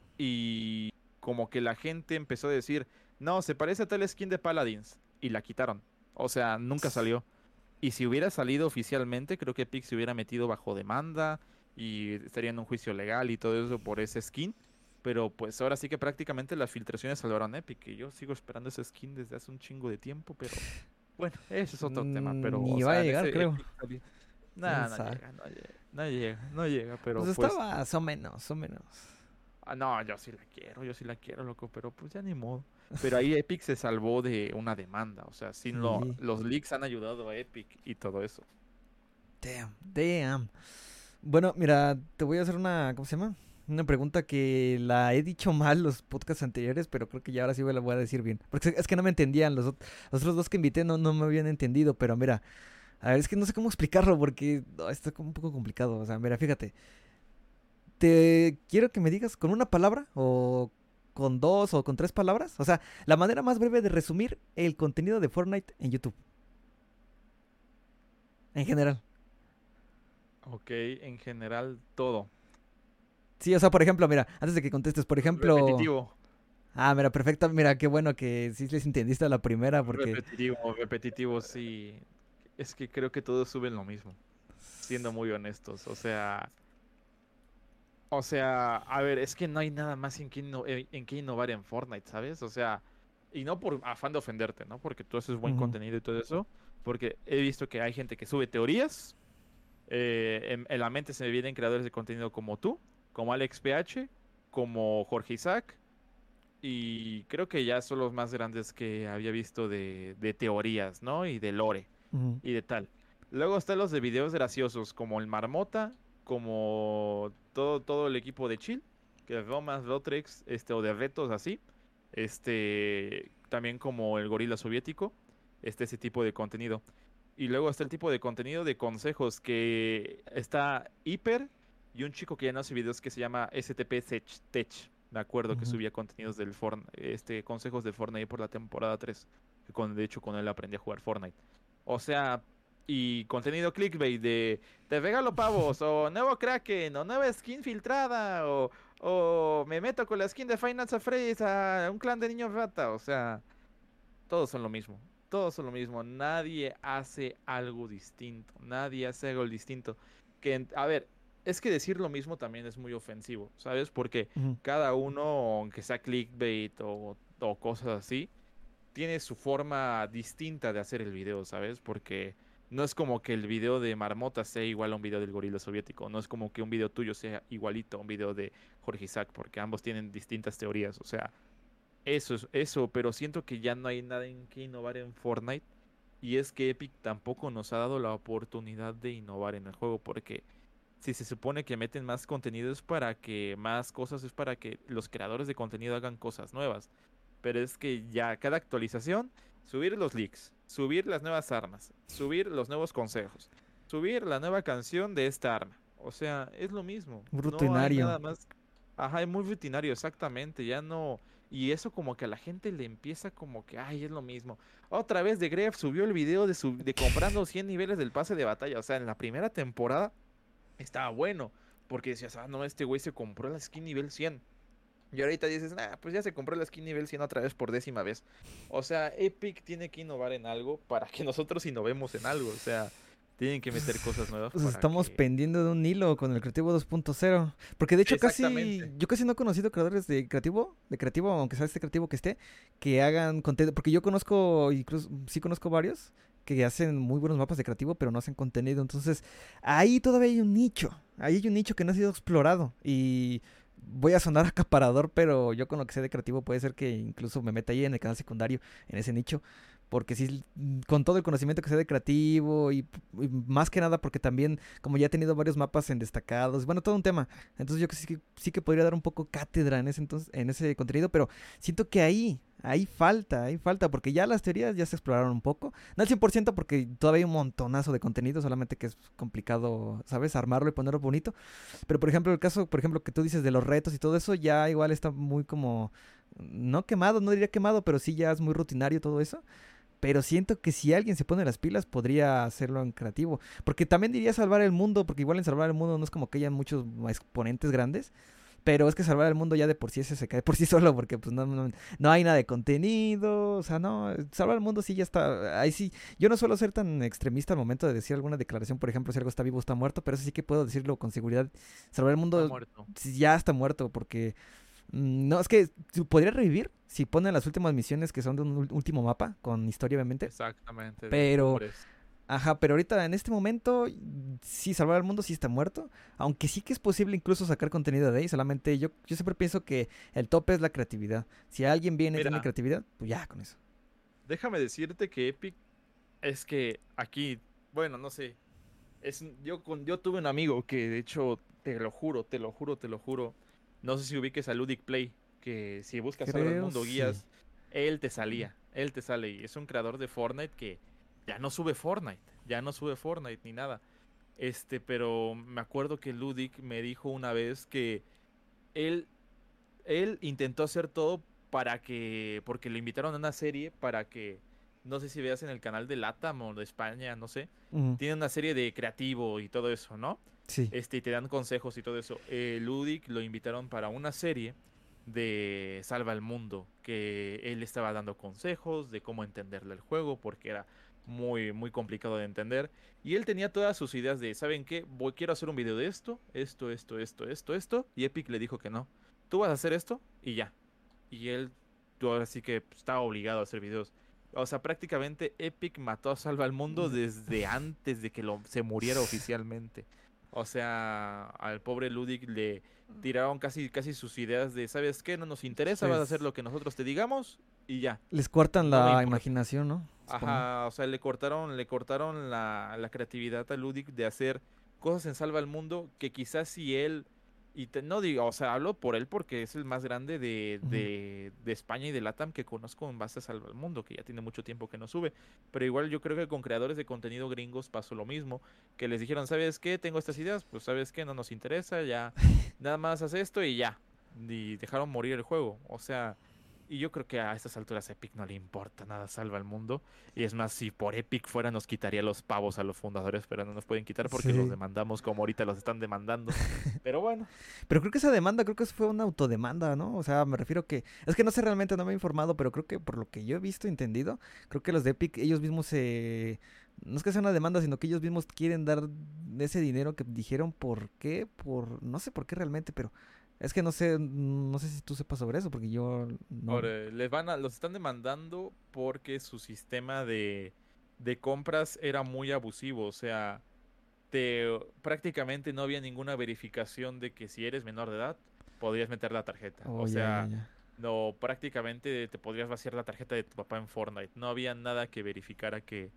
y como que la gente empezó a decir, no, se parece a tal skin de Paladins y la quitaron. O sea, nunca salió. Y si hubiera salido oficialmente, creo que Epic se hubiera metido bajo demanda y estaría en un juicio legal y todo eso por ese skin. Pero pues ahora sí que prácticamente las filtraciones salvaron a Epic. Y yo sigo esperando ese skin desde hace un chingo de tiempo, pero bueno, ese es otro tema. Mm, Pero, o Ni va a sea, en llegar, ese creo. Epic salió. ¿Quién Nah, no sabe? llega, no llega, no llega, no llega, Pues pero estaba pues más o menos, o menos. ah, no, yo sí la quiero, yo sí la quiero, loco, pero pues ya ni modo. Pero ahí Epic se salvó de una demanda, o sea, sin lo, Sí. los leaks han ayudado a Epic y todo eso. Damn, damn. Bueno, mira, te voy a hacer una, ¿cómo se llama? Una pregunta que la he dicho mal los podcasts anteriores, pero creo que ya ahora sí me la voy a decir bien. Porque es que no me entendían, los, ot- los otros dos que invité no, no me habían entendido, pero mira, a ver, es que no sé cómo explicarlo porque no, está como un poco complicado. O sea, mira, fíjate, te quiero que me digas con una palabra o con dos o con tres palabras? O sea, la manera más breve de resumir el contenido de Fortnite en YouTube. En general. Ok, en general todo. Sí, o sea, por ejemplo, mira, antes de que contestes, por ejemplo... Repetitivo. Ah, mira, perfecto. Mira, qué bueno que sí les entendiste a la primera porque... Repetitivo, repetitivo, sí. Es que creo que todos suben lo mismo, siendo muy honestos. O sea, o sea, a ver, es que no hay nada más en que, inno- en, en que innovar en Fortnite, ¿sabes? O sea, y no por afán de ofenderte, ¿no? Porque tú haces buen Ujú, contenido y todo eso. Porque he visto que hay gente que sube teorías. eh, en, en la mente se me vienen creadores de contenido como tú, como Alex P H, como Jorge Isaac. Y creo que ya son los más grandes que había visto de, de teorías, ¿no? Y de lore ujú, y de tal. Luego están los de videos graciosos, como el Marmota, como todo, todo el equipo de Chill, que es Romas, Rotrix, este, o de retos así. Este, también como el Gorila Soviético, este, ese tipo de contenido. Y luego está el tipo de contenido de consejos que está Hiper y un chico que ya no hace videos que se llama S T P Tech. Tech. Me acuerdo que ujú. subía contenidos del Fortnite, este, consejos del Fortnite por la temporada tres. Que con, de hecho, con él aprendí a jugar Fortnite. O sea, y contenido clickbait de te regalo pavos, o nuevo Kraken, o nueva skin filtrada, o, o me meto con la skin de Finance Freeze a un clan de niños rata. O sea, todos son lo mismo. Todos son lo mismo. Nadie hace algo distinto. Nadie hace algo distinto. Que, en- a ver, es que decir lo mismo también es muy ofensivo, ¿sabes? Porque Ujú, cada uno, aunque sea clickbait o, o cosas así, tiene su forma distinta de hacer el video, ¿sabes? Porque no es como que el video de Marmota sea igual a un video del gorila soviético. No es como que un video tuyo sea igualito a un video de Jorge Isaac, porque ambos tienen distintas teorías. O sea, eso es eso, pero siento que ya no hay nada en que innovar en Fortnite. Y es que Epic tampoco nos ha dado la oportunidad de innovar en el juego, porque si se supone que meten más contenido es para que más cosas, es para que los creadores de contenido hagan cosas nuevas. Pero es que ya cada actualización, subir los leaks, subir las nuevas armas, subir los nuevos consejos, subir la nueva canción de esta arma. O sea, es lo mismo. No hay rutinario. nada más. Ajá, es muy rutinario, exactamente. Ya no. Y eso como que a la gente le empieza como que, ay, es lo mismo. Otra vez de Gref subió el video de, su, de comprando cien niveles del pase de batalla. O sea, en la primera temporada estaba bueno. Porque decías, ah, no, este güey se compró la skin nivel cien. Y ahorita dices, nah, pues ya se compró la skin nivel cien otra vez por décima vez. O sea, Epic tiene que innovar en algo para que nosotros innovemos en algo. O sea, tienen que meter cosas nuevas Pues para estamos que... pendiendo de un hilo con el Creativo dos punto cero. Porque de hecho casi, Exactamente. yo casi no he conocido creadores de Creativo, de Creativo, aunque sea este Creativo que esté, que hagan contenido. Porque yo conozco, incluso sí conozco varios que hacen muy buenos mapas de Creativo, pero no hacen contenido. Entonces, ahí todavía hay un nicho. Ahí hay un nicho que no ha sido explorado. Y voy a sonar acaparador, pero yo con lo que sé de Creativo puede ser que incluso me meta ahí en el canal secundario, en ese nicho. Porque sí, mm, con todo el conocimiento que sé de creativo y, y más que nada porque también, como ya he tenido varios mapas en destacados, bueno, todo un tema. Entonces yo que sí, que sí que podría dar un poco cátedra en ese entonces, en ese contenido, pero siento que ahí, ahí falta, ahí falta, porque ya las teorías ya se exploraron un poco. No al cien por ciento porque todavía hay un montonazo de contenido, solamente que es complicado, ¿sabes? Armarlo y ponerlo bonito. Pero por ejemplo, el caso, por ejemplo, que tú dices de los retos y todo eso, ya igual está muy como, no quemado, no diría quemado, pero sí ya es muy rutinario todo eso. Pero siento que si alguien se pone las pilas, podría hacerlo en creativo. Porque también diría salvar el mundo, porque igual en salvar el mundo no es como que haya muchos exponentes grandes. Pero es que salvar el mundo ya de por sí ese se cae por sí solo, porque pues no, no, no hay nada de contenido. O sea, no, salvar el mundo sí ya está. Ahí sí, yo no suelo ser tan extremista al momento de decir alguna declaración, por ejemplo, si algo está vivo o está muerto, pero eso sí que puedo decirlo con seguridad. Salvar el Está mundo muerto. sí, ya está muerto, porque Mm, no, es que podría revivir si ponen las últimas misiones que son de un ul- último mapa, con historia obviamente. Exactamente, de Pero, cumbres. ajá, pero ahorita en este momento, sí, salvar al mundo sí está muerto. Aunque sí que es posible incluso sacar contenido de ahí. Solamente yo, yo siempre pienso que el tope es la creatividad. Si alguien viene y tiene Mira, creatividad, pues ya con eso. déjame decirte que Epic es que aquí, bueno, no sé. Es, un- yo, con, yo tuve un amigo que, de hecho, te lo juro, te lo juro, te lo juro. No sé si ubiques a Ludic Play, que si buscas Salva el Creo Mundo sí. Guías, él te salía, él te sale. Y es un creador de Fortnite que ya no sube Fortnite, ya no sube Fortnite ni nada. Este, pero me acuerdo que Ludic me dijo una vez que él él intentó hacer todo para que, porque le invitaron a una serie para que, no sé si veas en el canal de LATAM o de España, no sé, Ujú. tiene una serie de creativo y todo eso, ¿no? Sí. Este, y te dan consejos y todo eso. Eh, Ludic lo invitaron para una serie de Salva el Mundo, que él estaba dando consejos de cómo entenderle el juego, porque era muy, muy complicado de entender. Y él tenía todas sus ideas de, ¿saben qué? Voy, quiero hacer un video de esto, esto, esto, esto, esto, esto. Y Epic le dijo que no. Tú vas a hacer esto y ya. Y él, tú ahora sí que pues, estaba obligado a hacer videos. O sea, prácticamente Epic mató a Salva al Mundo desde antes de que lo, se muriera oficialmente. O sea, al pobre Ludic le tiraron casi, casi sus ideas de, ¿sabes qué? No nos interesa, vas a hacer Les, lo que nosotros te digamos y ya. les cortan No me la importa. imaginación, ¿no? Supongo. Ajá, o sea, le cortaron, le cortaron la, la creatividad a Ludic de hacer cosas en Salva al Mundo que quizás si él, y te- no digo, o sea, hablo por él porque es el más grande de, Ujú. de, de España y de LATAM que conozco en base a Salva al Mundo, que ya tiene mucho tiempo que no sube. Pero igual yo creo que con creadores de contenido gringos pasó lo mismo, que les dijeron, ¿sabes qué? Tengo estas ideas, pues ¿sabes qué? No nos interesa, ya, nada más haz esto y ya. Y dejaron morir el juego, o sea... Y yo creo que a estas alturas a Epic no le importa nada, Salva al Mundo. Y es más, si por Epic fuera, nos quitaría los pavos a los fundadores, pero no nos pueden quitar porque los Sí. demandamos como ahorita los están demandando. Pero bueno, Pero creo que esa demanda, creo que eso fue una autodemanda, ¿no? O sea, me refiero que... Es que no sé realmente, no me he informado, pero creo que por lo que yo he visto, entendido, creo que los de Epic, ellos mismos se... No es que sea una demanda, sino que ellos mismos quieren dar ese dinero que dijeron por qué, por... No sé por qué realmente, pero... Es que no sé, no sé si tú sepas sobre eso, porque yo no... ahora les van a, los están demandando porque su sistema de, de compras era muy abusivo. O sea, te, prácticamente no había ninguna verificación de que si eres menor de edad, podrías meter la tarjeta. Oh, O ya, ya, sea, ya. no, prácticamente te podrías vaciar la tarjeta de tu papá en Fortnite. No había nada que verificara que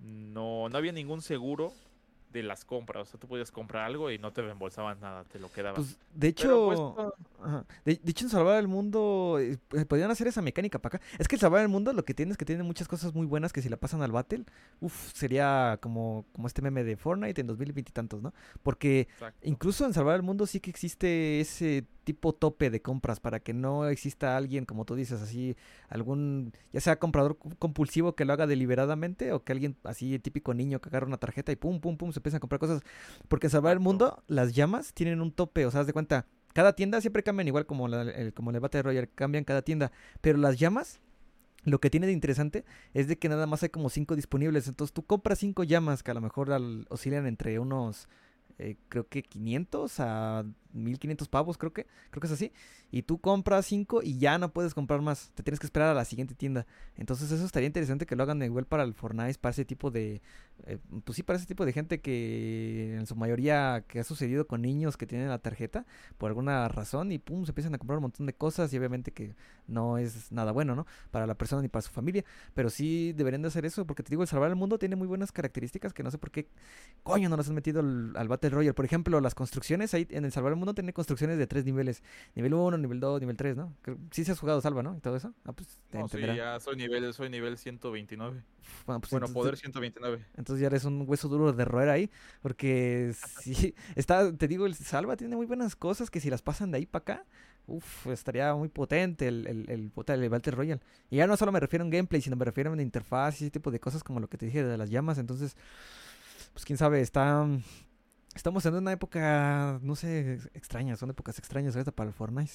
no, no había ningún seguro de las compras. O sea, tú podías comprar algo y no te reembolsaban nada, te lo quedabas. Pues, de Pero pues, hecho, no, ajá, de, de hecho en Salvar el Mundo eh, eh, podrían hacer esa mecánica para acá. Es que el Salvar el Mundo lo que tiene es que tiene muchas cosas muy buenas que si la pasan al Battle, uff, sería como, como este meme de Fortnite en dos mil veinte y tantos, ¿no? Porque exacto. incluso en Salvar el Mundo sí que existe ese tipo tope de compras para que no exista alguien, como tú dices, así, algún, ya sea comprador cu- compulsivo que lo haga deliberadamente o que alguien así, típico niño que agarra una tarjeta y pum, pum, pum, se empieza a comprar cosas. Porque en Salvar el Exacto. Mundo, las llamas tienen un tope, o sea, haz de cuenta, cada tienda siempre cambian igual como, la, el, como el Battle Royale, cambian cada tienda, pero las llamas, lo que tiene de interesante es de que nada más hay como cinco disponibles, entonces tú compras cinco llamas que a lo mejor al- oscilan entre unos, eh, creo que quinientos a mil quinientos pavos, creo que, creo que es así, y tú compras cinco y ya no puedes comprar más, te tienes que esperar a la siguiente tienda, entonces eso estaría interesante que lo hagan igual para el Fortnite, para ese tipo de, eh, pues sí, para ese tipo de gente que en su mayoría que ha sucedido con niños que tienen la tarjeta por alguna razón y pum, se empiezan a comprar un montón de cosas y obviamente que no es nada bueno, ¿no? Para la persona ni para su familia, pero sí deberían de hacer eso porque te digo, el Salvar el Mundo tiene muy buenas características que no sé por qué coño no las han metido al, al Battle Royale. Por ejemplo, las construcciones ahí en el Salvar el Mundo tiene construcciones de tres niveles, nivel uno, nivel dos, nivel tres, ¿no? Creo- Sí se has jugado Salva, ¿no? Y todo eso. Ah, pues te No, sí, entenderá. ya soy nivel, soy nivel ciento veintinueve. Bueno, pues Bueno, entonces poder ciento veintinueve. entonces ya eres un hueso duro de roer ahí, porque sí, está, te digo, el Salva tiene muy buenas cosas que si las pasan de ahí para acá, uff, estaría muy potente el, el, el, puta- el Battle Royale. Y ya no solo me refiero en gameplay, sino me refiero en interfaz y ese tipo de cosas como lo que te dije de las llamas, entonces, pues quién sabe, está... Estamos en una época, no sé, extraña, son épocas extrañas ahorita para el Fortnite,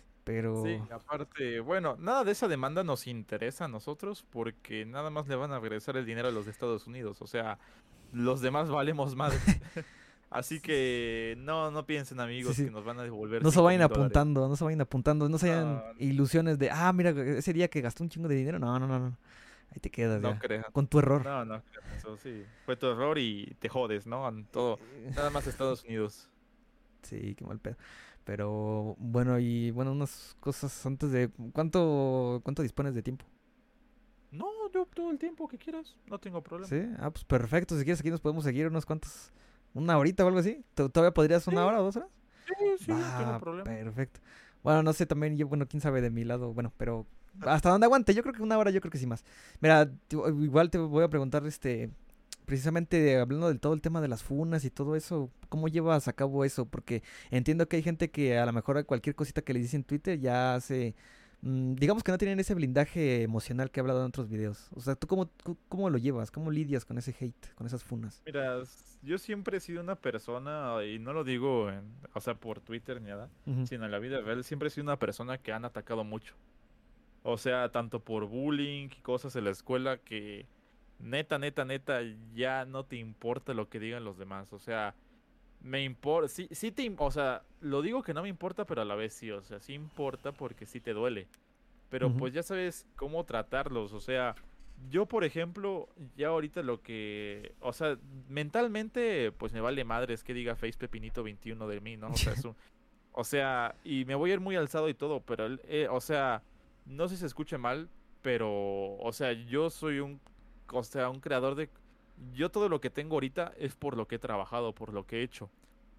Sí, pero... aparte, bueno, nada de esa demanda nos interesa a nosotros porque nada más le van a regresar el dinero a los de Estados Unidos. O sea, los demás valemos madre. Así que no, no piensen Sí, amigos que sí. nos van a devolver No se cinco vayan mil dólares. apuntando, no se vayan apuntando, no se hayan No, ilusiones de, ah, mira, ese día que gastó un chingo de dinero. No, no, no, no. Ahí te quedas no ya. crean. Con tu error. No, no crean eso, sí. Fue tu error y te jodes, ¿no? En todo, Eh, nada más Estados Unidos. Sí, qué mal pedo. Pero bueno, y bueno, unas cosas antes de... ¿Cuánto, cuánto dispones de tiempo? No, yo todo el tiempo que quieras, no tengo problema. Sí, ah, pues perfecto. Si quieres, aquí nos podemos seguir unos cuantos... Una horita o algo así. ¿Tú- ¿Todavía podrías Sí, una hora o dos horas? sí, sí, no tengo Va, problema. perfecto. Bueno, no sé, también yo, bueno, quién sabe de mi lado, bueno, pero hasta dónde aguante, yo creo que una hora, yo creo que sí más. Mira, te- igual te voy a preguntar, este, precisamente hablando del todo el tema de las funas y todo eso, ¿cómo llevas a cabo eso? Porque entiendo que hay gente que a lo mejor a cualquier cosita que le dice en Twitter ya hace, mm, digamos que no tienen ese blindaje emocional que he hablado en otros videos. O sea, ¿tú cómo, tú- cómo lo llevas? ¿Cómo lidias con ese hate, con esas funas? Mira, s- yo siempre he sido una persona, y no lo digo, en- o sea, por Twitter ni nada, Ujú, sino en la vida real, siempre he sido una persona que han atacado mucho. O sea, tanto por bullying y cosas en la escuela que neta, neta, neta, ya no te importa lo que digan los demás. O sea, me importa, sí, sí te, im- o sea, lo digo que no me importa, pero a la vez sí, o sea, sí importa porque sí te duele. Pero ujú, pues ya sabes cómo tratarlos, o sea, yo por ejemplo, ya ahorita lo que, o sea, mentalmente pues me vale madres que diga Face Pepinito veintiuno de mí, ¿no? O sea, es un, o sea, y me voy a ir muy alzado y todo, pero, el- eh, o sea, no sé si se escuche mal, pero, o sea, yo soy un, o sea, un creador de, yo todo lo que tengo ahorita es por lo que he trabajado, por lo que he hecho.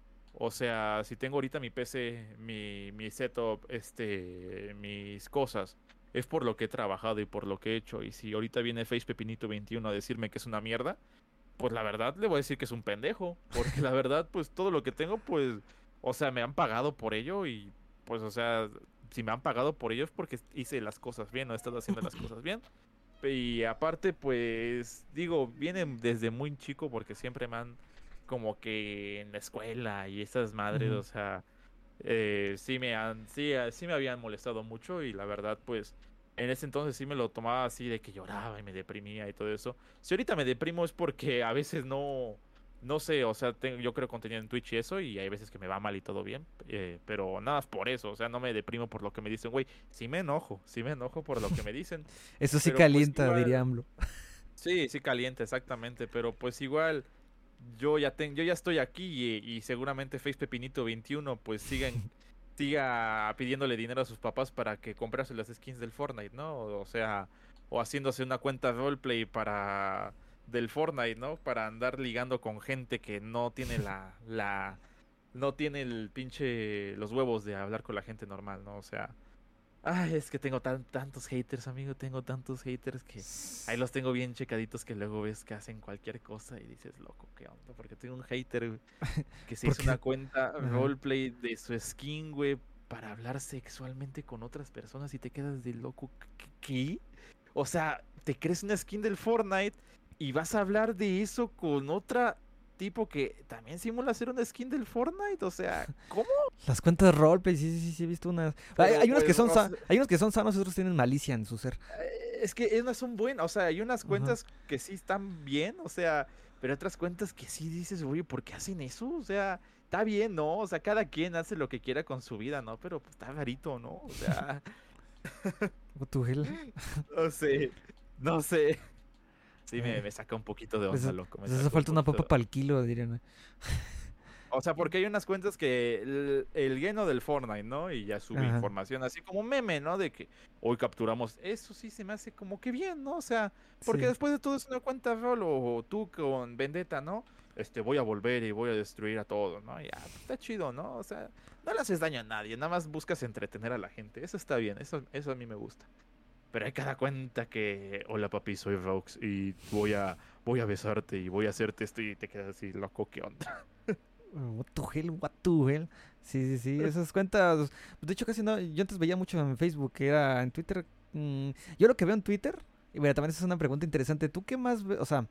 O sea, si tengo ahorita mi P C, mi, mi setup, este, mis cosas, es por lo que he trabajado y por lo que he hecho. Y si ahorita viene Face Pepinito veintiuno a decirme que es una mierda, pues la verdad le voy a decir que es un pendejo. Porque la verdad, pues todo lo que tengo, pues, o sea, me han pagado por ello y, pues, o sea, si me han pagado por ello es porque hice las cosas bien, o he estado haciendo las cosas bien. Y aparte, pues, digo, vienen desde muy chico porque siempre me han como que en la escuela y esas madres, ujú. o sea, eh, sí me han, sí, eh, sí me habían molestado mucho y la verdad, pues, en ese entonces sí me lo tomaba así de que lloraba y me deprimía y todo eso. Si ahorita me deprimo es porque a veces no, no sé, o sea, tengo, yo creo contenido en Twitch y eso y hay veces que me va mal y todo bien, eh, pero nada más por eso, o sea, no me deprimo por lo que me dicen, güey, sí me enojo, sí me enojo por lo que me dicen. Eso sí Pero pues calienta, diría igual, AMLO. sí, sí caliente, exactamente, pero pues igual yo ya ten- yo ya estoy aquí y, y seguramente Face Pepinito veintiuno pues sigan siga pidiéndole dinero a sus papás para que comprase las skins del Fortnite, ¿no? O sea, o haciéndose una cuenta roleplay para del Fortnite, ¿no? Para andar ligando con gente que no tiene la la no tiene el pinche los huevos de hablar con la gente normal, ¿no? O sea, ay, es que tengo tan, tantos haters, amigo, tengo tantos haters que ahí los tengo bien checaditos que luego ves que hacen cualquier cosa y dices, loco, ¿qué onda? Porque tengo un hater, güey, que se hizo Porque, una cuenta ajá. roleplay de su skin, güey, para hablar sexualmente con otras personas y te quedas de loco, ¿qué? ¿Qué? O sea, te crees una skin del Fortnite y vas a hablar de eso con otra tipo que también simula ser una skin del Fortnite, o sea, ¿cómo? Las cuentas de roleplay, sí, sí, sí, sí, he visto unas. Hay, Pero hay unos que pues, son o sa- sea, hay unos que son sanos y otros tienen malicia en su ser. Eh, Es que unas son buenas, o sea, hay unas Ajá. cuentas que sí están bien, o sea, pero hay otras cuentas que sí dices, oye, ¿por qué hacen eso? O sea, está bien, ¿no? O sea, cada quien hace lo que quiera con su vida, ¿no? Pero pues está rarito, ¿no? O sea, What the hell? no sé, no sé. Sí, me, Eh, me saca un poquito de les, onda, loco, me les hace saca un falta una poquito papa de onda. para el kilo, dirían. O sea, porque hay unas cuentas que el, el lleno del Fortnite, ¿no? Y ya sube Ajá. información así como meme, ¿no? De que hoy capturamos. Eso sí se me hace como que bien, ¿no? O sea, porque Sí. después de todo es una cuenta rol o tú con Vendetta, ¿no? Este, voy a volver y voy a destruir a todo, ¿no? Ya, pues, está chido, ¿no? O sea, no le haces daño a nadie, nada más buscas entretener a la gente. Eso está bien, eso, eso a mí me gusta. Pero hay cada cuenta que, hola papi, soy Rox y voy a, voy a besarte y voy a hacerte esto y te quedas así, loco, ¿qué onda? What the hell, what the hell. Sí, sí, sí, esas cuentas. De hecho, casi no. Yo antes veía mucho en Facebook, que era en Twitter. mm, yo lo que veo en Twitter, y mira, también esa es una pregunta interesante. ¿Tú qué más ves? O sea,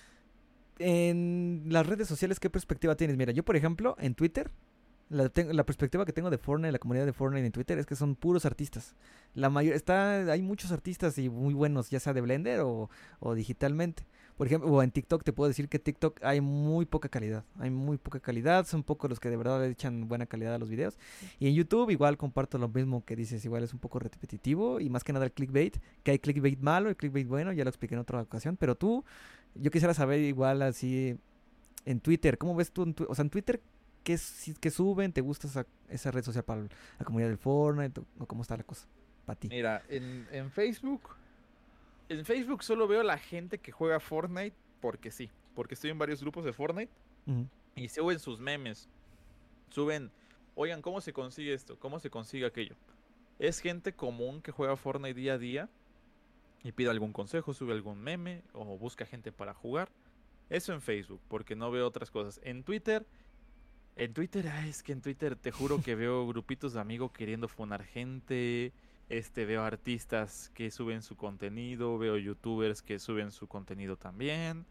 en las redes sociales, ¿qué perspectiva tienes? Mira, yo, por ejemplo, en Twitter, la, ten- la perspectiva que tengo de Fortnite, la comunidad de Fortnite en Twitter, es que son puros artistas. La mayor, está, hay muchos artistas y muy buenos, ya sea de Blender o, o digitalmente. Por ejemplo, o en TikTok te puedo decir que TikTok hay muy poca calidad. Hay muy poca calidad, son pocos los que de verdad le echan buena calidad a los videos. Y en YouTube igual comparto lo mismo que dices, igual es un poco repetitivo y más que nada el clickbait, que hay clickbait malo y clickbait bueno, ya lo expliqué en otra ocasión, pero tú, yo quisiera saber igual así en Twitter, ¿cómo ves tú en tu- o sea, en Twitter qué, si- qué suben? ¿Te gusta esa, esa red social para la comunidad del Fortnite? ¿O, o cómo está la cosa para ti? Mira, en, en Facebook, en Facebook solo veo a la gente que juega Fortnite porque sí, porque estoy en varios grupos de Fortnite Ujú, y suben sus memes, suben, oigan, ¿cómo se consigue esto? ¿Cómo se consigue aquello? Es gente común que juega Fortnite día a día y pide algún consejo, sube algún meme o busca gente para jugar. Eso en Facebook, porque no veo otras cosas. En Twitter, en Twitter, ay, es que en Twitter te juro que veo grupitos de amigos queriendo funar gente. Este, veo artistas que suben su contenido, veo youtubers que suben su contenido también.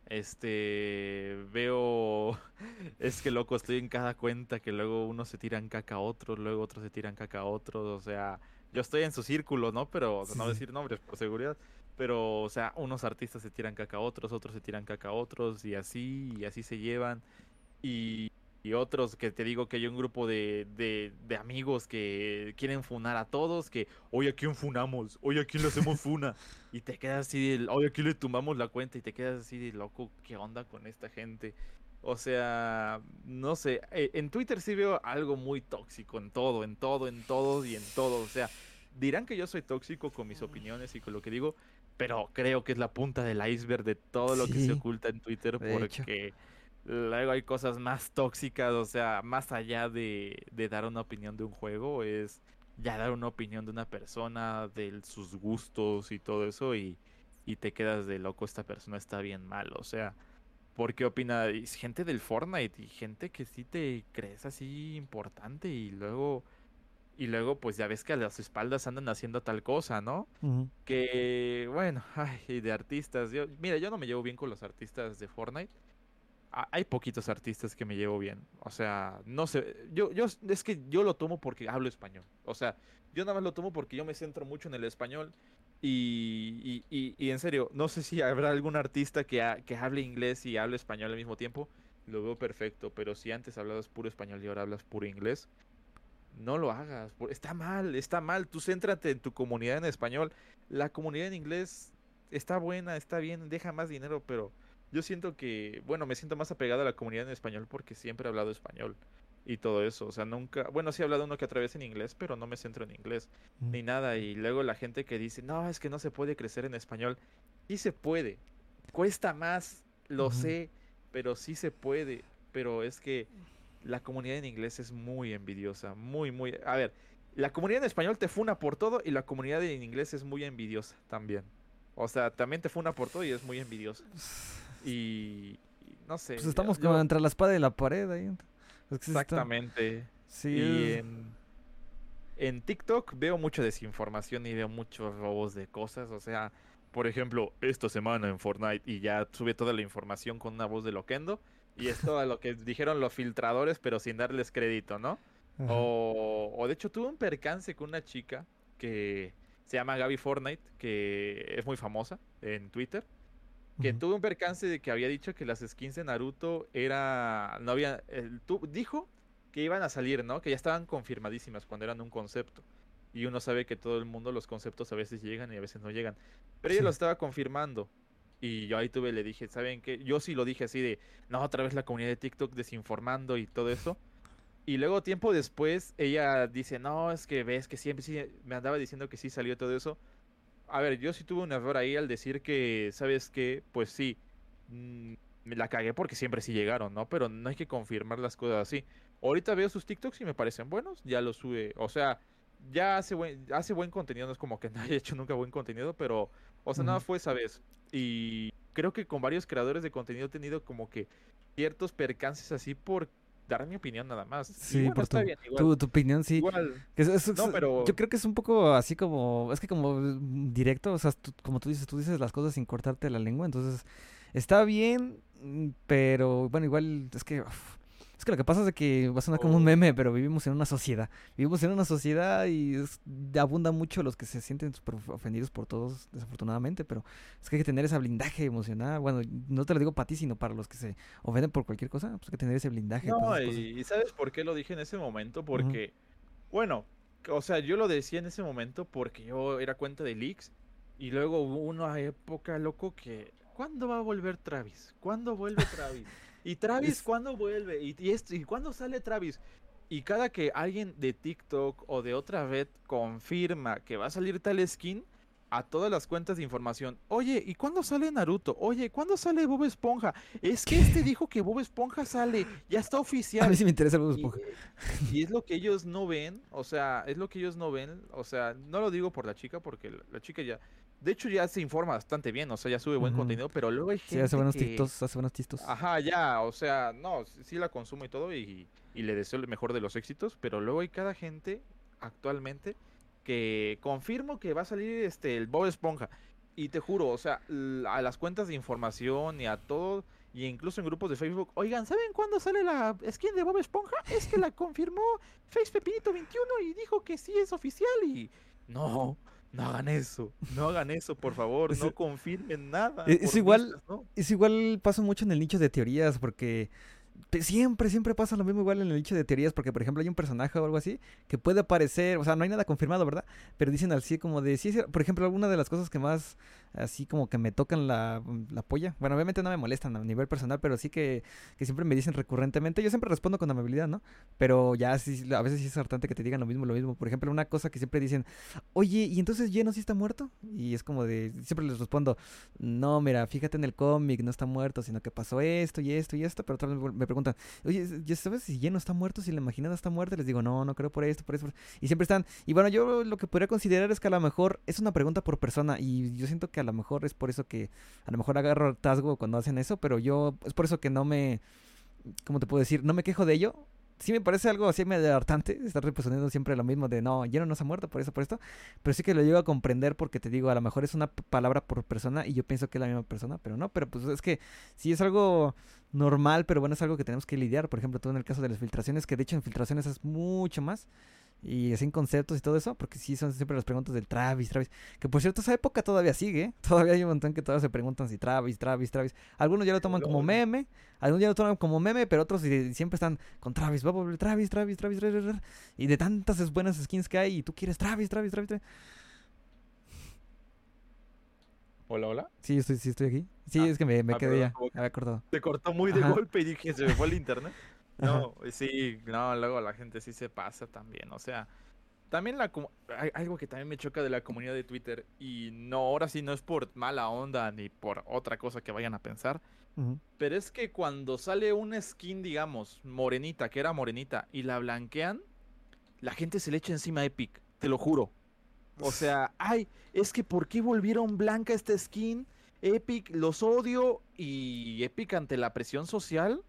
Este, veo, es que loco, estoy en cada cuenta que luego unos se tiran caca a otros, luego otros se tiran caca a otros, o sea, yo estoy en su círculo, ¿no? Pero, o sea, Sí, no sí. decir nombres por seguridad, pero, o sea, unos artistas se tiran caca a otros, otros se tiran caca a otros, y así, y así se llevan. Y, y otros que te digo que hay un grupo de, de, de amigos que quieren funar a todos, que hoy a quién funamos, hoy a quién le hacemos funa. Y te quedas así de, hoy aquí le tumbamos la cuenta y te quedas así de loco, ¿qué onda con esta gente? O sea, no sé, eh, en Twitter sí veo algo muy tóxico en todo, en todo, en todo y en todo. O sea, dirán que yo soy tóxico con mis opiniones y con lo que digo, pero creo que es la punta del iceberg de todo lo que se Sí, oculta en Twitter de hecho. porque luego hay cosas más tóxicas, o sea, más allá de, de dar una opinión de un juego, es ya dar una opinión de una persona, de sus gustos y todo eso, y, y te quedas de loco, esta persona está bien mal, o sea, ¿por qué opina? Y es gente del Fortnite y gente que sí te crees así importante y luego, y luego pues ya ves que a las espaldas andan haciendo tal cosa, ¿no? Ujú. Que, bueno, ay, y de artistas, yo, mira, yo no me llevo bien con los artistas de Fortnite. a- Hay poquitos artistas que me llevo bien. O sea, no sé. Yo, yo, es que yo lo tomo porque hablo español. O sea, yo nada más lo tomo porque yo me centro mucho en el español. Y, y, y, y en serio, no sé si habrá algún artista que, ha- que hable inglés y hable español al mismo tiempo. Lo veo perfecto. Pero si antes hablabas puro español y ahora hablas puro inglés, no lo hagas. por- Está mal, está mal. Tú céntrate en tu comunidad en español. La comunidad en inglés está buena, está bien, deja más dinero, pero yo siento que, bueno, me siento más apegado a la comunidad en español porque siempre he hablado español y todo eso. O sea, nunca, bueno, sí he hablado uno que otra vez en inglés, pero no me centro en inglés Ujú. ni nada. Y luego la gente que dice, no, es que no se puede crecer en español. Sí se puede. Cuesta más, lo Ujú. sé, pero sí se puede. Pero es que la comunidad en inglés es muy envidiosa, muy, muy... A ver, la comunidad en español te funa por todo y la comunidad en inglés es muy envidiosa también. O sea, también te funa por todo y es muy envidiosa. Y, y no Pues sé, yo, estamos como yo- entre la espada y la pared ahí. Es que sí está. exactamente. Sí, Y es. en, en TikTok veo mucha desinformación y veo muchos robos de cosas. O sea, por ejemplo, esta semana en Fortnite y ya sube toda la información con una voz de Loquendo. Y es todo lo que dijeron los filtradores, pero sin darles crédito, ¿no? Ajá. O, o de hecho tuve un percance con una chica que se llama Gaby Fortnite, que es muy famosa en Twitter, que Ujú. tuve un percance de que había dicho que las skins de Naruto era, no había, el- tu- dijo que iban a salir, ¿no? Que ya estaban confirmadísimas cuando eran un concepto. Y uno sabe que todo el mundo los conceptos a veces llegan y a veces no llegan. Pero ella lo Sí. estaba confirmando. Y yo ahí tuve, le dije, ¿saben qué? Yo sí lo dije así de, no, otra vez la comunidad de TikTok desinformando y todo eso. Y luego tiempo después ella dice, no, es que ves que siempre sí, me andaba diciendo que sí salió todo eso. A ver, yo sí tuve un error ahí al decir que, ¿sabes qué? Pues sí, mm, me la cagué porque siempre sí llegaron, ¿no? Pero no hay que confirmar las cosas así. Ahorita veo sus TikToks y me parecen buenos, ya los sube. O sea, ya hace buen, hace buen contenido, no es como que no haya hecho nunca buen contenido, pero, o sea, nada Ujú. fue esa vez. Y creo que con varios creadores de contenido he tenido como que ciertos percances así por dar mi opinión nada más. Y Sí, bueno, por está tu, bien, igual. tu, tu opinión, sí. Igual. Que es- es- No, es- yo pero creo que es un poco así como, es que como mm, directo, o sea, tú- como tú dices, tú dices las cosas sin cortarte la lengua, entonces está bien, mm, pero bueno, igual es que, uf, es que lo que pasa es de que va a sonar como un o- meme, pero vivimos en una sociedad, vivimos en una sociedad y es- abundan mucho los que se sienten súper ofendidos por todos, desafortunadamente, pero es que hay que tener ese blindaje emocional, bueno, no te lo digo para ti, sino para los que se ofenden por cualquier cosa, pues hay que tener ese blindaje para no, esas cosas. y, y ¿sabes por qué lo dije en ese momento? Ujú. Porque, bueno, o sea, yo lo decía en ese momento porque yo era cuenta de leaks y luego hubo una época, loco, que ¿cuándo va a volver Travis? ¿Cuándo vuelve Travis? ¿Y Travis Es, cuándo vuelve? ¿Y, y, esto, ¿y cuándo sale Travis? Y cada que alguien de TikTok o de otra red confirma que va a salir tal skin, a todas las cuentas de información, oye, ¿y cuándo sale Naruto? Oye, ¿cuándo sale Bob Esponja? Es que este dijo que Bob Esponja sale, ya está a mí oficial. sí me interesa el Bob Y, Esponja. y es lo que ellos no ven, o sea, es lo que ellos no ven, o sea, no lo digo por la chica, porque la, la chica ya, De hecho, ya se informa bastante bien, o sea, ya sube buen Ujú. contenido, pero luego hay Sí, hace gente buenos que, tistos, hace buenos tistos. ajá, ya, o sea, no, sí sí la consumo y todo, y, y le deseo el mejor de los éxitos, pero luego hay cada gente actualmente que confirmo que va a salir este el Bob Esponja. Y te juro, o sea, l- a las cuentas de información y a todo, y incluso en grupos de Facebook, oigan, ¿saben cuándo sale la skin de Bob Esponja? Es que la confirmó Face Pepinito veintiuno y dijo que sí es oficial y no. No hagan eso, no hagan eso, por favor, Es, no confirmen nada es por igual, vistas, ¿no? es igual, pasa mucho en el nicho de teorías, porque Pe- Siempre, siempre pasa lo mismo igual en el nicho de teorías, porque por ejemplo hay un personaje o algo así que puede aparecer, o sea, no hay nada confirmado, ¿verdad? Pero dicen así como de, sí, sí, por ejemplo, alguna de las cosas que más así como que me tocan la, la polla, bueno, obviamente no me molestan a nivel personal, pero sí que, que siempre me dicen recurrentemente, yo siempre respondo con amabilidad, ¿no? Pero ya sí, a veces sí es hartante que te digan lo mismo, lo mismo. Por ejemplo, una cosa que siempre dicen, oye, ¿y entonces Lleno sí está muerto? Y es como de, siempre les respondo, no, mira, fíjate en el cómic, no está muerto, sino que pasó esto y esto y esto, pero otra vez me me preguntan, oye, ¿ya sabes si Lleno está muerto? Si la imaginada está muerta, les digo, no, no creo por esto, por eso. por- Y siempre están. Y bueno, yo lo que podría considerar es que a lo mejor es una pregunta por persona. Y yo siento que a lo mejor es por eso que a lo mejor agarro hartazgo cuando hacen eso, pero yo es por eso que no me. ¿Cómo te puedo decir? No me quejo de ello. Sí me parece algo así medio hartante estar respondiendo siempre lo mismo de no, Lleno no se ha muerto por eso, por esto. Pero sí que lo llego a comprender porque te digo, a lo mejor es una p- palabra por persona y yo pienso que es la misma persona, pero no, pero pues es que sí es algo normal, pero bueno, es algo que tenemos que lidiar. Por ejemplo, tú en el caso de las filtraciones, que de hecho en filtraciones es mucho más. Y así en conceptos y todo eso, porque sí son siempre las preguntas del Travis, Travis. Que por cierto, esa época todavía sigue, ¿eh? Todavía hay un montón que todavía se preguntan si Travis, Travis, Travis. Algunos ya lo toman como LOL. meme, algunos ya lo toman como meme, pero otros sí- siempre están con Travis, va a volver Travis, Travis, Travis, Travis, Travis. Y de tantas es- buenas skins que hay, y tú quieres Travis, Travis, Travis, Travis. Hola, hola. Sí, estoy, sí, estoy aquí. Sí, Ah, es que me, me ah, quedé perdón, ya, como que había cortado. se cortó muy de Ajá, golpe y dije, se me fue el internet. ajá. No, eh, sí, no, luego la gente sí se pasa también, o sea, también la comu- hay algo que también me choca de la comunidad de Twitter y no, ahora sí no es por mala onda ni por otra cosa que vayan a pensar, Ujú. pero es que cuando sale una skin, digamos, morenita, que era morenita, y la blanquean, la gente se le echa encima a Epic, te lo juro. O sea, ay, es que ¿por qué volvieron blanca esta skin? Epic, los odio y Epic ante la presión social,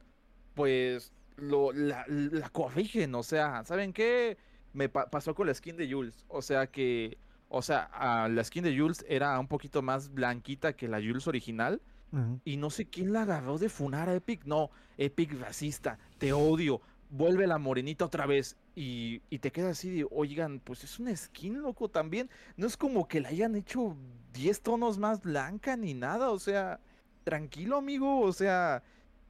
pues lo, la, la corrigen. O sea, ¿saben qué? Me pa- pasó con la skin de Jules. O sea que, o sea, ah, la skin de Jules era un poquito más blanquita que la Jules original. Ujú. Y no sé quién la agarró de funar a Epic. No, Epic racista, te odio. Vuelve la morenita otra vez. Y, y te quedas así de, oigan, pues es una skin, loco, también. No es como que la hayan hecho diez tonos más blanca ni nada. O sea, tranquilo, amigo. O sea,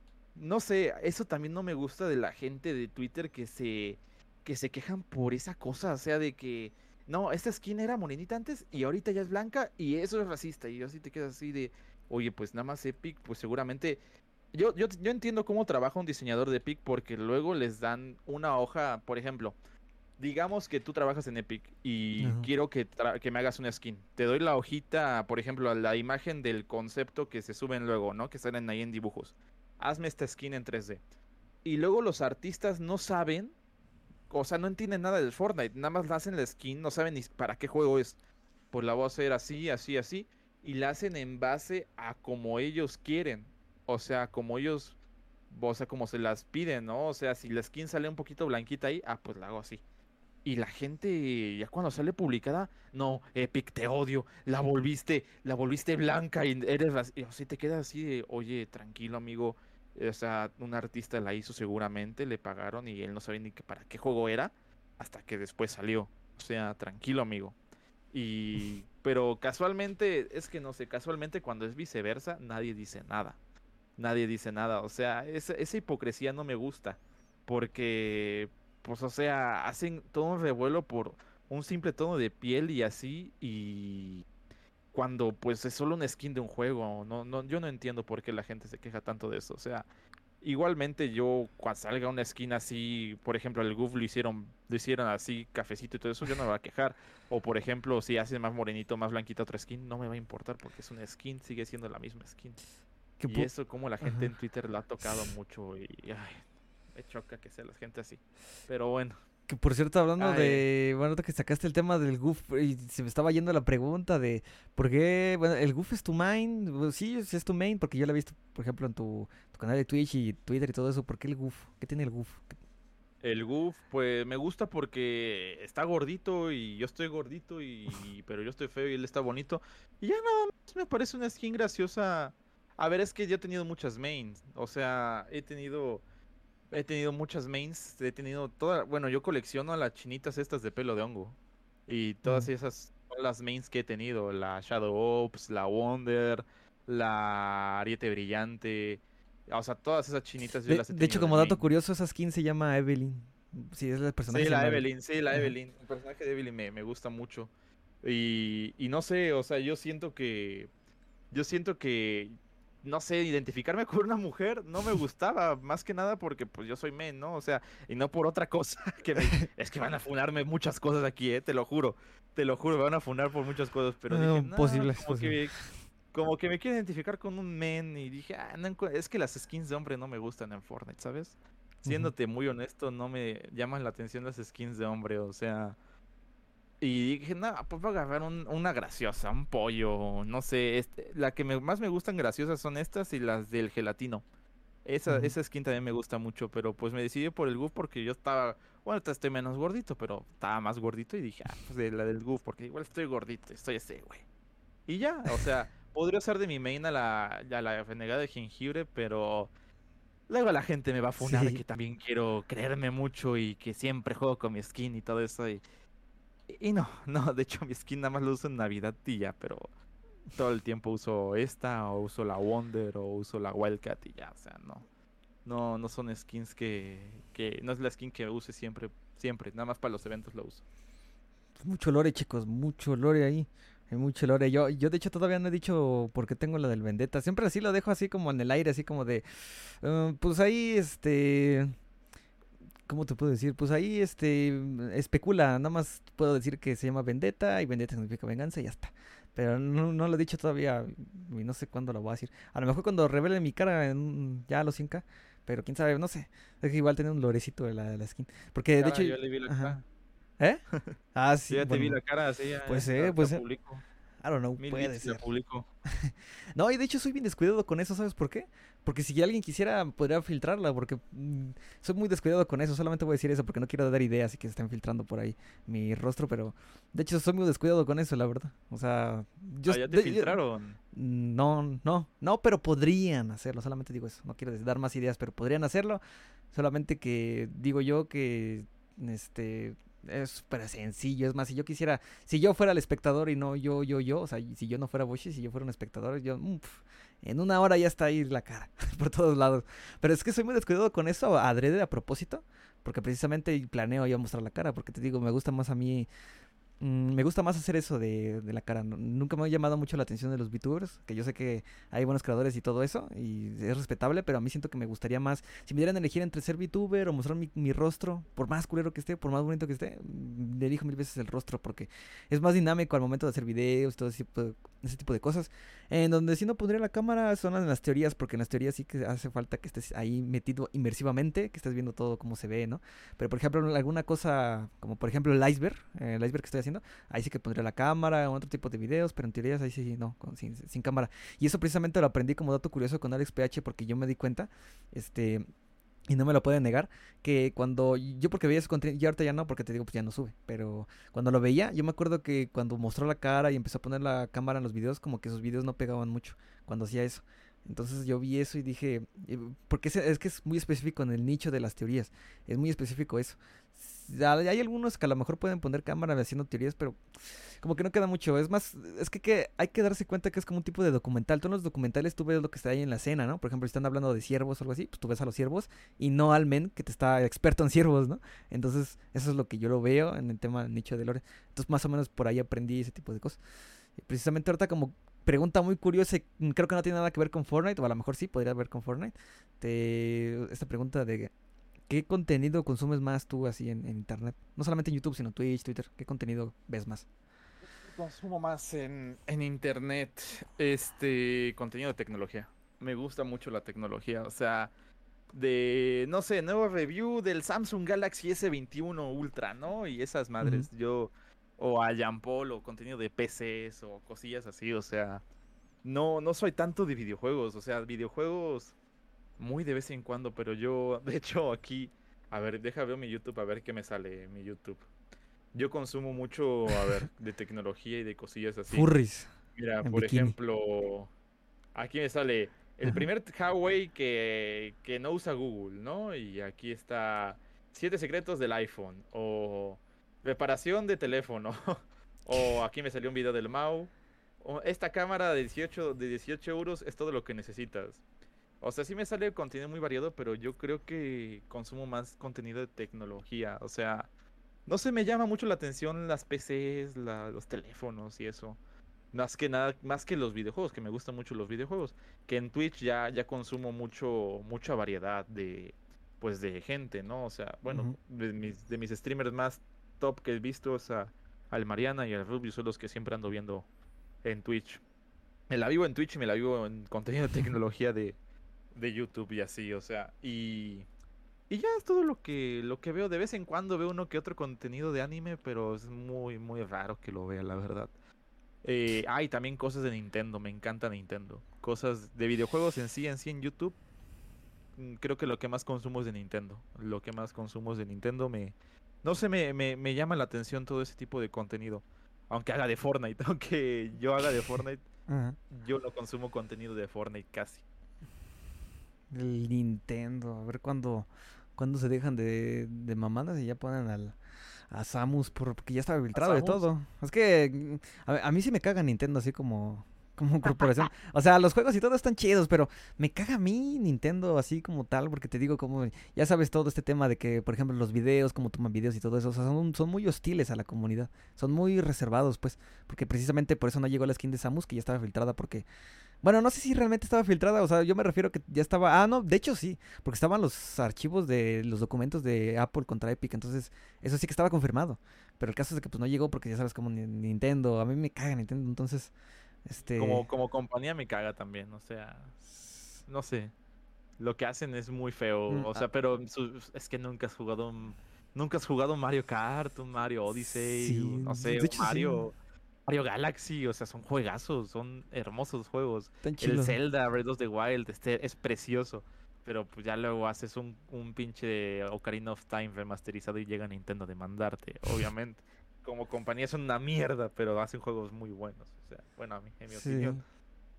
no sé, eso también no me gusta de la gente de Twitter que se, que se quejan por esa cosa. O sea, de que, no, esta skin era morenita antes y ahorita ya es blanca y eso es racista. Y así te quedas así de, oye, pues nada más Epic, pues seguramente yo, yo, yo entiendo cómo trabaja un diseñador de Epic porque luego les dan una hoja, por ejemplo, digamos que tú trabajas en Epic y Ajá. quiero que, tra- que me hagas una skin. Te doy la hojita, por ejemplo, la imagen del concepto que se suben luego, ¿no? Que salen ahí en dibujos. Hazme esta skin en tres D. Y luego los artistas no saben, o sea, no entienden nada del Fortnite, nada más la hacen la skin, no saben ni para qué juego es. Pues la voy a hacer así, así, así, y la hacen en base a como ellos quieren. O sea, como ellos, o sea, como se las piden, ¿no? O sea, si la skin sale un poquito blanquita ahí, ah, pues la hago así. Y la gente, ya cuando sale publicada, no, Epic, te odio, la volviste, la volviste blanca y eres raci-". Y así te quedas así de, oye, tranquilo, amigo. O sea, un artista la hizo seguramente, le pagaron y él no sabía ni que para qué juego era hasta que después salió. O sea, tranquilo, amigo. Y, pero casualmente, es que no sé, casualmente cuando es viceversa, nadie dice nada. Nadie dice nada. O sea, esa, esa hipocresía no me gusta. Porque, pues, o sea, hacen todo un revuelo por un simple tono de piel y así. Y cuando, pues, es solo una skin de un juego. No, no, yo no entiendo por qué la gente se queja tanto de eso. O sea, igualmente yo, cuando salga una skin así, por ejemplo, el Goof lo hicieron, lo hicieron así, cafecito y todo eso, yo no me voy a quejar. O, por ejemplo, si hacen más morenito, más blanquita otra skin, no me va a importar porque es una skin, sigue siendo la misma skin. Que Y pu- eso como la gente Ajá. en Twitter lo ha tocado mucho y ay, me choca que sea la gente así. Pero bueno. Que por cierto, hablando Ay, de, bueno, ahorita que sacaste el tema del goof, y se me estaba yendo la pregunta de por qué, bueno, el goof es tu main, bueno, sí, sí es tu main, porque yo lo he visto, por ejemplo, en tu, tu canal de Twitch y Twitter y todo eso, ¿por qué el goof? ¿Qué tiene el goof? el Goof, pues me gusta porque está gordito y yo estoy gordito y pero yo estoy feo y él está bonito. Y ya nada más me parece una skin graciosa. A ver, es que yo he tenido muchas mains. O sea, he tenido he tenido muchas mains, he tenido toda, bueno, yo colecciono a las chinitas estas de pelo de hongo. Y todas Mm. esas son las mains que he tenido, la Shadow Ops, la Wonder, la Ariete Brillante. O sea, todas esas chinitas yo De, las he de hecho, tenido de como dato main. curioso, esa skin se llama Evelyn. Sí, es el personaje Sí, se la llama Evelyn. Evelyn, sí, la Ajá. Evelyn. El personaje de Evelyn me, me gusta mucho. Y, y no sé, o sea, yo siento que, yo siento que, no sé, identificarme con una mujer no me gustaba, más que nada porque pues yo soy men, ¿no? O sea, y no por otra cosa, que me, es que van a funarme muchas cosas aquí, ¿eh? Te lo juro, te lo juro, me van a funar por muchas cosas, pero dije, Ah, no, posible, es como posible. que, como que me quiero identificar con un men y dije, ah, no encu- es que las skins de hombre no me gustan en Fortnite, ¿sabes? Ujú. Siéndote muy honesto, no me llaman la atención las skins de hombre, o sea, y dije, no, pues voy a agarrar un- una graciosa, un pollo, no sé, este, la que me- más me gustan graciosas son estas y las del gelatino. Esa, Ujú. esa skin también me gusta mucho, pero pues me decidí por el Goof porque yo estaba, bueno, ahorita estoy menos gordito, pero estaba más gordito y dije, ah, pues de la del Goof, porque igual estoy gordito, estoy ese, güey. Y ya, o sea, podría usar de mi main a la, a la renegada de jengibre, pero luego la gente me va a funar Sí. que también quiero creerme mucho y que siempre juego con mi skin y todo eso. Y, y no, no, de hecho mi skin nada más lo uso en Navidad y ya, pero todo el tiempo uso esta, o uso la Wonder, o uso la Wildcat y ya, o sea, no. No, no son skins que, que, no es la skin que use siempre, siempre, nada más para los eventos lo uso. Mucho lore, chicos, mucho lore ahí. Hay mucho lore. Yo, yo de hecho todavía no he dicho por qué tengo la del Vendetta. Siempre así lo dejo así como en el aire, así como de, "Ah, pues ahí, este, ¿cómo te puedo decir? Pues ahí, este, especula. Nada más puedo decir que se llama Vendetta y Vendetta significa venganza y ya está. Pero no, no lo he dicho todavía y no sé cuándo lo voy a decir. A lo mejor cuando revele mi cara en, ya a los cien k. Pero quién sabe, no sé. Es que igual tiene un lorecito de la, de la skin. Porque de hecho, Cara, yo le vi la ajá. cara. ¿Eh? Ah, Yo sí, ya te vi bueno. la cara, así ya, Pues ya, eh, ahorita pues eh. publico. I don't know, Mil puede bits y la ser. publico. No, y de hecho soy bien descuidado con eso, ¿sabes por qué? Porque si alguien quisiera, podría filtrarla, porque mm, soy muy descuidado con eso. Solamente voy a decir eso porque no quiero dar ideas y que se estén filtrando por ahí mi rostro, pero de hecho soy muy descuidado con eso, la verdad. O sea, yo, Ah, ya te de- yo- filtraron. no, no, no, pero podrían hacerlo. Solamente digo eso. No quiero des- dar más ideas, pero podrían hacerlo. Solamente que digo yo que este es súper sencillo. Es más, si yo quisiera, si yo fuera el espectador y no yo, yo, yo, o sea, y si yo no fuera Boshi, si yo fuera un espectador, yo, mm, pf, en una hora ya está ahí la cara, por todos lados. Pero es que soy muy descuidado con eso, adrede, a propósito, porque precisamente planeo yo mostrar la cara, porque te digo, me gusta más a mí. Mm, me gusta más hacer eso de, de la cara. No- nunca me ha llamado mucho la atención de los VTubers, que yo sé que hay buenos creadores y todo eso, y es respetable, pero a mí siento que me gustaría más, si me dieran a elegir entre ser VTuber o mostrar mi, mi rostro, por más culero que esté, por más bonito que esté, mm, le elijo mil veces el rostro porque es más dinámico al momento de hacer videos, todo ese tipo de, ese tipo de cosas. En donde sí no pondría la cámara son en las teorías, porque en las teorías sí que hace falta que estés ahí metido inmersivamente, que estés viendo todo cómo se ve, ¿no? Pero por ejemplo, alguna cosa, como por ejemplo el iceberg, eh, el iceberg que estoy haciendo, ahí sí que pondría la cámara, otro tipo de videos, pero en teorías ahí sí, no, con- sin, sin cámara. Y eso precisamente lo aprendí como dato curioso con Alex P H porque yo me di cuenta, este, y no me lo pueden negar, que cuando yo porque veía su contenido, ya ahorita ya no, porque te digo, pues ya no sube, pero cuando lo veía, yo me acuerdo que cuando mostró la cara y empezó a poner la cámara en los videos, como que sus videos no pegaban mucho cuando hacía eso. Entonces yo vi eso y dije, eh, porque es, es que es muy específico en el nicho de las teorías, es muy específico eso. S- Hay hay algunos que a lo mejor pueden poner cámara haciendo teorías, pero como que no queda mucho. Es más, es que, que hay que darse cuenta que es como un tipo de documental. Tú en los documentales tú ves lo que está ahí en la escena, ¿no? Por ejemplo, si están hablando de ciervos o algo así, pues tú ves a los ciervos y no al men que te está experto en ciervos, ¿no? Entonces, eso es lo que yo lo veo en el tema del nicho de lore. Entonces, más o menos por ahí aprendí ese tipo de cosas. Y precisamente ahorita como pregunta muy curiosa, y mm, creo que no tiene nada que ver con Fortnite, o a lo mejor sí, podría ver con Fortnite. Te, esta pregunta de ¿qué contenido consumes más tú así en, en internet? No solamente en YouTube, sino Twitch, Twitter. ¿Qué contenido ves más? Consumo más en, en internet, este contenido de tecnología. Me gusta mucho la tecnología, o sea, de, no sé, nuevo review del Samsung Galaxy S veintiuno Ultra, ¿no? Y esas madres, Ujú. yo, o a Jean Paul, o contenido de P Cs, o cosillas así, o sea, no, no soy tanto de videojuegos, o sea, videojuegos muy de vez en cuando, pero yo, de hecho, aquí, a ver, deja ver mi YouTube, a ver qué me sale mi YouTube. Yo consumo mucho, a ver, de tecnología y de cosillas así. Furries Mira, en por bikini. ejemplo, aquí me sale el Ajá. primer Huawei que, que no usa Google, ¿no? Y aquí está siete secretos del iPhone o reparación de teléfono. O aquí me salió un video del Mau. O esta cámara de dieciocho, de dieciocho euros es todo lo que necesitas. O sea, sí me sale contenido muy variado, pero yo creo que consumo más contenido de tecnología. O sea, no se me llama mucho la atención las P Cs, la- los teléfonos y eso. Más que nada, más que los videojuegos, que me gustan mucho los videojuegos. Que en Twitch ya, ya consumo mucho, mucha variedad de, pues de gente, ¿no? O sea, bueno, Ujú. de mis, de mis streamers más top que he visto, o sea, al Mariana y al Rubius son los que siempre ando viendo en Twitch. Me la vivo en Twitch y me la vivo en contenido de tecnología de, de YouTube y así, o sea, y, y ya es todo lo que, lo que veo. De vez en cuando veo uno que otro contenido de anime, pero es muy, muy raro que lo vea, la verdad. Eh, ah, y también cosas de Nintendo, me encanta Nintendo. Cosas de videojuegos en sí, en sí en YouTube. mm, Creo que lo que más consumo es de Nintendo. Lo que más consumo es de Nintendo. Me, no sé, me, me, me llama la atención todo ese tipo de contenido. Aunque haga de Fortnite, aunque yo haga de Fortnite, Ajá. yo no consumo contenido de Fortnite casi. El Nintendo. A ver cuándo, cuándo se dejan de, de mamadas y ya ponen al, a Samus por- porque ya estaba filtrado de ¿Pasamos? todo. Es que mm, a, a mí sí me caga Nintendo así como como corporación. O sea, los juegos y todo están chidos, pero me caga a mí Nintendo así como tal, porque te digo como ya sabes todo este tema de que, por ejemplo, los videos, cómo toman videos y todo eso, o sea, son, son muy hostiles a la comunidad. Son muy reservados, pues, porque precisamente por eso no llegó la skin de Samus que ya estaba filtrada porque bueno, no sé si realmente estaba filtrada, o sea, yo me refiero que ya estaba... Ah, no, de hecho sí, porque estaban los archivos de los documentos de Apple contra Epic, entonces eso sí que estaba confirmado. Pero el caso es de que pues no llegó porque ya sabes como Ni- Nintendo, a mí me caga Nintendo, entonces, este... Como, como compañía me caga también, o sea, s- no sé. Lo que hacen es muy feo, mm, o ah, sea, pero su- es que nunca has jugado un, nunca has jugado un Mario Kart, un Mario Odyssey, sí, un- no sé, de un hecho sí, Mario, Mario Galaxy, o sea, son juegazos, son hermosos juegos. tan El chilos. Zelda Breath of the Wild este, es precioso, pero pues ya luego haces un, un pinche Ocarina of Time remasterizado y llega Nintendo a demandarte, obviamente. Como compañía son una mierda, pero hacen juegos muy buenos, o sea, bueno, a mí, en mi opinión. Sí,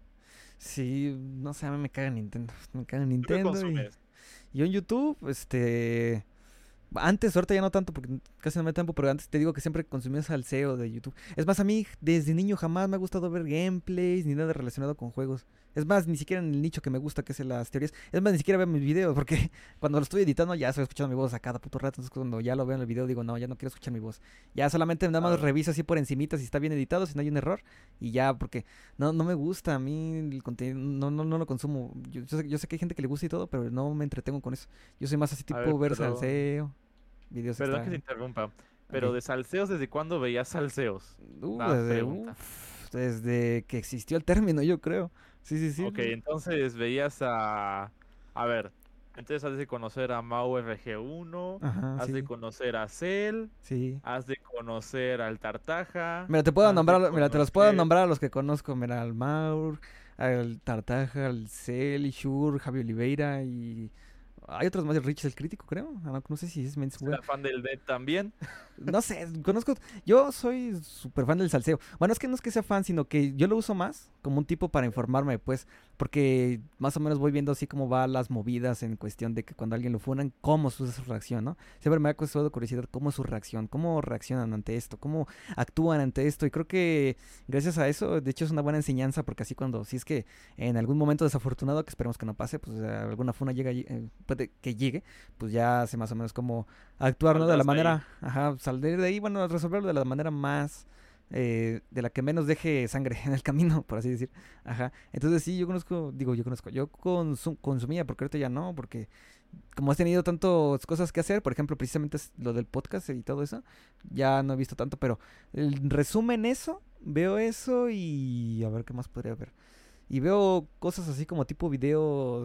sí, no sé, a mí me caga Nintendo, me caga ¿Tú qué Nintendo y... consumes? Yo en YouTube, este... Antes, ahorita ya no tanto porque casi no me da tiempo, pero antes te digo que siempre consumía salseo de YouTube. Es más, a mí desde niño jamás me ha gustado ver gameplays ni nada relacionado con juegos. Es más, ni siquiera en el nicho que me gusta, que es en las teorías. Es más, ni siquiera veo mis videos, porque cuando lo estoy editando ya estoy escuchando mi voz a cada puto rato. Entonces cuando ya lo veo en el video digo, no, ya no quiero escuchar mi voz. Ya solamente nada más Claro. reviso así por encimita si está bien editado, si no hay un error. Y ya, porque no, no me gusta a mí el contenido, no, no, no lo consumo. Yo, yo sé, yo sé que hay gente que le gusta y todo, pero no me entretengo con eso. Yo soy más así A ver, tipo ver perdón. salseo. Videos Perdón que te extra. interrumpa, Ok. pero de salseos, ¿desde cuándo veías salseos? Uh, Una desde, pregunta. uf, desde que existió el término, yo creo. Sí, sí, sí. Ok, entonces veías a... A ver, entonces has de conocer a Mau R G uno, Ajá, has de sí. conocer a Cell, Sí. has de conocer al Tartaja, Mira, te puedo has de nombrar, mira, te los puedo conocer... nombrar a los que conozco. Mira, al Maur, al Tartaja, al Cell, Shur, Javi Oliveira y... Hay otros más, Rich el Crítico, creo. Ah, no, no sé si es Menswear. ¿Será fan del Dead también? No sé, conozco. Yo soy súper fan del salseo. Bueno, es que no es que sea fan, sino que yo lo uso más como un tipo para informarme, pues. Porque más o menos voy viendo así cómo van las movidas en cuestión de que cuando alguien lo funan, cómo es su reacción, ¿no? Siempre me ha causado curiosidad cómo es su reacción, cómo reaccionan ante esto, cómo actúan ante esto. Y creo que gracias a eso, de hecho, es una buena enseñanza, porque así cuando, si es que en algún momento desafortunado, que esperemos que no pase, pues eh, alguna funa llega, eh, puede que llegue, pues ya sé más o menos cómo actuar, ¿no? De la Saldrás de ahí. manera, ajá, salir de ahí, bueno, resolverlo de la manera más, eh, de la que menos deje sangre en el camino, por así decir, ajá. Entonces sí, yo conozco, digo, yo conozco, yo consum- consumía, porque ahorita ya no, porque como has tenido tantas cosas que hacer, por ejemplo, precisamente es lo del podcast y todo eso, ya no he visto tanto, pero en resumen eso, veo eso y a ver qué más podría ver. Y veo cosas así como tipo videos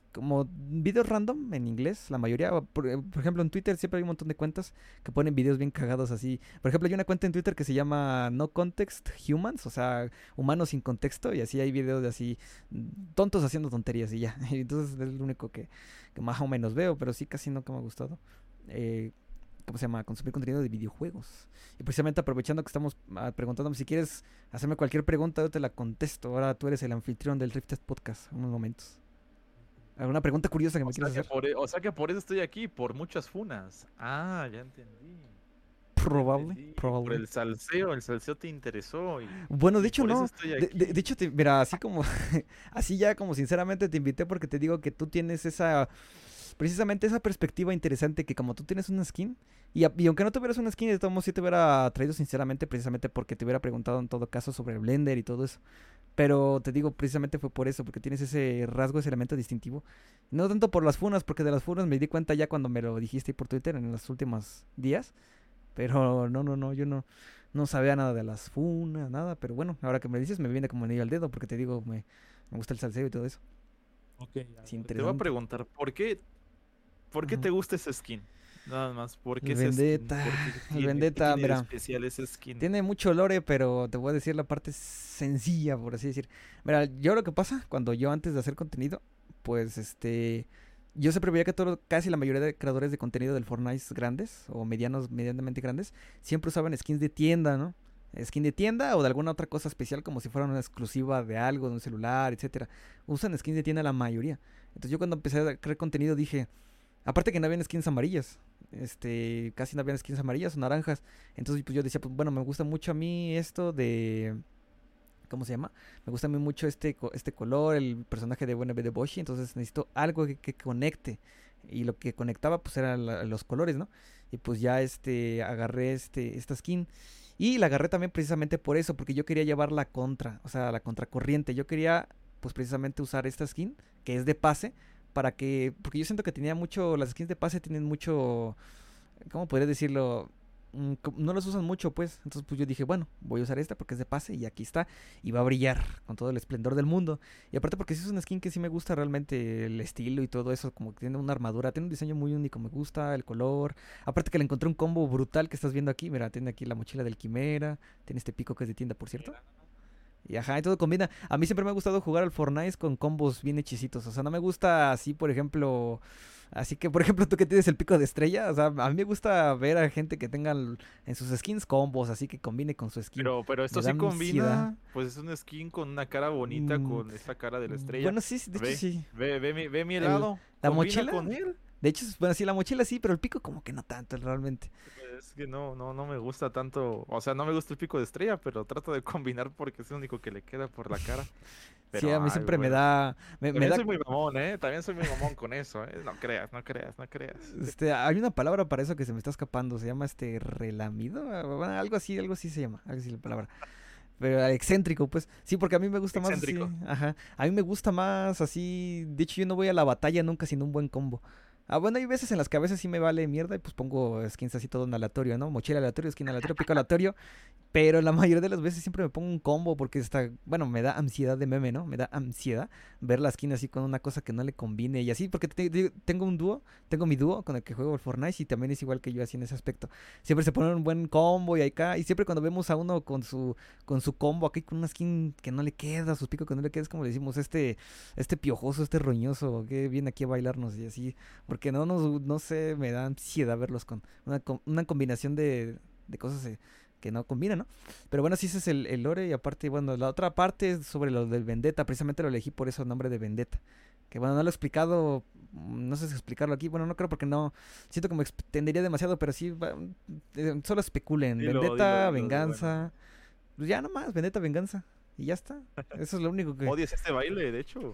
como videos random en inglés, la mayoría. Por, eh, por ejemplo, en Twitter siempre hay un montón de cuentas que ponen videos bien cagados así. Por ejemplo, hay una cuenta en Twitter que se llama No Context Humans, o sea, humanos sin contexto, y así hay videos de así mm, tontos haciendo tonterías y ya. Y entonces es lo único que, que más o menos veo, pero sí casi nunca me ha gustado. Eh, ¿Cómo se llama? Consumir contenido de videojuegos. Y precisamente aprovechando que estamos ah, preguntándome si quieres hacerme cualquier pregunta, yo te la contesto. Ahora tú eres el anfitrión del Rifted Podcast, unos momentos. ¿Alguna pregunta curiosa que O me sea quieras que hacer? por, e- o sea que por eso estoy aquí, por muchas funas. Ah, ya entendí. Ya Probable, entendí. Por probable. el salseo, el salseo te interesó y, Bueno, de y hecho por eso no. estoy De, de- de aquí. hecho, te- mira, así como, así ya como sinceramente te invité porque te digo que tú tienes esa, precisamente esa perspectiva interesante que como tú tienes una skin, y, a- y aunque no tuvieras una skin, de todos modos sí te hubiera traído sinceramente precisamente porque te hubiera preguntado en todo caso sobre Blender y todo eso. Pero te digo, precisamente fue por eso, porque tienes ese rasgo, ese elemento distintivo. No tanto por las funas, porque de las funas me di cuenta ya cuando me lo dijiste ahí por Twitter en los últimos días. Pero no, no, no, yo no, no sabía nada de las funas, nada. Pero bueno, ahora que me dices, me viene como anillo al dedo, porque te digo, me, me gusta el salseo y todo eso. Ok, a Es ver, te voy a interesante. preguntar, ¿por qué, por qué Ujú. te gusta ese skin? Nada más, ¿por qué El ese skin? Vendetta, ¿Por qué, qué el tiene, qué Vendetta, tiene de mira, especial ese skin? tiene mucho lore, pero te voy a decir la parte sencilla, por así decir. Mira, yo lo que pasa, cuando yo antes de hacer contenido, pues este, yo siempre veía que todo, casi la mayoría de creadores de contenido del Fortnite grandes, o medianos, medianamente grandes, siempre usaban skins de tienda, ¿no? Skin de tienda o de alguna otra cosa especial, como si fuera una exclusiva de algo, de un celular, etcétera. Usan skins de tienda la mayoría. Entonces yo cuando empecé a crear contenido dije, aparte que no habían skins amarillas, este, casi no habían skins amarillas o naranjas. Entonces pues yo decía, pues bueno, me gusta mucho a mí esto de, ¿cómo se llama? Me gusta a mí mucho este, co- este color, el personaje de Buena de Boshi, entonces necesito algo que, que conecte. Y lo que conectaba pues eran la- los colores, ¿no? Y pues ya este, agarré este, esta skin. Y la agarré también precisamente por eso, porque yo quería llevar la contra, o sea, la contracorriente. Yo quería pues precisamente usar esta skin, que es de pase, para que, porque yo siento que tenía mucho, las skins de pase tienen mucho, ¿cómo podría decirlo? Mm, co- No las usan mucho, pues. Entonces, pues yo dije, bueno, voy a usar esta porque es de pase y aquí está. Y va a brillar con todo el esplendor del mundo. Y aparte porque sí es una skin que sí me gusta realmente el estilo y todo eso. Como que tiene una armadura, tiene un diseño muy único, me gusta el color. Aparte que le encontré un combo brutal que estás viendo aquí. Mira, tiene aquí la mochila del Quimera. Tiene este pico que es de tienda, por cierto. Y ajá, y todo combina. A mí siempre me ha gustado jugar al Fortnite con combos bien hechicitos. O sea, no me gusta así, por ejemplo. Así que, por ejemplo, tú que tienes el pico de estrella. O sea, a mí me gusta ver a gente que tenga el- en sus skins combos, así que combine con su skin. Pero, pero Me esto da sí ansiedad. combina, pues es una skin con una cara bonita, Mm, con esta cara de la estrella. bueno, sí, sí, de hecho Ve, sí. ve, ve mi, ve mi El, helado, la combina mochila, con él. de hecho, bueno, sí, la mochila sí, pero el pico como que no tanto, realmente. Es que no, no, no me gusta tanto, o sea, no me gusta el pico de estrella, pero trato de combinar porque es el único que le queda por la cara. Sí, Pero, a mí ay, siempre me bueno. da, me, me También da soy muy mamón, ¿eh? También soy muy mamón con eso, ¿eh? No creas, no creas, no creas. Este, hay una palabra para eso que se me está escapando, se llama este relamido, ah, bueno, algo así, algo así se llama, algo así la palabra. Pero ah, excéntrico, pues. Sí, porque a mí me gusta más así, Excéntrico. ajá. A mí me gusta más así, de hecho yo no voy a la batalla nunca sin un buen combo. Ah, bueno, hay veces en las que a veces sí me vale mierda y pues pongo skins así todo en aleatorio, ¿no? Mochila aleatorio, skin aleatorio, pico aleatorio. Pero la mayoría de las veces siempre me pongo un combo porque está, bueno, me da ansiedad de meme, ¿no? Me da ansiedad ver la skin así con una cosa que no le combine y así, porque te- te- tengo un dúo, tengo mi dúo con el que juego el Fortnite y también es igual que yo así en ese aspecto. Siempre se pone un buen combo y acá, y siempre cuando vemos a uno con su, con su combo aquí con una skin que no le queda, sus picos que no le queda, es como le decimos, este, este piojoso, este roñoso que viene aquí a bailarnos y así, porque no, no, no sé, me da ansiedad verlos con una, com- una combinación de, de cosas. eh, que no combina, ¿no? Pero bueno, sí, ese es el, el lore. Y aparte, bueno, la otra parte es sobre lo del Vendetta. Precisamente lo elegí por eso el nombre de Vendetta. Que bueno, no lo he explicado. mm, No sé si explicarlo aquí. Bueno, no creo porque no. Siento que me extendería demasiado, pero sí. va- eh, solo especulen. Dilo, dilo, Vendetta, dilo, de bueno. venganza. Pues ya nomás, Vendetta, venganza. Y ya está. Eso es lo único que. Odias este baile, de hecho.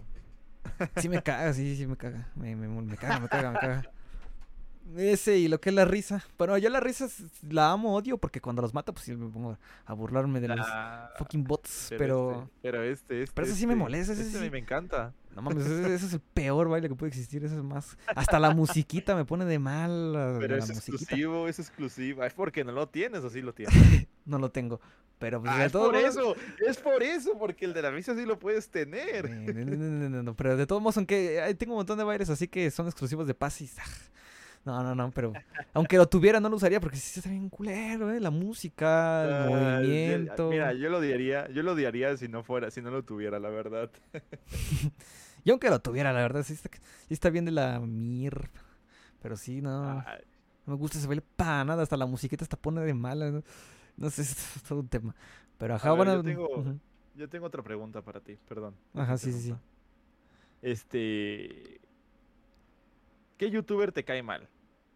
Sí me caga, sí, sí me caga. Me, me, me caga, me caga, me caga. Ese y lo que es la risa. Bueno, yo la risa s- la amo, odio, porque cuando los mata, pues sí me pongo a burlarme de los Ah, fucking bots. pero este, Pero. pero este, Pero este, eso sí me este, molesta, ese este a mí sí. me encanta. No mames, ese, ese es el peor baile que puede existir. Eso es más. Hasta la musiquita me pone de mal. La, Pero la es musiquita. exclusivo, es exclusivo. Es porque no lo tienes o sí lo tienes. No lo tengo. Pero pues Ah, de es todos por modos. eso, es por eso, porque el de la misa sí lo puedes Eh, tener. no, no, no, no, no, no, pero de todos modos, aunque ay, tengo un montón de bailes así que son exclusivos de paz y. ah, No, no, no, pero aunque lo tuviera no lo usaría porque sí está bien culero, ¿eh? La música, el Ah, yo- mira, movimiento. yo lo odiaría, yo lo odiaría si no fuera, si no lo tuviera, la verdad. Y aunque lo tuviera, la verdad, sí está, sí está bien de la mir. Pero sí, no, no Ah, me gusta ese baile para nada. Hasta la musiquita hasta pone de mala. No, no sé, es todo un tema. Pero a ajá, ver, bueno. yo tengo, Ujú. yo tengo otra pregunta para ti, perdón, que te Ajá, sí, sí, sí. interrumpa. Este, ¿qué youtuber te cae mal?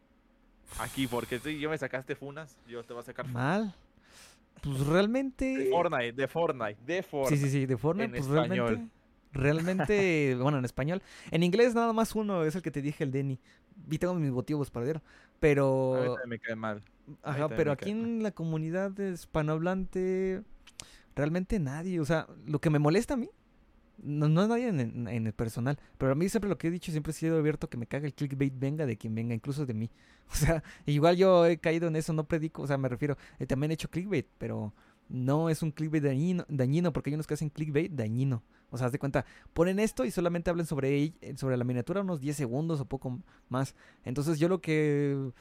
Aquí, porque si yo me sacaste funas, yo te voy a sacar funas. Mal. Pues De realmente. Fortnite, de Fortnite, de Sí, sí, Fortnite. sí, de Fortnite, En pues español. realmente. Realmente, bueno, en español. En inglés nada más uno, es el que te dije, el Denny. Y tengo mis motivos para ver. A mí Pero, también me cae mal. A mí ajá, también pero me aquí cae mal. en la comunidad hispanohablante, realmente nadie. O sea, lo que me molesta a mí, no, no es nadie en, en- en el personal. Pero a mí siempre lo que he dicho, siempre he sido abierto que me caga el clickbait, venga de quien venga, incluso de mí. O sea, igual yo he caído en eso, no predico, o sea, me refiero, eh, también he hecho clickbait, pero no es un clickbait dañino, dañino, porque hay unos que hacen clickbait dañino. O sea, haz de cuenta, ponen esto y solamente hablan sobre, ell- eh, sobre la miniatura unos diez segundos o poco más. Entonces yo lo que...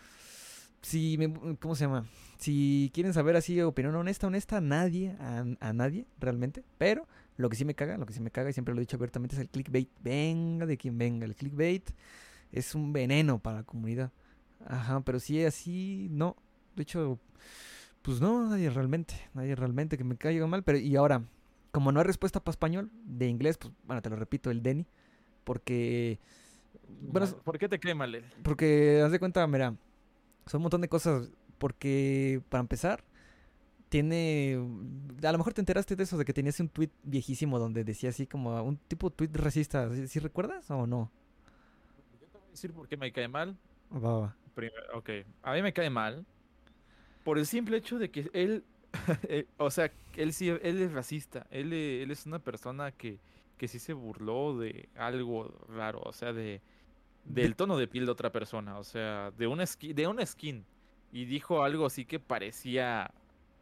Si me, ¿cómo se llama? Si quieren saber así, opinión honesta, honesta, nadie, a, a nadie, realmente. Pero lo que sí me caga, lo que sí me caga, y siempre lo he dicho abiertamente, es el clickbait. Venga de quien venga. El clickbait es un veneno para la comunidad. Ajá, pero sí, así, no. De hecho, pues no, nadie realmente, nadie realmente que me caiga mal. Pero y ahora, como no hay respuesta para español, de inglés, pues bueno, te lo repito, el Denny. Porque, bueno, Ajá. ¿Por qué te cae mal él? porque haz de cuenta, mira, son un montón de cosas. Porque, para empezar, tiene. A lo mejor te enteraste de eso, de que tenías un tweet viejísimo donde decía así como un tipo de tweet racista. ¿Sí, sí recuerdas o no? Yo te voy a decir por qué me cae mal. Va, va. Primero, ok, a mí me cae mal por el simple hecho de que él, eh, o sea, él sí, él es racista. Él, eh, él es una persona que, que sí se burló de algo raro, o sea, de, De- del tono de piel de otra persona, o sea, de una skin, de una skin. Y dijo algo así que parecía,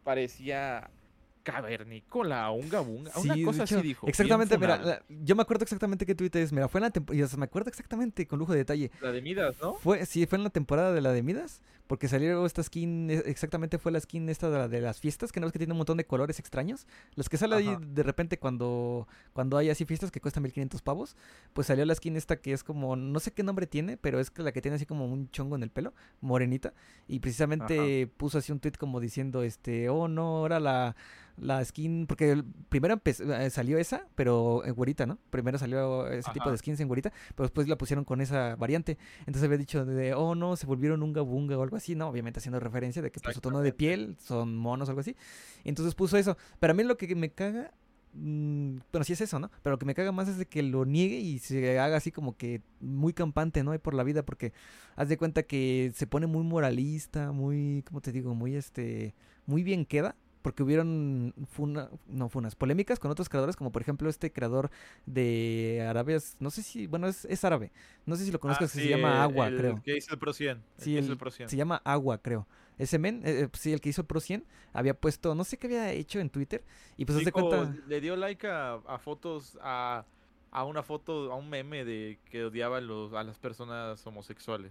parecía cavernícola, unga bunga, una Sí, de cosa así hecho, dijo, bien exactamente, mira, funable. la- yo me acuerdo exactamente qué tweet es. Mira, fue en la temporada. Me acuerdo exactamente con lujo de detalle. La de Midas, ¿no? Fue, sí, fue en la temporada de la de Midas, porque salió esta skin, e- exactamente fue la skin esta de, la- de las fiestas, que no es que tiene un montón de colores extraños, los que sale ahí Ajá, de repente cuando, cuando hay así fiestas que cuestan mil quinientos pavos, pues salió la skin esta que es como, no sé qué nombre tiene, pero es que la que tiene así como un chongo en el pelo, morenita, y ajá, precisamente puso así un tweet como diciendo, este, oh no, ahora la... La skin, porque el- primero empezó- eh, salió esa, pero en güerita, ¿no? Primero salió ese tipo de ajá. skins en güerita, pero después la pusieron con esa variante. Entonces había dicho de, oh no, se volvieron un gabunga o algo así, ¿no? Obviamente haciendo referencia de que por su tono de Exactamente. piel son monos o algo así. Entonces puso eso. Pero a mí lo que me caga, mm, bueno, sí es eso, ¿no? Pero lo que me caga más es de que lo niegue y se haga así como que muy campante, ¿no? Ahí por la vida, porque haz de cuenta que se pone muy moralista, muy, ¿cómo te digo? Muy, este, muy bien queda. Porque hubieron funa, no funas, polémicas con otros creadores, como por ejemplo este creador de Arabias, no sé si, bueno, es, es árabe, no sé si lo Ah, conozcas, que se sí, llama eh, Agua, el creo. que hizo el Pro cien, el Sí, que hizo el el, Pro cien. se llama Agua, creo. Ese men, eh, eh, sí, el que hizo el Pro cien, había puesto, no sé qué había hecho en Twitter, y pues haz de Dijo, cuenta, le dio like a, a fotos, a, a una foto, a un meme de que odiaba a, los, a las personas homosexuales.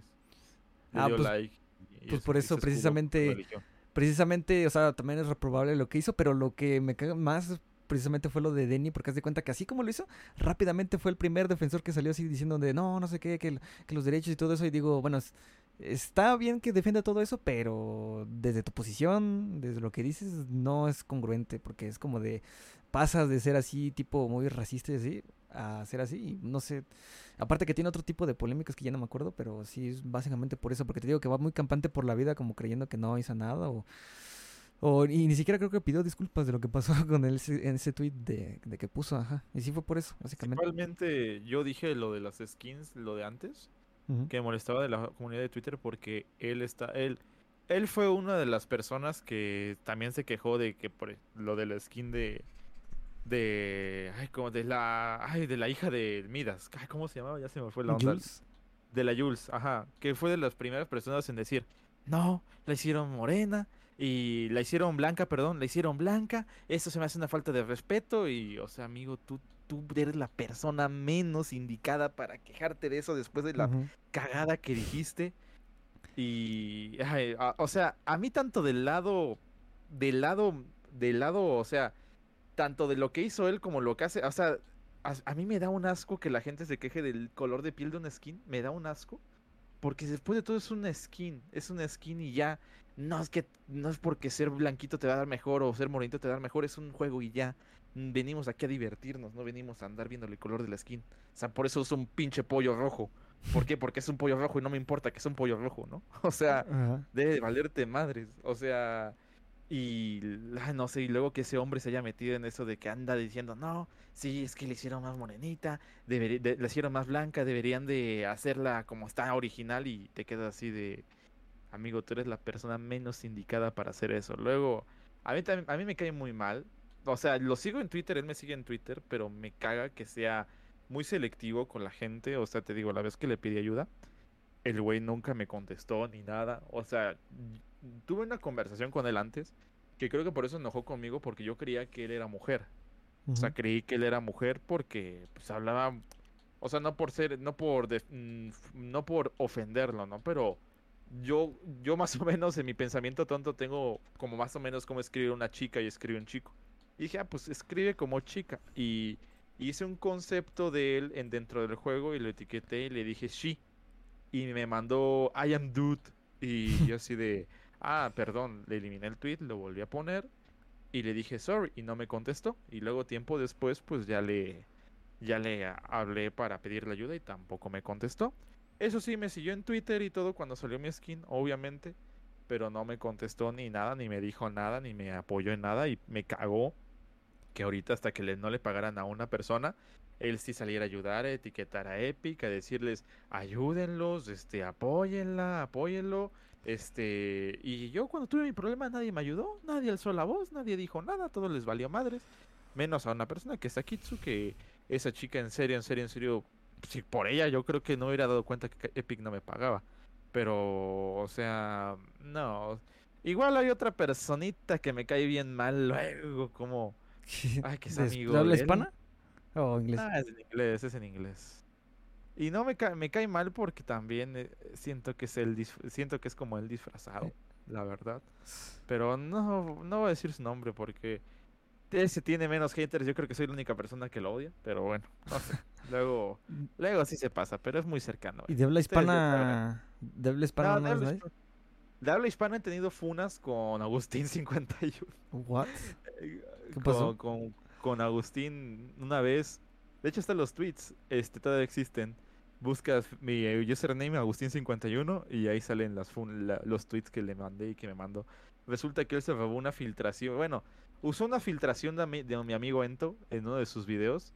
Le ah, dio pues, like y, pues es- por y se eso escudó con su precisamente, religión. precisamente, o sea, también es reprobable lo que hizo, pero lo que me caga más precisamente fue lo de Denny, porque haz de cuenta que así como lo hizo, rápidamente fue el primer defensor que salió así diciendo de no, no sé qué, que, el- que los derechos y todo eso, y digo, bueno, es- está bien que defienda todo eso, pero desde tu posición, desde lo que dices, no es congruente, porque es como de, pasas de ser así, tipo muy racista y así, a ser así, y no sé, aparte que tiene otro tipo de polémicas que ya no me acuerdo, pero sí es básicamente por eso, porque te digo que va muy campante por la vida como creyendo que no hizo nada o o, y ni siquiera creo que pidió disculpas de lo que pasó con él ese- en ese tweet de, de que puso, ajá. Y sí fue por eso, básicamente. Principalmente yo dije lo de las skins, lo de antes, Ujú. que me molestaba de la comunidad de Twitter porque él está, él, él fue una de las personas que también se quejó de que por lo de la skin de de, ay, como de la, ay, de la hija de Midas. Ay, ¿cómo se llamaba? Ya se me fue la onda. Jules. De la Jules, ajá, que fue de las primeras personas en decir, no, la hicieron morena y la hicieron blanca, perdón, la hicieron blanca, eso se me hace una falta de respeto y, o sea, amigo, tú, tú eres la persona menos indicada para quejarte de eso después de la Ujú. cagada que dijiste y, ay, a- o sea, a mí tanto del lado, del lado, del lado, o sea, tanto de lo que hizo él como lo que hace, o sea, a, a mí me da un asco que la gente se queje del color de piel de una skin, me da un asco. Porque después de todo es una skin, es una skin y ya. No es que no es porque ser blanquito te va a dar mejor o ser morenito te va a dar mejor, es un juego y ya. Mm, Venimos aquí a divertirnos, no venimos a andar viendo el color de la skin. O sea, por eso es un pinche pollo rojo. ¿Por qué? Porque es un pollo rojo y no me importa que es un pollo rojo, ¿no? O sea, Ajá. debe de valerte madres. O sea, y ah, no sé, y luego que ese hombre se haya metido en eso de que anda diciendo, no, sí, es que le hicieron más morenita, deberí- de- la hicieron más blanca, deberían de hacerla como está original y te quedas así de, amigo, tú eres la persona menos indicada para hacer eso. Luego, a mí, también- a mí me cae muy mal, o sea, lo sigo en Twitter, él me sigue en Twitter, pero me caga que sea muy selectivo con la gente, o sea, te digo, la vez que le pedí ayuda, el güey nunca me contestó ni nada, o sea, y- tuve una conversación con él antes, que creo que por eso enojó conmigo, porque yo creía que él era mujer. O sea, Ujú. creí que él era mujer porque pues hablaba, o sea, no por ser, no por, def- mm, f- no por ofenderlo, ¿no? Pero yo, yo más o menos en mi pensamiento tonto tengo como más o menos cómo escribir una chica y escribe un chico. Y dije, ah, pues escribe como chica. Y hice un concepto de él en dentro del juego y lo etiqueté y le dije she. Y me mandó I am dude. Y yo así de, ah, perdón, le eliminé el tweet, lo volví a poner y le dije sorry y no me contestó. Y luego tiempo después pues ya le ya le a- hablé para pedirle ayuda y tampoco me contestó. Eso sí, me siguió en Twitter y todo cuando salió mi skin, obviamente, pero no me contestó ni nada, ni me dijo nada, ni me apoyó en nada y me cagó que ahorita hasta que le, no le pagaran a una persona, él sí saliera a ayudar, a etiquetar a Epic, a decirles, ayúdenlos, este, apóyenla, apóyenlo, este, y yo cuando tuve mi problema nadie me ayudó, nadie alzó la voz, nadie dijo nada, todo les valió madres, menos a una persona que es Akitsu, que esa chica en serio, en serio, en serio, si por ella yo creo que no hubiera dado cuenta que Epic no me pagaba, pero, o sea, no, igual hay otra personita que me cae bien mal luego, como... Ay, que es ¿De, amigo de habla de él. hispana o inglés? Ah, es en inglés, es en inglés. Y no me cae, me cae mal porque también eh, siento que es el disf- siento que es como el disfrazado, la verdad. Pero no, no voy a decir su nombre porque ese tiene menos haters. Yo creo que soy la única persona que lo odia, pero bueno, no sé. Luego, luego sí se pasa, pero es muy cercano a ¿Y él. de habla Ustedes ya sabrán. hispana? ¿De habla hispana No, de no es habla nadie? hispana, de habla hispana he tenido funas con Agustín cincuenta y uno. ¿What? Eh, ¿Qué pasó? con, con, con Agustín una vez. De hecho, están los tweets. Este, todavía existen. Buscas mi eh, username Agustín cincuenta y uno y ahí salen las fun- la- los tweets que le mandé y que me mandó. Resulta que él se robó una filtración. Bueno, usó una filtración de, mi de mi amigo Ento en uno de sus videos.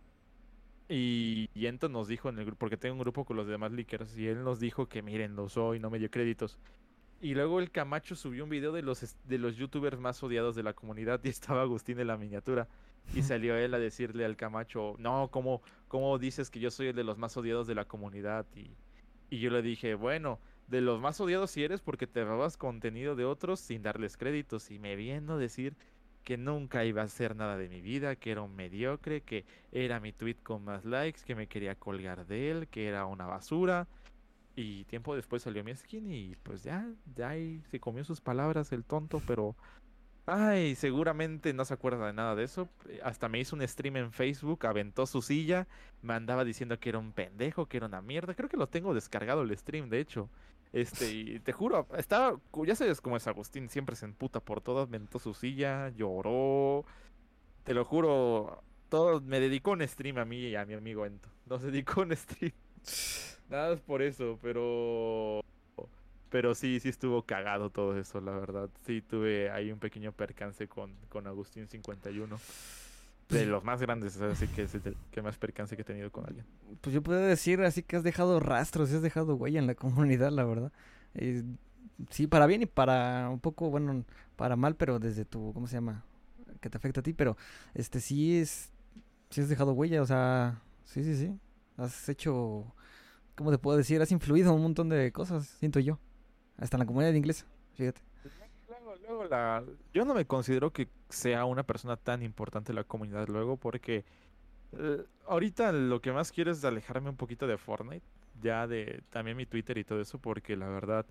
Y, y Ento nos dijo en el grupo, porque tengo un grupo con los demás leakers, y él nos dijo que miren, lo usó y no me dio créditos. Y luego el Camacho subió un video de los, es- de los youtubers más odiados de la comunidad y estaba Agustín en la miniatura. Y salió él a decirle al Camacho, no, ¿cómo, cómo dices que yo soy el de los más odiados de la comunidad? Y, y yo le dije, bueno, de los más odiados si eres porque te robas contenido de otros sin darles créditos. Y me viendo decir que nunca iba a hacer nada de mi vida, que era un mediocre, que era mi tweet con más likes, que me quería colgar de él, que era una basura. Y tiempo después salió mi skin y pues ya, ya ahí se comió sus palabras el tonto, pero ay, seguramente no se acuerda de nada de eso. eh, Hasta me hizo un stream en Facebook, aventó su silla, me andaba diciendo que era un pendejo, que era una mierda. Creo que lo tengo descargado el stream, de hecho. Este, y te juro, estaba, ya sabes cómo es Agustín, siempre se emputa por todas, aventó su silla, lloró, te lo juro, todo, me dedicó un stream a mí y a mi amigo Ento. Nos dedicó un stream. Nada es por eso, pero... Pero sí, sí estuvo cagado todo eso, la verdad. Sí tuve ahí un pequeño percance con, con Agustín cincuenta y uno. De Pues, los más grandes, así que es el que más percance que he tenido con alguien. pues yo puedo decir así que has dejado rastros, y has dejado huella en la comunidad, la verdad. Eh, sí, para bien y para un poco, bueno, para mal, pero desde tu, ¿cómo se llama? Que te afecta a ti, pero este sí es. sí has dejado huella, o sea, sí, sí, sí. Has hecho, ¿cómo te puedo decir? Has influido en un montón de cosas, siento yo. Hasta en la comunidad inglesa, fíjate. Luego, luego la... Yo no me considero que sea una persona tan importante en la comunidad luego porque eh, ahorita lo que más quiero es alejarme un poquito de Fortnite, ya de también mi Twitter y todo eso, porque la verdad,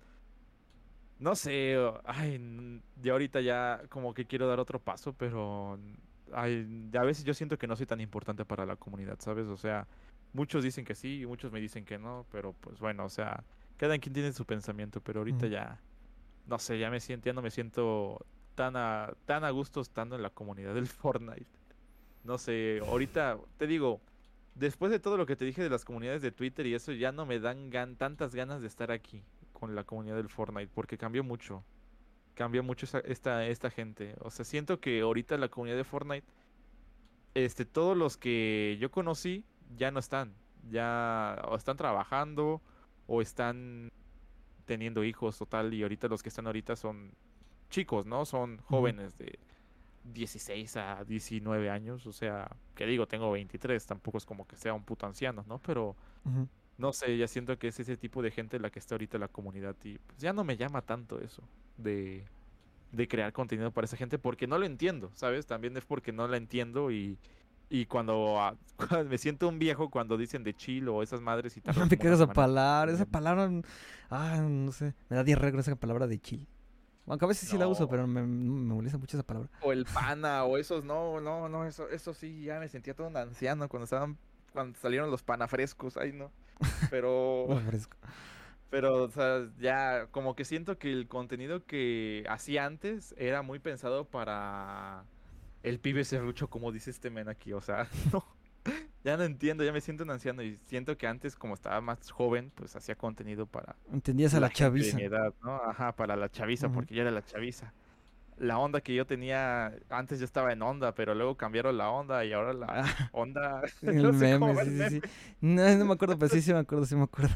no sé, o- ay, n- ya ahorita ya como que quiero dar otro paso, pero ay, a veces yo siento que no soy tan importante para la comunidad, ¿sabes? O sea, muchos dicen que sí y muchos me dicen que no, pero pues bueno, o sea, cada quien tiene su pensamiento, pero ahorita Ujú. ya no sé, ya me siento, ya no me siento tan a, tan a gusto estando en la comunidad del Fortnite. No sé, ahorita te digo, después de todo lo que te dije de las comunidades de Twitter y eso, ya no me dan gan- tantas ganas de estar aquí con la comunidad del Fortnite, porque cambió mucho, cambió mucho esa- esta, esta gente. O sea, siento que ahorita la comunidad de Fortnite, este, todos los que yo conocí ya no están, ya o están trabajando o están teniendo hijos o tal, y ahorita los que están ahorita son chicos, ¿no? Son Ujú. jóvenes de dieciséis a diecinueve años, o sea, que digo, tengo veintitrés, tampoco es como que sea un puto anciano, ¿no? Pero Ujú. no sé, ya siento que es ese tipo de gente la que está ahorita en la comunidad y pues ya no me llama tanto eso de, de crear contenido para esa gente porque no lo entiendo, ¿sabes? También es porque no la entiendo y, y cuando, ah, cuando me siento un viejo cuando dicen de chill o esas madres y tardan Me como caga una esa semana. palabra, esa palabra, ah, no sé, me da diarrea con esa palabra de chill. Aunque a veces sí la uso, No. pero me, me molesta mucho esa palabra. O el pana, o esos, no, no, no, eso, eso sí, ya me sentía todo un anciano cuando estaban, cuando salieron los panafrescos, ay no. Pero, No, fresco. pero, o sea, ya como que siento que el contenido que hacía antes era muy pensado para el pibe serrucho, como dice este men aquí, o sea, no, ya no entiendo, ya me siento un anciano y siento que antes, como estaba más joven, pues hacía contenido para Entendías a la la gente de mi chaviza. edad, ¿no? Ajá, para la chaviza, Ujú. porque yo era la chaviza. La onda que yo tenía, antes yo estaba en onda, pero luego cambiaron la onda y ahora la Ah, onda, el no sé cómo meme, va sí, el sí, meme. sí. No, no me acuerdo, pero sí, sí me acuerdo, sí me acuerdo.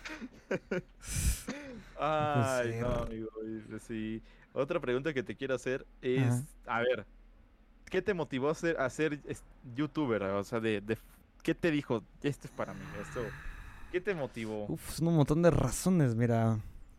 No puede Ay, no, ser. amigo, y- sí. Otra pregunta que te quiero hacer Ajá. es, a ver, ¿qué te motivó a ser, a ser es- youtuber? O sea, de, de, ¿qué te dijo? Esto es para mí, esto, ¿qué te motivó? Uf, son un montón de razones, mira.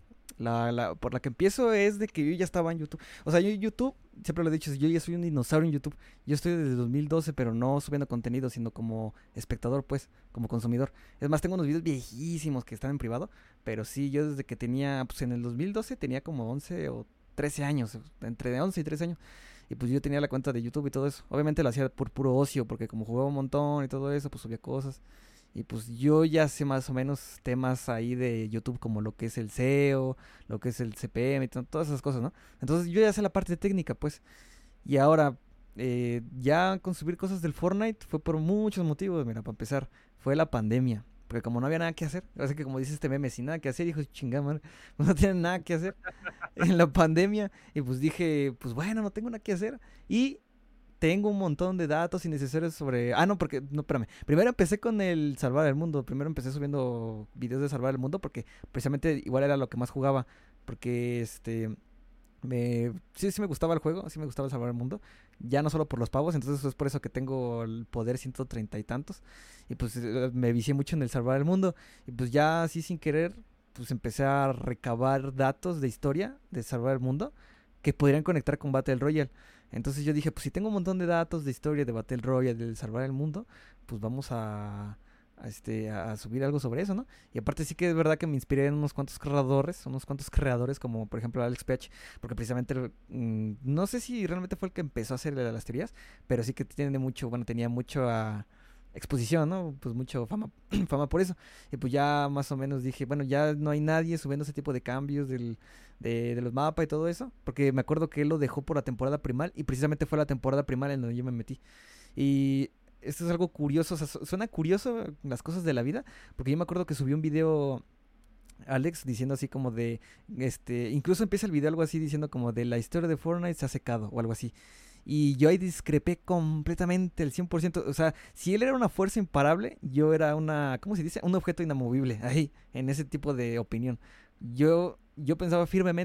La, la, por la que empiezo es de que yo ya estaba en YouTube. O sea, yo en YouTube, siempre lo he dicho, yo ya soy un dinosaurio en YouTube. Yo estoy desde dos mil doce, pero no subiendo contenido, sino como espectador, pues, como consumidor. Es más, tengo unos videos viejísimos que están en privado, pero sí, yo desde que tenía, pues en el dos mil doce tenía como once o trece años, entre once y trece años. Y pues yo tenía la cuenta de YouTube y todo eso. Obviamente lo hacía por puro ocio, porque como jugaba un montón y todo eso, pues subía cosas. Y pues yo ya sé más o menos temas ahí de YouTube como lo que es el S E O, lo que es el C P M y to- todas esas cosas, ¿no? Entonces yo ya sé la parte técnica, pues. Y ahora, eh, ya con subir cosas del Fortnite fue por muchos motivos. Mira, para empezar, fue la pandemia. Porque como no había nada que hacer, así que como dice este meme, sin nada que hacer, dijo, chingada madre, pues no tienen nada que hacer en la pandemia. Y pues dije, pues bueno, no tengo nada que hacer. Y tengo un montón de datos innecesarios sobre... Ah, no, porque... No, espérame. Primero empecé con el Salvar el Mundo. Primero empecé subiendo videos de Salvar el Mundo porque precisamente igual era lo que más jugaba. Porque este... Me, sí, sí me gustaba el juego, sí me gustaba el Salvar el Mundo. Ya no solo por los pavos, entonces es por eso que tengo el poder ciento treinta y tantos. Y pues eh, me vicié mucho en el Salvar el Mundo. Y pues ya así sin querer, pues empecé a recabar datos de historia de Salvar el Mundo que podrían conectar con Battle Royale. Entonces yo dije, pues si tengo un montón de datos de historia de Battle Royale, del Salvar el Mundo, pues vamos a, a este, a subir algo sobre eso, ¿no? Y aparte sí que es verdad que me inspiré en unos cuantos creadores, unos cuantos creadores como por ejemplo Alex Pech, porque precisamente mm, no sé si realmente fue el que empezó a hacer las teorías, pero sí que tiene mucho, bueno, tenía mucho a exposición, ¿no? Pues mucho fama, fama por eso. Y pues ya más o menos dije, bueno, ya no hay nadie subiendo ese tipo de cambios del, de, de los mapas y todo eso, porque me acuerdo que él lo dejó por la temporada primal y precisamente fue la temporada primal en donde yo me metí. Y esto es algo curioso, o sea, su- suena curioso las cosas de la vida, porque yo me acuerdo que subí un video Alex diciendo así como de, este, incluso empieza el video algo así diciendo como de la historia de Fortnite se ha secado o algo así. Y yo ahí discrepé completamente el cien por ciento. O sea, si él era una fuerza imparable, yo era una, ¿cómo se dice? Un objeto inamovible ahí, en ese tipo de opinión. Yo, yo pensaba firmemente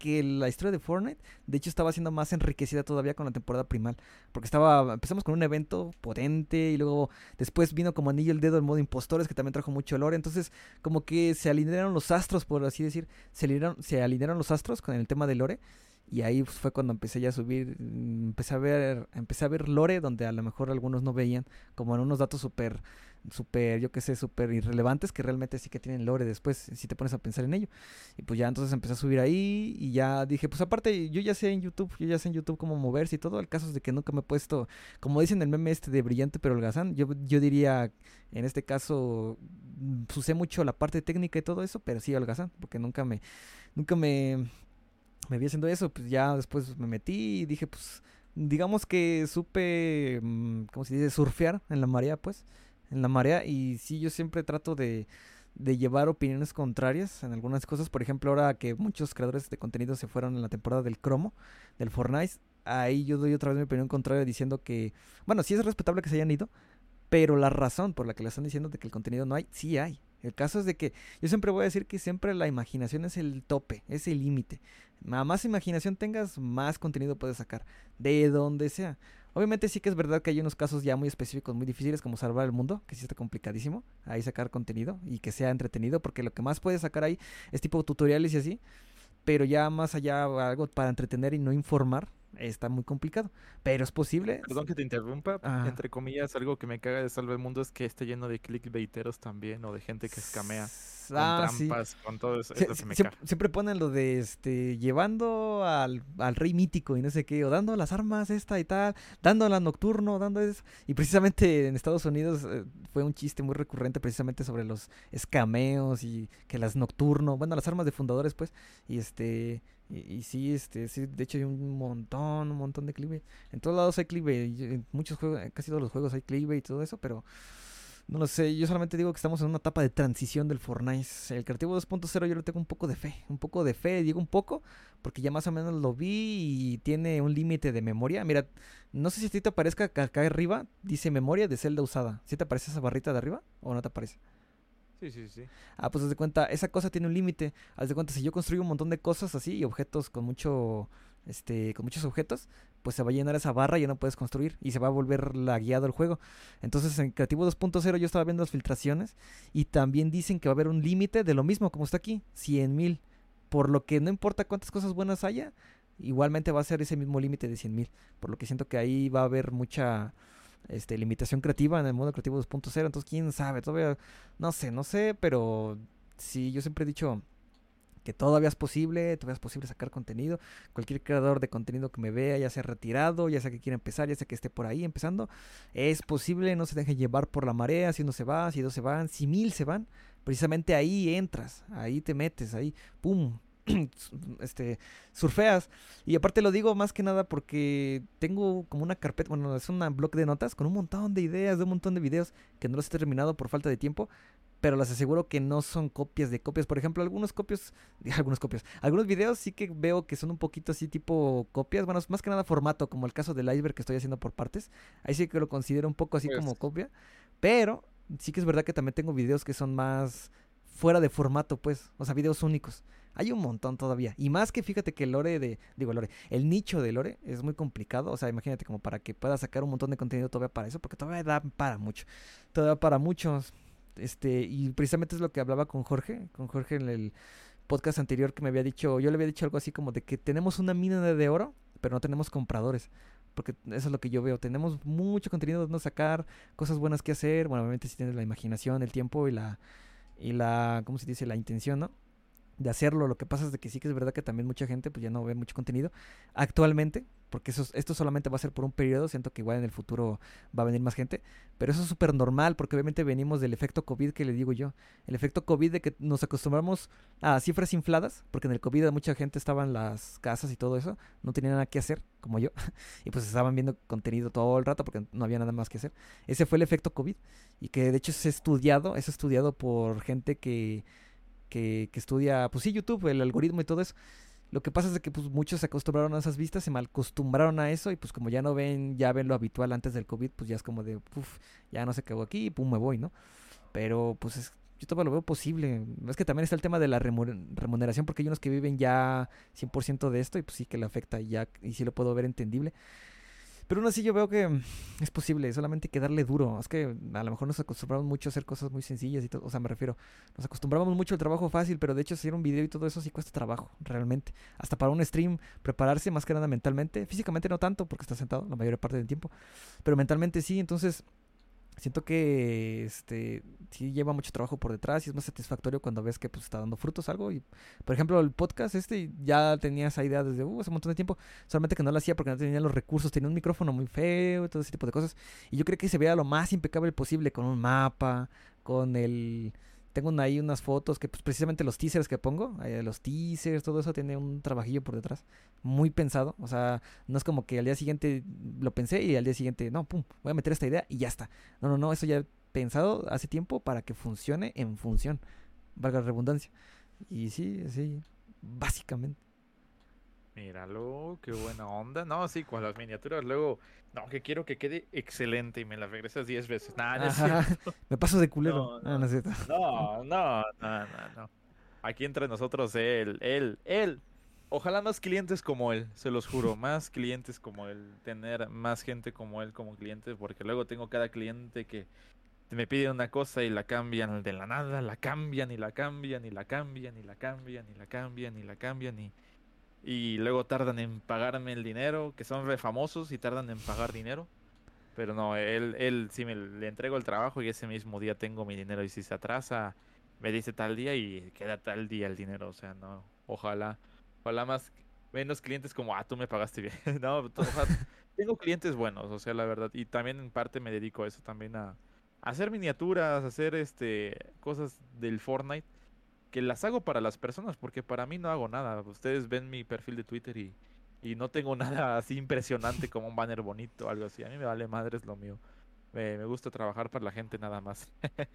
que la historia de Fortnite, de hecho, estaba siendo más enriquecida todavía con la temporada primal. Porque estaba, empezamos con un evento potente y luego después vino como anillo el dedo el modo impostores, que también trajo mucho lore. Entonces, como que se alinearon los astros, por así decir. Se alinearon, se alinearon los astros con el tema de lore. Y ahí pues, fue cuando empecé ya a subir, mm, empecé a ver, empecé a ver lore donde a lo mejor algunos no veían, como en unos datos súper, súper, yo qué sé, súper irrelevantes que realmente sí que tienen lore después, si te pones a pensar en ello. Y pues ya entonces empecé a subir ahí y ya dije, pues aparte yo ya sé en YouTube, yo ya sé en YouTube cómo moverse y todo. El caso es de que nunca me he puesto, como dicen el meme este de brillante pero holgazán, yo, yo diría, en este caso, mm, pues, sé mucho la parte técnica y todo eso, pero sí holgazán, porque nunca me, nunca me me vi haciendo eso, pues ya después me metí y dije, pues, digamos que supe, mm, ¿cómo se dice? Surfear en la marea, pues, en la marea. Y sí, yo siempre trato de, de llevar opiniones contrarias en algunas cosas. Por ejemplo, ahora que muchos creadores de contenido se fueron en la temporada del cromo, del Fortnite, ahí yo doy otra vez mi opinión contraria diciendo que, bueno, sí es respetable que se hayan ido, pero la razón por la que le están diciendo de que el contenido no hay, sí hay. El caso es de que yo siempre voy a decir que siempre la imaginación es el tope, es el límite. A más imaginación tengas, más contenido puedes sacar, de donde sea. Obviamente sí que es verdad que hay unos casos ya muy específicos, muy difíciles, como salvar el mundo, que sí está complicadísimo, ahí sacar contenido y que sea entretenido, porque lo que más puedes sacar ahí es tipo tutoriales y así, pero ya más allá algo para entretener y no informar, está muy complicado. Pero es posible. Perdón que te interrumpa, Ah, entre comillas, algo que me caga de Salva el Mundo es que esté lleno de clickbaiteros también o de gente que escamea s- con ah, sí. trampas, con todo eso, es Sie- lo que sie- me Siempre, caga. siempre ponen lo de este llevando al, al rey mítico y no sé qué, o dando las armas esta y tal, dando la nocturno, dando eso. Y precisamente en Estados Unidos eh, fue un chiste muy recurrente precisamente sobre los escameos y que las nocturno, bueno, las armas de fundadores pues, y este y, y sí, este, sí, de hecho hay un montón, un montón de clickbait. En todos lados hay clickbait, y en muchos juegos, en casi todos los juegos hay clickbait y todo eso, pero no lo sé, yo solamente digo que estamos en una etapa de transición del Fortnite. El Creativo dos punto cero yo le tengo un poco de fe, un poco de fe, digo un poco, porque ya más o menos lo vi y tiene un límite de memoria. Mira, no sé si a ti te aparezca que acá arriba, dice memoria de celda usada. ¿Sí te aparece esa barrita de arriba o no te aparece? Sí, sí, sí. Ah, pues haz de cuenta, esa cosa tiene un límite. Haz de cuenta, si yo construyo un montón de cosas así y objetos con mucho, este, con muchos objetos, pues se va a llenar esa barra y ya no puedes construir y se va a volver lagueado el juego. Entonces en Creativo dos punto cero yo estaba viendo las filtraciones y también dicen que va a haber un límite de lo mismo como está aquí, cien mil. Por lo que no importa cuántas cosas buenas haya, igualmente va a ser ese mismo límite de cien mil. Por lo que siento que ahí va a haber mucha este, limitación creativa en el mundo creativo dos punto cero. Entonces, quién sabe, todavía no sé, no sé, pero sí, yo siempre he dicho que todavía es posible, todavía es posible sacar contenido. Cualquier creador de contenido que me vea, ya sea retirado, ya sea que quiera empezar, ya sea que esté por ahí empezando, es posible, no se deje llevar por la marea, si uno se va, si dos se van, si mil se van, precisamente ahí entras, ahí te metes, ahí, pum, este, surfeas. Y aparte lo digo más que nada porque tengo como una carpeta, bueno, es un blog de notas con un montón de ideas, de un montón de videos que no los he terminado por falta de tiempo, pero les aseguro que no son copias de copias. Por ejemplo, algunos copios, algunos copios, algunos videos sí que veo que son un poquito así tipo copias, bueno, es más que nada formato, como el caso del iceberg que estoy haciendo por partes. Ahí sí que lo considero un poco así Pues, como copia, pero sí que es verdad que también tengo videos que son más fuera de formato, pues, o sea, videos únicos. Hay un montón todavía. Y más que fíjate que el lore de, digo lore, el nicho de lore es muy complicado. O sea, imagínate como para que puedas sacar un montón de contenido todavía para eso, porque todavía da para mucho. Todavía para muchos. Este, y precisamente es lo que hablaba con Jorge, con Jorge en el podcast anterior que me había dicho, yo le había dicho algo así como de que tenemos una mina de oro, pero no tenemos compradores. Porque eso es lo que yo veo. Tenemos mucho contenido donde sacar, cosas buenas que hacer. Bueno, obviamente si tienes la imaginación, el tiempo y la, y la, ¿cómo se dice? La intención, ¿no? De hacerlo. Lo que pasa es de que sí que es verdad que también mucha gente pues ya no ve mucho contenido actualmente, porque eso, esto solamente va a ser por un periodo, siento que igual en el futuro va a venir más gente, pero eso es súper normal porque obviamente venimos del efecto COVID que le digo yo, el efecto COVID de que nos acostumbramos a cifras infladas, porque en el COVID mucha gente estaba en las casas y todo eso, no tenía nada que hacer, como yo, y pues estaban viendo contenido todo el rato porque no había nada más que hacer. Ese fue el efecto COVID y que de hecho es estudiado, es estudiado por gente que que, que estudia, pues sí, YouTube, el algoritmo y todo eso. Lo que pasa es de que pues muchos se acostumbraron a esas vistas, se mal acostumbraron a eso y pues como ya no ven, ya ven lo habitual antes del COVID, pues ya es como de, uff, ya no se quedó aquí y pum, me voy, ¿no? Pero pues es, yo todavía lo veo posible. Es que también está el tema de la remu- remuneración, porque hay unos que viven ya cien por ciento de esto y pues sí que le afecta y ya, y sí lo puedo ver entendible. Pero aún así yo veo que mm, es posible, solamente hay que darle duro. Es que a lo mejor nos acostumbramos mucho a hacer cosas muy sencillas y todo. O sea, me refiero, nos acostumbramos mucho al trabajo fácil, pero de hecho hacer un video y todo eso sí cuesta trabajo, realmente. Hasta para un stream, prepararse más que nada mentalmente. Físicamente no tanto, porque estás sentado la mayor parte del tiempo. Pero mentalmente sí, entonces siento que este sí lleva mucho trabajo por detrás y es más satisfactorio cuando ves que pues está dando frutos algo. Y por ejemplo el podcast este ya tenía esa idea desde uh, hace un montón de tiempo, solamente que no lo hacía porque no tenía los recursos, tenía un micrófono muy feo y todo ese tipo de cosas. Y yo creo que se vea lo más impecable posible con un mapa, con el... Tengo una- ahí unas fotos que pues precisamente los teasers que pongo, eh, los teasers, todo eso tiene un trabajillo por detrás, muy pensado. O sea, no es como que al día siguiente lo pensé y al día siguiente, no, pum, voy a meter esta idea y ya está. No, no, no, eso ya he pensado hace tiempo para que funcione en función, valga la redundancia. Y sí, sí, básicamente. Míralo, qué buena onda. No, sí, con las miniaturas luego, no, que quiero que quede excelente y me la regresas diez veces. Nada, no es Ajá, cierto. me paso de culero. No, Ah, no no, es cierto. no, no, no, no, no. Aquí entre nosotros, él, él, él. Ojalá más clientes como él, se los juro, más clientes como él, tener más gente como él como cliente, porque luego tengo cada cliente que me pide una cosa y la cambian de la nada, la cambian y la cambian y la cambian y la cambian y la cambian y la cambian y, y luego tardan en pagarme el dinero, que son re famosos y tardan en pagar dinero. Pero no, él, él sí me le entrego el trabajo y ese mismo día tengo mi dinero. Y si se atrasa, me dice tal día y queda tal día el dinero. O sea, no, ojalá, ojalá más, menos clientes como, ah, tú me pagaste bien. No, to- ojalá- tengo clientes buenos, o sea, la verdad. Y también en parte me dedico a eso también a, a hacer miniaturas, a hacer este cosas del Fortnite, que las hago para las personas, porque para mí no hago nada. Ustedes ven mi perfil de Twitter y, y no tengo nada así impresionante como un banner bonito o algo así. A mí me vale madres lo mío. Me, me gusta trabajar para la gente nada más.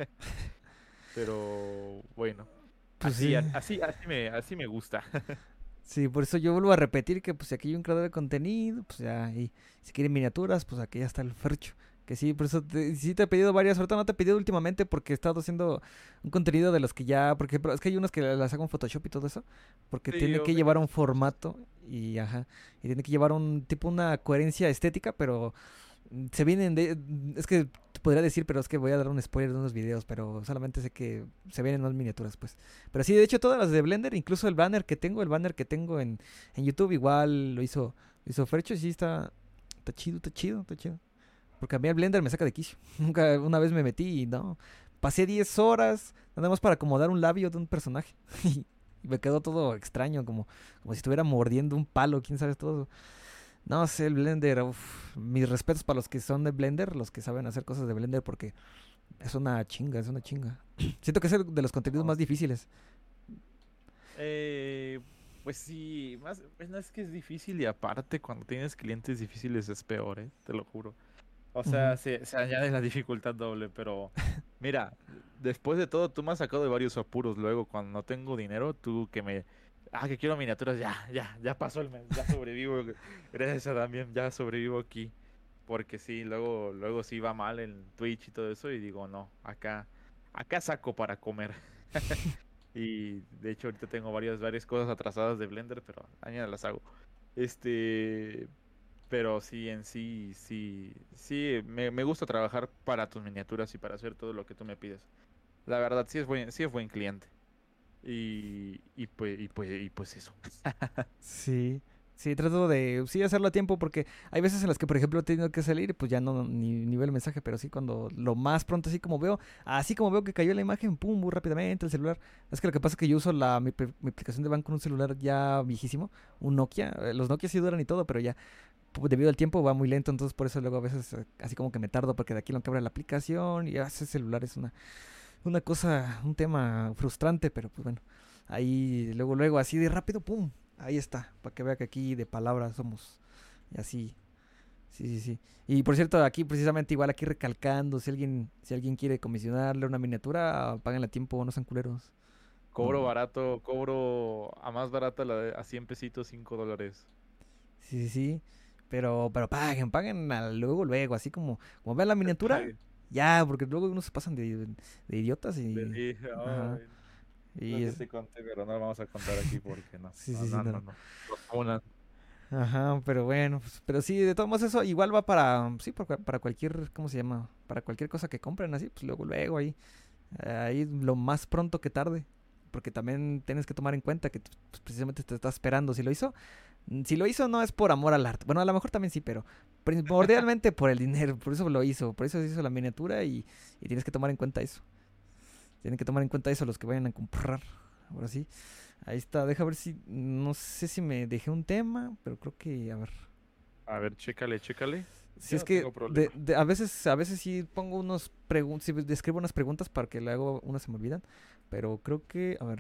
Pero bueno, Pues así, sí. a- así, así me, así me gusta. Sí, por eso yo vuelvo a repetir que pues si aquí hay un creador de contenido, pues ya, y si quieren miniaturas, pues aquí ya está el Fercho. Que sí, por eso te- sí te he pedido varias, ahorita no te he pedido últimamente porque he estado haciendo un contenido de los que ya, porque pero es que hay unos que las hago en Photoshop y todo eso, porque Sí, tiene yo que me llevar canso un de hacer eso. formato y ajá, y tiene que llevar un tipo una coherencia estética, pero mm, se vienen de, mm, es que te podría decir, pero es que voy a dar un spoiler de unos videos, pero solamente sé que se vienen más miniaturas, pues. Pero sí, de hecho, todas las de Blender, incluso el banner que tengo, el banner que tengo en, en YouTube, igual lo hizo, lo hizo Fercho y sí está, está chido, está chido, está chido. Porque a mí el Blender me saca de quicio. Nunca, una vez me metí y no. Pasé diez horas nada más para acomodar un labio de un personaje. Y me quedó todo extraño, como, como si estuviera mordiendo un palo, quién sabe todo. No sé, el Blender, uf, mis respetos para los que son de Blender, los que saben hacer cosas de Blender, porque es una chinga, es una chinga. Siento que es el de los contenidos No, más sí. difíciles. Eh, pues sí, más, bueno, es que es difícil y aparte cuando tienes clientes difíciles es peor, ¿eh? Te lo juro. O sea, Ujú. se, se añade la dificultad doble, pero mira, después de todo, tú me has sacado de varios apuros. Luego, cuando no tengo dinero, tú que me... Ah, que quiero miniaturas, ya, ya, ya pasó el mes, ya sobrevivo. Gracias a Damien, ya sobrevivo aquí. Porque sí, luego, luego sí va mal en Twitch y todo eso, y digo, no, acá, acá saco para comer. Y de hecho ahorita tengo varias, varias cosas atrasadas de Blender, pero mañana las hago. Este, pero sí, en sí, sí, sí, me, me gusta trabajar para tus miniaturas y para hacer todo lo que tú me pides. La verdad, sí es buen, sí es buen cliente. Y, y pues, y pues, y pues eso. Sí, sí, trato de, sí, hacerlo a tiempo porque hay veces en las que, por ejemplo, he tenido que salir y pues ya no, ni, ni veo el mensaje, pero sí cuando lo más pronto, así como veo, así como veo que cayó la imagen, pum, muy rápidamente el celular. Es que lo que pasa es que yo uso la, mi, pe- mi aplicación de banco en un celular ya viejísimo, un Nokia. eh, Los Nokia sí duran y todo, pero ya pu- debido al tiempo va muy lento, entonces por eso luego a veces eh, así como que me tardo porque de aquí lo que abre la aplicación y a ese celular es una, una cosa, un tema frustrante, pero pues bueno, ahí luego, luego, así de rápido, pum, ahí está, para que vea que aquí de palabras somos, y así, sí, sí, sí. Y por cierto, aquí precisamente igual aquí recalcando, si alguien, si alguien quiere comisionarle una miniatura, páganle a tiempo, no sean culeros. Cobro No, barato, cobro a más barata la de, a cien pesitos, cinco dólares. sí, sí, sí. Pero, pero paguen, paguen al luego, luego, así como, como vean la Que miniatura, pague. Ya, porque luego unos se pasan de, de idiotas Le y... dije, Ajá. ay, creo Y que es... te conté, pero no lo vamos a contar aquí porque no, Sí, no, sí, sí, no, no. no, no. Nos funan. Ajá, pero bueno, pues, pero sí, de todos modos eso igual va para, sí, para, cua- para cualquier, ¿cómo se llama? Para cualquier cosa que compren así, pues luego, luego ahí, ahí lo más pronto que tarde, porque también tienes que tomar en cuenta que pues, precisamente te está esperando. Si lo hizo, mm, si lo hizo no es por amor al arte, bueno, a lo mejor también sí, pero primordialmente por el dinero, por eso lo hizo, por eso se hizo la miniatura y, y tienes que tomar en cuenta eso. Tienen que tomar en cuenta eso los que vayan a comprar, ahora sí. Ahí está, deja ver si, no sé si me dejé un tema, pero creo que, a ver. A ver, chécale, chécale. Si Yo es no que tengo de, problema. de- a veces a veces sí pongo unos preguntas, sí describo unas preguntas para que le hago unas se me olvidan, pero creo que, a ver.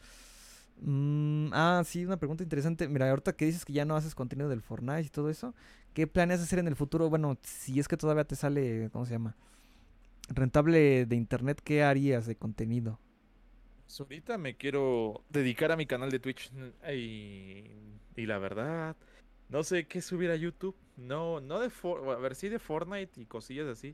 Mm, ah, sí, una pregunta interesante. Mira, ahorita que dices que ya no haces contenido del Fortnite y todo eso, ¿qué planeas hacer en el futuro? Bueno, si es que todavía te sale, ¿cómo se llama? Rentable de internet, ¿qué harías de contenido? Pues ahorita me quiero dedicar a mi canal de Twitch n- y, y la verdad, no sé qué subir a YouTube. No, no de For- a ver, sí de Fortnite y cosillas así,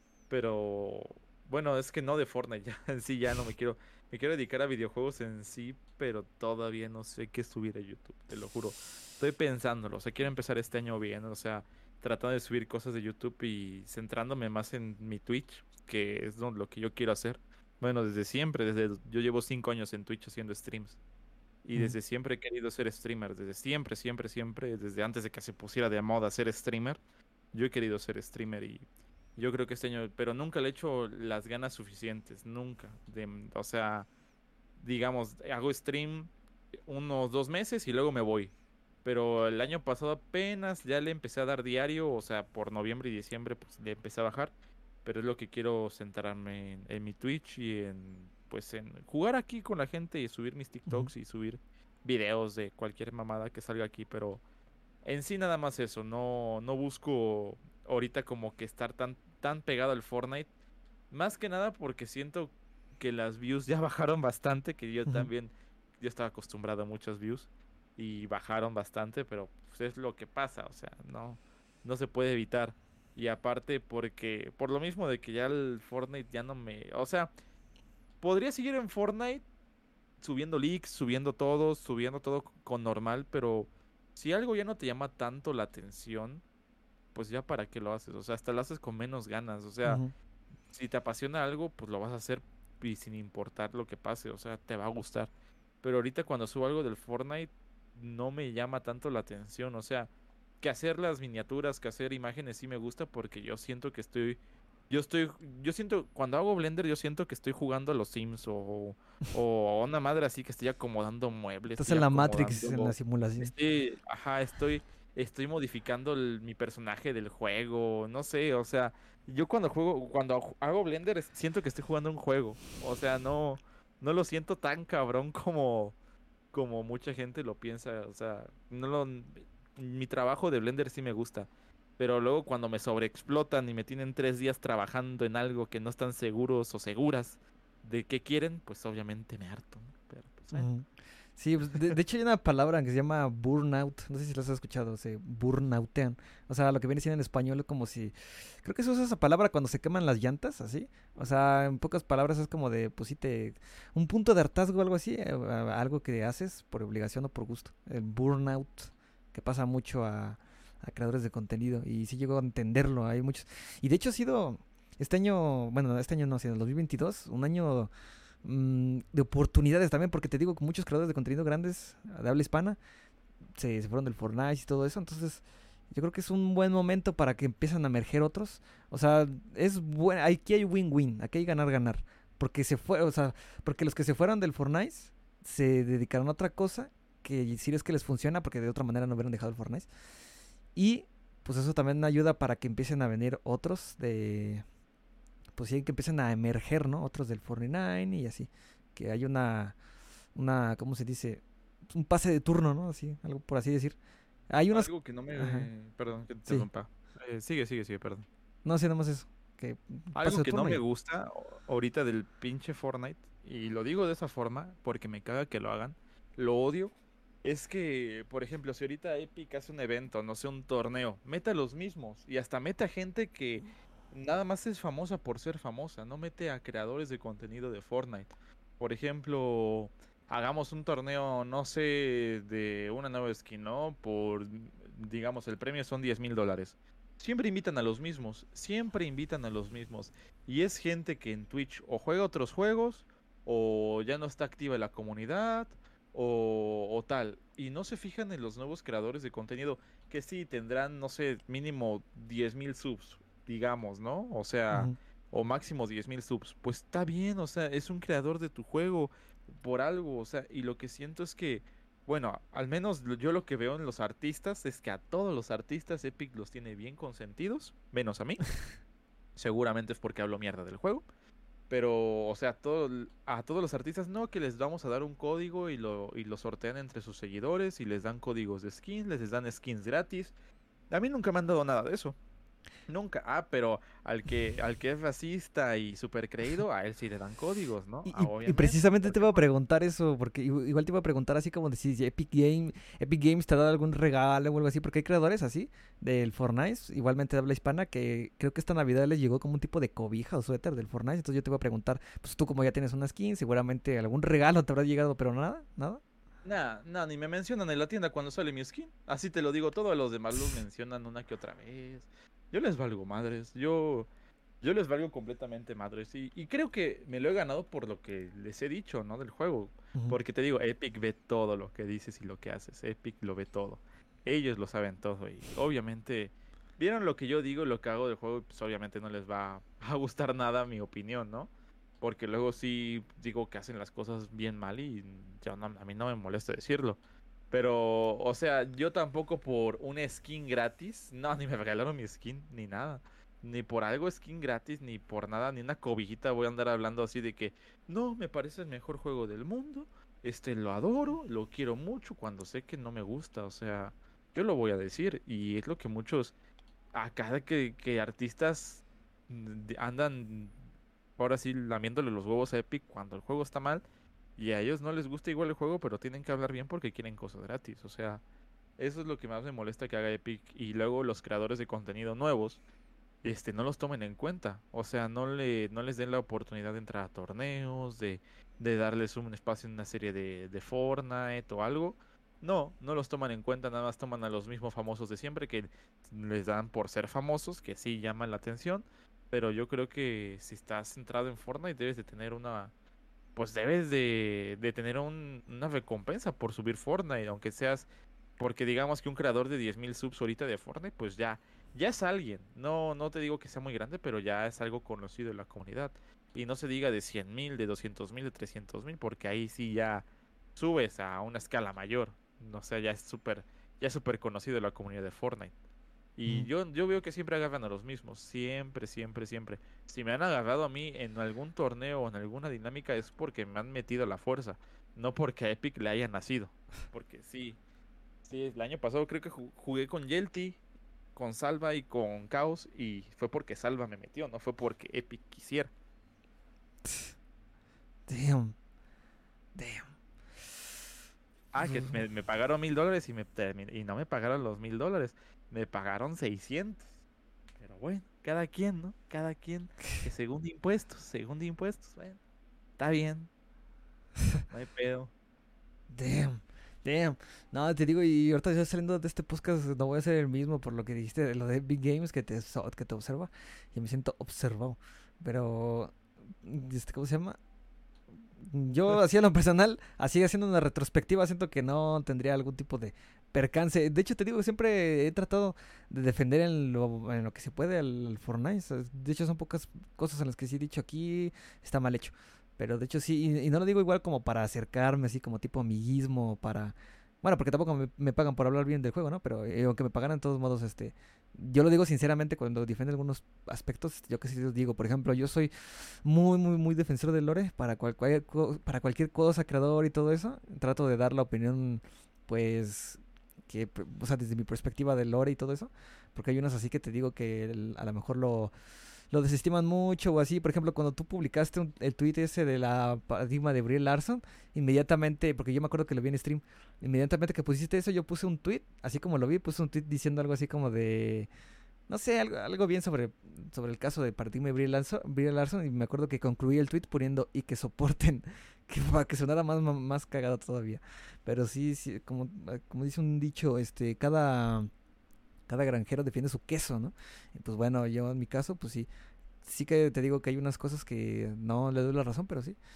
pero bueno, es que no de Fortnite ya en sí ya no me quiero me quiero dedicar a videojuegos en sí, pero todavía no sé qué subir a YouTube, te lo juro. Estoy pensándolo, o sea, quiero empezar este año bien, o sea, tratando de subir cosas de YouTube y centrándome más en mi Twitch, que es lo lo que yo quiero hacer. Bueno, desde siempre, desde yo llevo cinco años en Twitch haciendo streams. Y Ujú, desde siempre he querido ser streamer, desde siempre, siempre, siempre, desde antes de que se pusiera de moda ser streamer, yo he querido ser streamer y yo creo que este año, pero nunca le he hecho las ganas suficientes, nunca. De, o sea, digamos, hago stream unos dos meses y luego me voy. Pero el año pasado apenas ya le empecé a dar diario, o sea, por noviembre y diciembre pues le empecé a bajar. Pero es lo que quiero centrarme en, en mi Twitch y en, pues en jugar aquí con la gente y subir mis ujú, TikToks y subir videos de cualquier mamada que salga aquí. Pero en sí nada más eso, no, no busco ahorita como que estar tan, tan pegado al Fortnite. Más que nada porque siento que las views ya bajaron bastante, que yo ujú. también, yo estaba acostumbrado a muchas views y bajaron bastante, pero pues, es lo que pasa, o sea, no, no se puede evitar. Y aparte porque, por lo mismo de que ya el Fortnite ya no me, o sea, podría seguir en Fortnite subiendo leaks, subiendo todo, subiendo todo c- con normal, pero si algo ya no te llama tanto la atención, pues ya para qué lo haces, o sea, hasta lo haces con menos ganas, o sea, Ujú. si te apasiona algo, pues lo vas a hacer y sin importar lo que pase, o sea, te va a gustar. Pero ahorita cuando subo algo del Fortnite, no me llama tanto la atención, o sea, que hacer las miniaturas, que hacer imágenes sí me gusta porque yo siento que estoy, yo estoy, yo siento, cuando hago Blender, yo siento que estoy jugando a los Sims o, o a una madre así que estoy acomodando muebles, Estás estoy en la Matrix, en la acomodando, simulación. estoy, ajá, estoy, estoy modificando el- mi personaje del juego, no sé, o sea. Yo cuando juego, cuando ju- hago Blender, es- siento que estoy jugando un juego. O sea, no, no lo siento tan cabrón como, como mucha gente lo piensa. O sea, no lo, mi trabajo de Blender sí me gusta. Pero luego cuando me sobreexplotan y me tienen tres días trabajando en algo que no están seguros o seguras de qué quieren, pues obviamente me harto, ¿no? Pero pues bueno. Ujú. Sí, pues, de, de hecho hay una palabra que se llama burnout, no sé si las has escuchado, se burnoutean, o sea, lo que viene siendo en español es como si, creo que se usa esa palabra cuando se queman las llantas, así, o sea, en pocas palabras es como de, pues sí te, un punto de hartazgo o algo así, eh, a- algo que haces por obligación o por gusto, el burnout, que pasa mucho a, a creadores de contenido, y sí llego a entenderlo, hay muchos, y de hecho ha sido, este año, bueno, este año no, sino el dos mil veintidós, un año mm, de oportunidades también, porque te digo que muchos creadores de contenido grandes de habla hispana se, se fueron del Fortnite y todo eso, entonces yo creo que es un buen momento para que empiezan a emerger otros. O sea, es bueno, aquí hay win-win, aquí hay ganar-ganar, porque se fue, o sea, porque los que se fueron del Fortnite se dedicaron a otra cosa que sí es que les funciona, porque de otra manera no hubieran dejado el Fortnite. Y pues eso también ayuda para que empiecen a venir otros de, pues sí, que empiecen a emerger, ¿no? Otros del Fortnite y así. Que hay una, una, ¿cómo se dice? Un pase de turno, ¿no? Así, algo por así decir. Hay unos, Algo que no ajá, me... Perdón, que te sí, interrumpa. Eh, sigue, sigue, sigue, perdón. no sé, nomás eso. Que pase Algo de que no turno y me ya. gusta o- ahorita del pinche Fortnite, y lo digo de esa forma porque me caga que lo hagan, lo odio, es que, por ejemplo, si ahorita Epic hace un evento, no sé, un torneo, meta a los mismos y hasta meta gente que nada más es famosa por ser famosa, no mete a creadores de contenido de Fortnite. Por ejemplo, hagamos un torneo, no sé, de una nueva skin, ¿no? Por, digamos, el premio son diez mil dólares. Siempre invitan a los mismos, siempre invitan a los mismos. Y es gente que en Twitch o juega otros juegos, o ya no está activa en la comunidad, o, o tal. Y no se fijan en los nuevos creadores de contenido, que sí tendrán, no sé, mínimo diez mil subs, digamos, ¿no? O sea, Ujú. o máximo diez mil subs. Pues está bien, o sea, es un creador de tu juego por algo, o sea, y lo que siento es que, bueno, al menos lo- yo lo que veo en los artistas es que a todos los artistas Epic los tiene bien consentidos, menos a mí. Seguramente es porque hablo mierda del juego. Pero, o sea, todo, el- a todos los artistas no, que les vamos a dar un código y lo, y lo sortean entre sus seguidores y les dan códigos de skins, les dan skins gratis. A mí nunca me han dado nada de eso. Nunca. Ah, pero al que, al que es racista y súper creído, a él sí le dan códigos, ¿no? Y, Ah, y- y obviamente. precisamente te Porque iba a pues, preguntar eso, porque igu- igual te iba a preguntar así como de si Epic Game, Epic Games te ha dado algún regalo o algo así, porque hay creadores así del Fortnite, igualmente de habla hispana, que creo que esta Navidad les llegó como un tipo de cobija o suéter del Fortnite, entonces yo te iba a preguntar, pues tú como ya tienes una skin, seguramente algún regalo te habrá llegado, pero nada, nada. nada, nada, ni me mencionan en la tienda cuando sale mi skin. Así te lo digo todo, a los demás los mencionan una que otra vez. Yo les valgo madres. Yo. Yo les valgo completamente madres y, y creo que me lo he ganado por lo que les he dicho, ¿no? Del juego. Ujú. Porque te digo, Epic ve todo lo que dices y lo que haces. Epic lo ve todo. Ellos lo saben todo y obviamente vieron lo que yo digo y lo que hago del juego, y pues obviamente no les va a gustar nada mi opinión, ¿no? Porque luego sí digo que hacen las cosas bien mal y yo no- a mí no me molesta decirlo. Pero, o sea, yo tampoco por una skin gratis, no, ni me regalaron mi skin, ni nada. Ni por algo skin gratis, ni por nada, ni una cobijita voy a andar hablando así de que, no, me parece el mejor juego del mundo, este lo adoro, lo quiero mucho cuando sé que no me gusta, o sea, yo lo voy a decir y es lo que muchos, acá que, que artistas mm, de- andan ahora sí lamiéndole los huevos a Epic cuando el juego está mal y a ellos no les gusta igual el juego, pero tienen que hablar bien porque quieren cosas gratis, o sea, eso es lo que más me molesta que haga Epic y luego los creadores de contenido nuevos este, no los tomen en cuenta. O sea, no le, no les den la oportunidad de entrar a torneos, de, de darles un espacio en una serie de, de Fortnite o algo. No, no los toman en cuenta, nada más toman a los mismos famosos de siempre que les dan por ser famosos, que sí llaman la atención. Pero yo creo que si estás centrado en Fortnite debes de tener una, pues debes de, de tener un- una recompensa por subir Fortnite, aunque seas, porque digamos que un creador de diez mil subs ahorita de Fortnite, pues ya, ya es alguien. No, no te digo que sea muy grande, pero ya es algo conocido en la comunidad. Y no se diga de cien mil, de doscientos mil, de trescientos mil, porque ahí sí ya subes a una escala mayor. No sé, ya es súper, ya es súper conocido en la comunidad de Fortnite. Y Ujú. yo, yo veo que siempre agarran a los mismos, siempre, siempre, siempre. Si me han agarrado a mí en algún torneo o en alguna dinámica es porque me han metido a la fuerza, no porque a Epic le haya nacido. Porque sí, sí, el año pasado creo que ju- jugué con Yelty, con Salva y con Caos y fue porque Salva me metió, no fue porque Epic quisiera. Damn, damn. Ah, que me, me pagaron mil dólares y, me, termin- y no me pagaron los mil dólares, me pagaron seiscientos. Pero bueno, cada quien, ¿no? Cada quien que según de impuestos, según de impuestos, bueno, está bien, no hay pedo. Damn, damn. No, te digo, y ahorita ya saliendo de este podcast no voy a ser el mismo por lo que dijiste, de lo de Big Games que te, so- que te observa. Y me siento observado. Pero, este, ¿cómo se llama? Yo, así a lo personal, así haciendo una retrospectiva, siento que no tendría algún tipo de percance. De hecho, te digo, siempre he tratado de defender en lo, en lo que se puede al Fortnite. O sea, de hecho, son pocas cosas en las que sí he dicho aquí está mal hecho. Pero de hecho sí, y, y no lo digo igual como para acercarme, así como tipo amiguismo, para... Bueno, porque tampoco me, me pagan por hablar bien del juego, ¿no? Pero eh, aunque me pagaran de todos modos, este... Yo lo digo sinceramente cuando defiendo algunos aspectos, yo que sí los digo. Por ejemplo, yo soy muy, muy, muy defensor del lore para, cual- cual- co- para cualquier cosa, creador y todo eso. Trato de dar la opinión, pues, que, p- o sea, desde mi perspectiva del lore y todo eso. Porque hay unos así que te digo que el- a lo mejor lo, lo desestiman mucho o así. Por ejemplo, cuando tú publicaste un- el tweet ese de la paradigma de Brie Larson, inmediatamente, porque yo me acuerdo que lo vi en stream, inmediatamente que pusiste eso, yo puse un tweet, así como lo vi, puse un tweet diciendo algo así como de no sé, algo, algo bien sobre, sobre el caso de Paradigma y Brie Larson, Brie Larson, y me acuerdo que concluí el tweet poniendo y que soporten, que para que sonara más, más, más cagado todavía. Pero sí, sí, como, como dice un dicho, este, cada, cada granjero defiende su queso, ¿no? Y pues bueno, yo en mi caso, pues sí, sí que te digo que hay unas cosas que no le doy la razón, pero sí,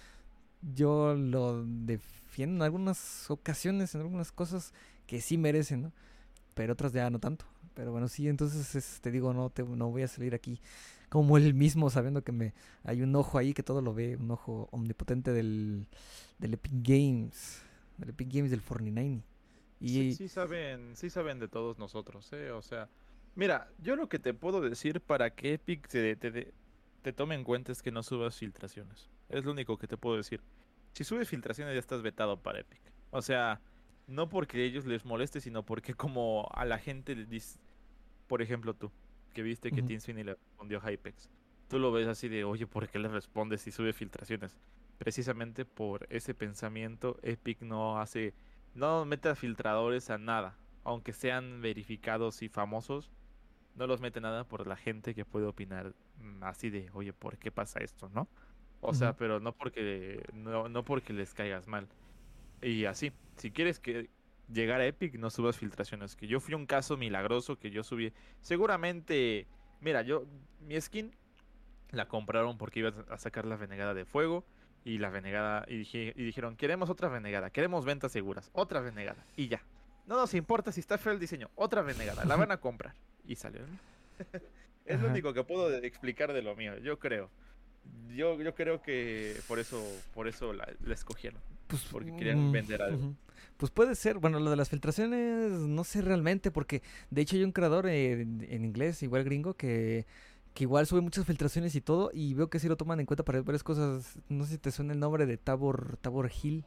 yo lo defiendo en algunas ocasiones, en algunas cosas que sí merecen, ¿no? Pero otras ya no tanto. Pero bueno, sí, entonces es- te digo, no, te, no voy a salir aquí como el mismo, sabiendo que me hay un ojo ahí que todo lo ve, un ojo omnipotente del, del Epic Games, del Epic Games del cuarenta y nueve. Sí, Y, sí saben, sí saben de todos nosotros, ¿eh? O sea, mira, yo lo que te puedo decir para que Epic te, te, te- te tome en cuenta es que no subas filtraciones. Es lo único que te puedo decir. Si subes filtraciones ya estás vetado para Epic. O sea, no porque a ellos les moleste, sino porque como a la gente le dice, por ejemplo tú, que viste que ujú, Tim Sweeney le respondió a Hypex. Tú lo ves así de, oye, ¿por qué le respondes si sube filtraciones? Precisamente por ese pensamiento, Epic no hace, no mete a filtradores a nada. Aunque sean verificados y famosos, no los mete nada por la gente que puede opinar mm, así de, oye, ¿por qué pasa esto, no? O ujú. sea, pero no porque, no, no porque les caigas mal. Y así, si quieres que llegar a Epic, no subas filtraciones. Que yo fui un caso milagroso que yo subí. Seguramente, mira, yo, mi skin la compraron porque iba a sacar la venegada de fuego. Y la venegada, y, dije- y dijeron, queremos otra venegada, queremos ventas seguras, otra venegada. Y ya. No nos importa si está feo el diseño, otra venegada, la van a comprar. Y salió el mío. Es lo Ajá. único que puedo de- explicar de lo mío, yo creo. Yo, yo creo que por eso, por eso la, la escogieron. Pues, Porque querían mm, vender algo. ujú. Pues puede ser. Bueno, lo de las filtraciones no sé realmente porque de hecho hay un creador en, en inglés, igual gringo, que, que igual sube muchas filtraciones y todo y veo que sí lo toman en cuenta para varias cosas. No sé si te suena el nombre de Tabor, Tabor Hill.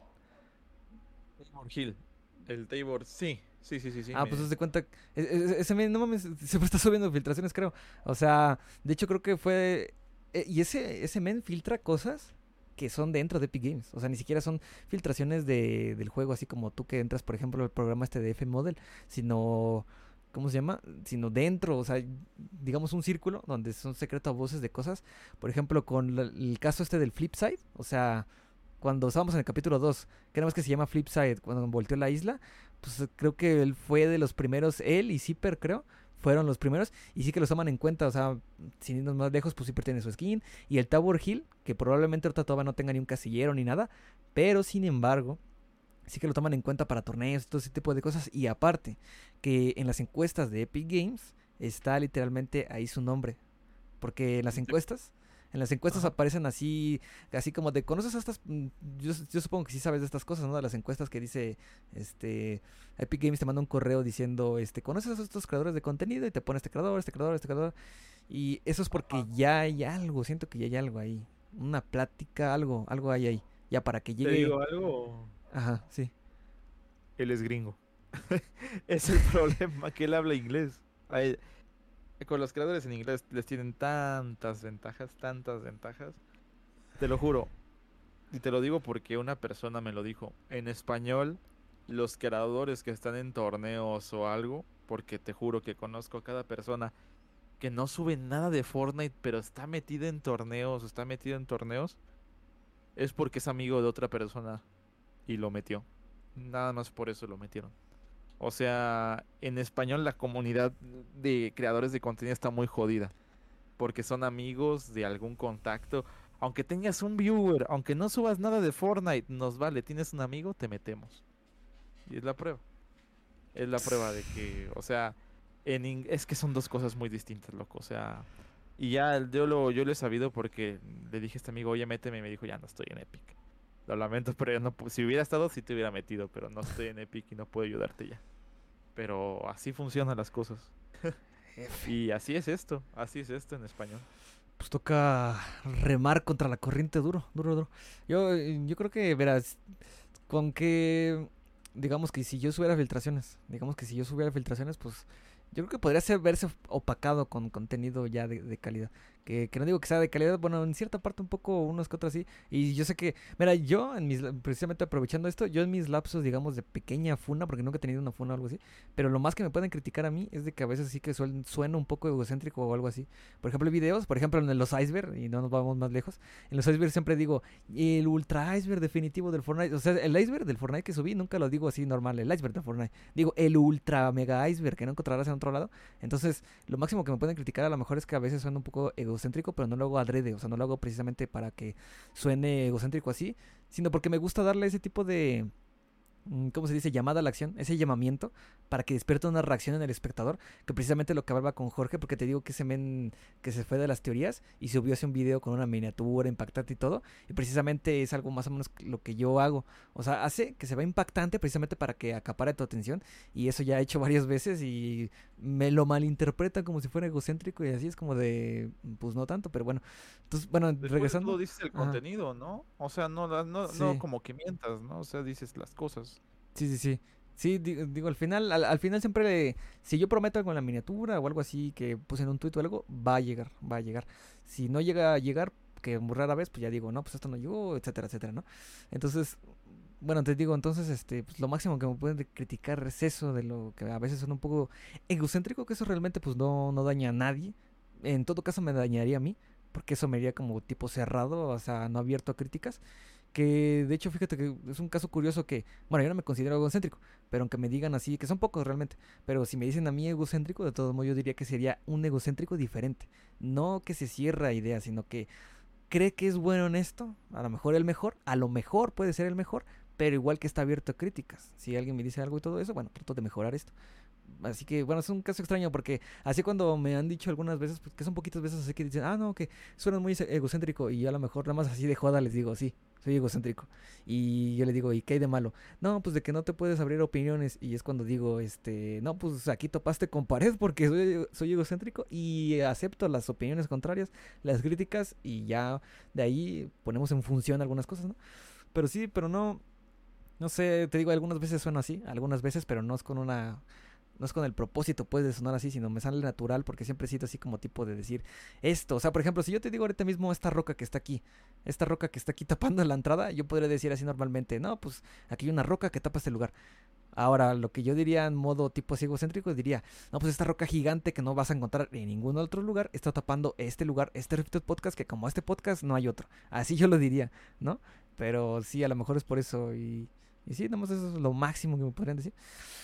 Tabor Hill. El Tabor, sí, sí, sí, sí, sí. Ah, pues haz Me... de cuenta, e- e- ese men, no mames, siempre está subiendo filtraciones, creo. O sea, de hecho creo que fue... eh, y ese, ese men filtra cosas que son dentro de Epic Games. O sea, ni siquiera son filtraciones de, del juego, así como tú que entras, por ejemplo, al programa este de F Model, sino... ¿Cómo se llama? Sino dentro, o sea, digamos un círculo donde son secretos a voces de cosas. Por ejemplo, con la- el caso este del Flipside, o sea, cuando estábamos en el capítulo dos, que nada más que se llama Flipside, cuando volteó la isla, pues eh, creo que él fue de los primeros, él y Zipper creo, fueron los primeros, y sí que los toman en cuenta, o sea, sin irnos más lejos, pues Zipper tiene su skin, y el Tower Hill, que probablemente ahorita todavía no tenga ni un casillero ni nada, pero sin embargo, sí que lo toman en cuenta para torneos, todo ese tipo de cosas, y aparte, que en las encuestas de Epic Games está literalmente ahí su nombre, porque en las Sí. encuestas, en las encuestas Ajá. aparecen así, así como de, ¿conoces a estas? mm, Yo, yo supongo que sí sabes de estas cosas, ¿no? De las encuestas que dice, este, Epic Games te manda un correo diciendo, este, ¿conoces a estos creadores de contenido? Y te pone este creador, este creador, este creador. Y eso es porque Ajá. ya hay algo, siento que ya hay algo ahí. Una plática, algo, algo hay ahí. Ya para que Te llegue, digo algo, ajá, sí. él es gringo. Es el problema que él habla inglés. A él- con los creadores en inglés les tienen tantas ventajas, tantas ventajas. Te lo juro. Y te lo digo porque una persona me lo dijo. En español, los creadores que están en torneos o algo, porque te juro que conozco a cada persona que no sube nada de Fortnite, pero está metido en torneos, está metido en torneos, es porque es amigo de otra persona y lo metió. Nada más por eso lo metieron. O sea, en español la comunidad de creadores de contenido está muy jodida, porque son amigos de algún contacto. Aunque tengas un viewer, aunque no subas nada de Fortnite, nos vale, tienes un amigo, te metemos. Y es la prueba. Es la prueba de que, o sea, en ing- es que son dos cosas muy distintas, loco. O sea, y ya yo lo, yo lo he sabido porque le dije a este amigo, oye, méteme, y me dijo, ya no estoy en Epic. Lo lamento, pero ya no, pu- si hubiera estado, sí te hubiera metido, pero no estoy en Epic y no puedo ayudarte ya. Pero así funcionan las cosas. F. Y así es esto, así es esto en español. Pues toca remar contra la corriente duro, duro, duro. Yo, eh, yo creo que, verás, con que, digamos que si yo subiera filtraciones, digamos que si yo subiera filtraciones, pues yo creo que podría ser verse opacado con contenido ya de, de calidad. Que, que no digo que sea de calidad, bueno, en cierta parte un poco unos que otros sí. Y yo sé que, mira, yo, en mis, precisamente aprovechando esto, yo en mis lapsos, digamos, de pequeña funa, porque nunca he tenido una funa o algo así, pero lo más que me pueden criticar a mí es de que a veces sí que suel- suena un poco egocéntrico o algo así. Por ejemplo, videos, por ejemplo, en los iceberg, y no nos vamos más lejos, en los iceberg siempre digo, el ultra iceberg definitivo del Fortnite. O sea, el iceberg del Fortnite que subí nunca lo digo así normal, el iceberg del Fortnite. Digo, el ultra mega iceberg que no encontrarás en otro lado. Entonces, lo máximo que me pueden criticar a lo mejor es que a veces suena un poco egocéntrico, pero no lo hago adrede, o sea, no lo hago precisamente para que suene egocéntrico así, sino porque me gusta darle ese tipo de, mm, ¿cómo se dice? Llamada a la acción, ese llamamiento para que despierte una reacción en el espectador, que precisamente lo que hablaba con Jorge, porque te digo que ese men que se fue de las teorías y subió hace un video con una miniatura impactante y todo, y precisamente es algo más o menos lo que yo hago, o sea, hace que se vea impactante precisamente para que acapare tu atención, y eso ya he hecho varias veces y me lo malinterpretan como si fuera egocéntrico y así es como de, pues no tanto, pero bueno, entonces, bueno, Después de todo regresando, dices el ajá, contenido, ¿no? O sea, no, la- no, no sí. como que mientas, ¿no? O sea, dices las cosas. Sí, sí, sí. Sí, di- digo, al final, al, al final siempre, le- si yo prometo algo en la miniatura o algo así que puse en un tuit o algo, va a llegar, va a llegar. Si no llega a llegar, que muy rara vez, pues ya digo, no, pues esto no llegó, etcétera, etcétera, ¿no? Entonces, bueno, te digo, entonces, este, pues lo máximo que me pueden de- criticar es eso, de lo que a veces son un poco egocéntrico, que eso realmente pues no, no daña a nadie. En todo caso me dañaría a mí, porque eso me haría como tipo cerrado, o sea, no abierto a críticas. Que de hecho, fíjate que es un caso curioso que, bueno, yo no me considero egocéntrico, pero aunque me digan así, que son pocos realmente, pero si me dicen a mí egocéntrico, de todos modos yo diría que sería un egocéntrico diferente. No que se cierra a ideas, sino que cree que es bueno en esto, a lo mejor el mejor, a lo mejor puede ser el mejor, pero igual que está abierto a críticas. Si alguien me dice algo y todo eso, bueno, trato de mejorar esto. Así que, bueno, es un caso extraño porque así cuando me han dicho algunas veces, pues, que son poquitas veces así que dicen, ah, no, que suena muy egocéntrico y yo a lo mejor nada más así de joda les digo, sí, soy egocéntrico. Y yo le digo, ¿y qué hay de malo? No, pues de que no te puedes abrir opiniones y es cuando digo, este, no, pues aquí topaste con pared porque soy, soy egocéntrico y acepto las opiniones contrarias, las críticas y ya de ahí ponemos en función algunas cosas, ¿no? Pero sí, pero no, no sé, te digo, algunas veces suena así, algunas veces, pero no es con una no es con el propósito, pues, de sonar así, sino me sale natural porque siempre he sido así como tipo de decir esto. O sea, por ejemplo, si yo te digo ahorita mismo esta roca que está aquí, esta roca que está aquí tapando la entrada, yo podría decir así normalmente, no, pues aquí hay una roca que tapa este lugar. Ahora, lo que yo diría en modo tipo así egocéntrico, diría, no, pues esta roca gigante que no vas a encontrar en ningún otro lugar está tapando este lugar, este Rifted Podcast, que como este podcast no hay otro. Así yo lo diría, ¿no? Pero sí, a lo mejor es por eso y, y sí, nomás eso es lo máximo que me podrían decir.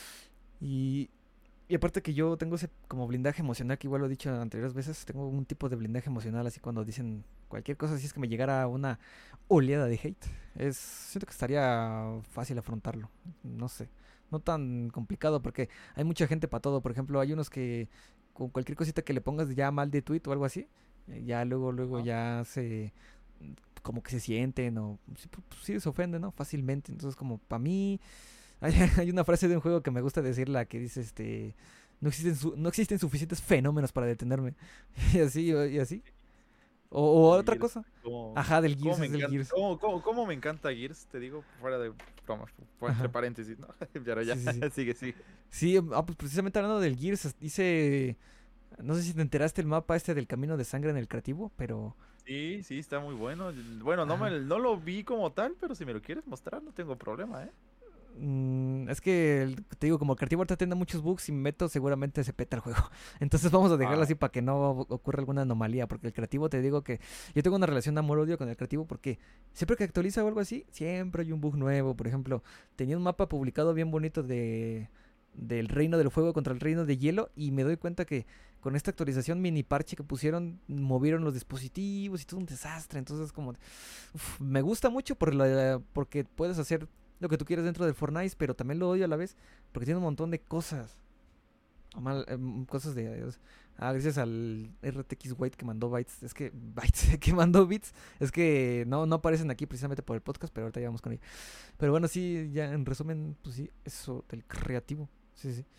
Y, y aparte que yo tengo ese como blindaje emocional, que igual lo he dicho anteriores veces, tengo un tipo de blindaje emocional así cuando dicen cualquier cosa, si es que me llegara una oleada de hate, es, siento que estaría fácil afrontarlo, no sé, no tan complicado porque hay mucha gente para todo, por ejemplo, hay unos que con cualquier cosita que le pongas ya mal de tweet o algo así, eh, ya luego, luego Ajá. ya se, como que se sienten o sí, pues, sí se ofenden, ¿no? Fácilmente, entonces como para mí hay, hay una frase de un juego que me gusta decirla que dice este no existen su- no existen suficientes fenómenos para detenerme. Y así y así. O, o El otra Gears. cosa. Cómo, Ajá, del cómo Gears me es del encanta, Gears. cómo, cómo- cómo me encanta Gears, te digo, fuera de bromas, fu- entre Ajá. paréntesis, ¿no? Pero ya, Sí, sí, sí. sigue, sigue. Sí, ah, pues precisamente hablando del Gears, es- dice no sé si te enteraste el mapa este del camino de sangre en el creativo, pero Sí, sí, está muy bueno. Bueno, no me, ajá. no lo vi como tal, pero si me lo quieres mostrar, no tengo problema, ¿eh? Mm, es que el- te digo, como el creativo ahorita tiene muchos bugs y me meto, seguramente se peta el juego. Entonces vamos a dejarlo Ah, así para que no ocurra alguna anomalía. Porque el creativo, te digo que yo tengo una relación de amor-odio con el creativo porque siempre que actualiza o algo así, siempre hay un bug nuevo. Por ejemplo, tenía un mapa publicado bien bonito de del reino del fuego contra el reino de hielo y me doy cuenta que con esta actualización mini parche que pusieron movieron los dispositivos y todo un desastre. Entonces como uf, me gusta mucho por la, porque puedes hacer lo que tú quieres dentro del Fortnite, pero también lo odio a la vez porque tiene un montón de cosas. Mal, em, cosas de... Ah, gracias al R T X White que mandó bytes. Es que bytes, que mandó bits. Es que no, no aparecen aquí precisamente por el podcast, pero ahorita ya vamos con ello. Pero bueno, sí, ya en resumen, pues sí, eso del creativo. Sí, sí.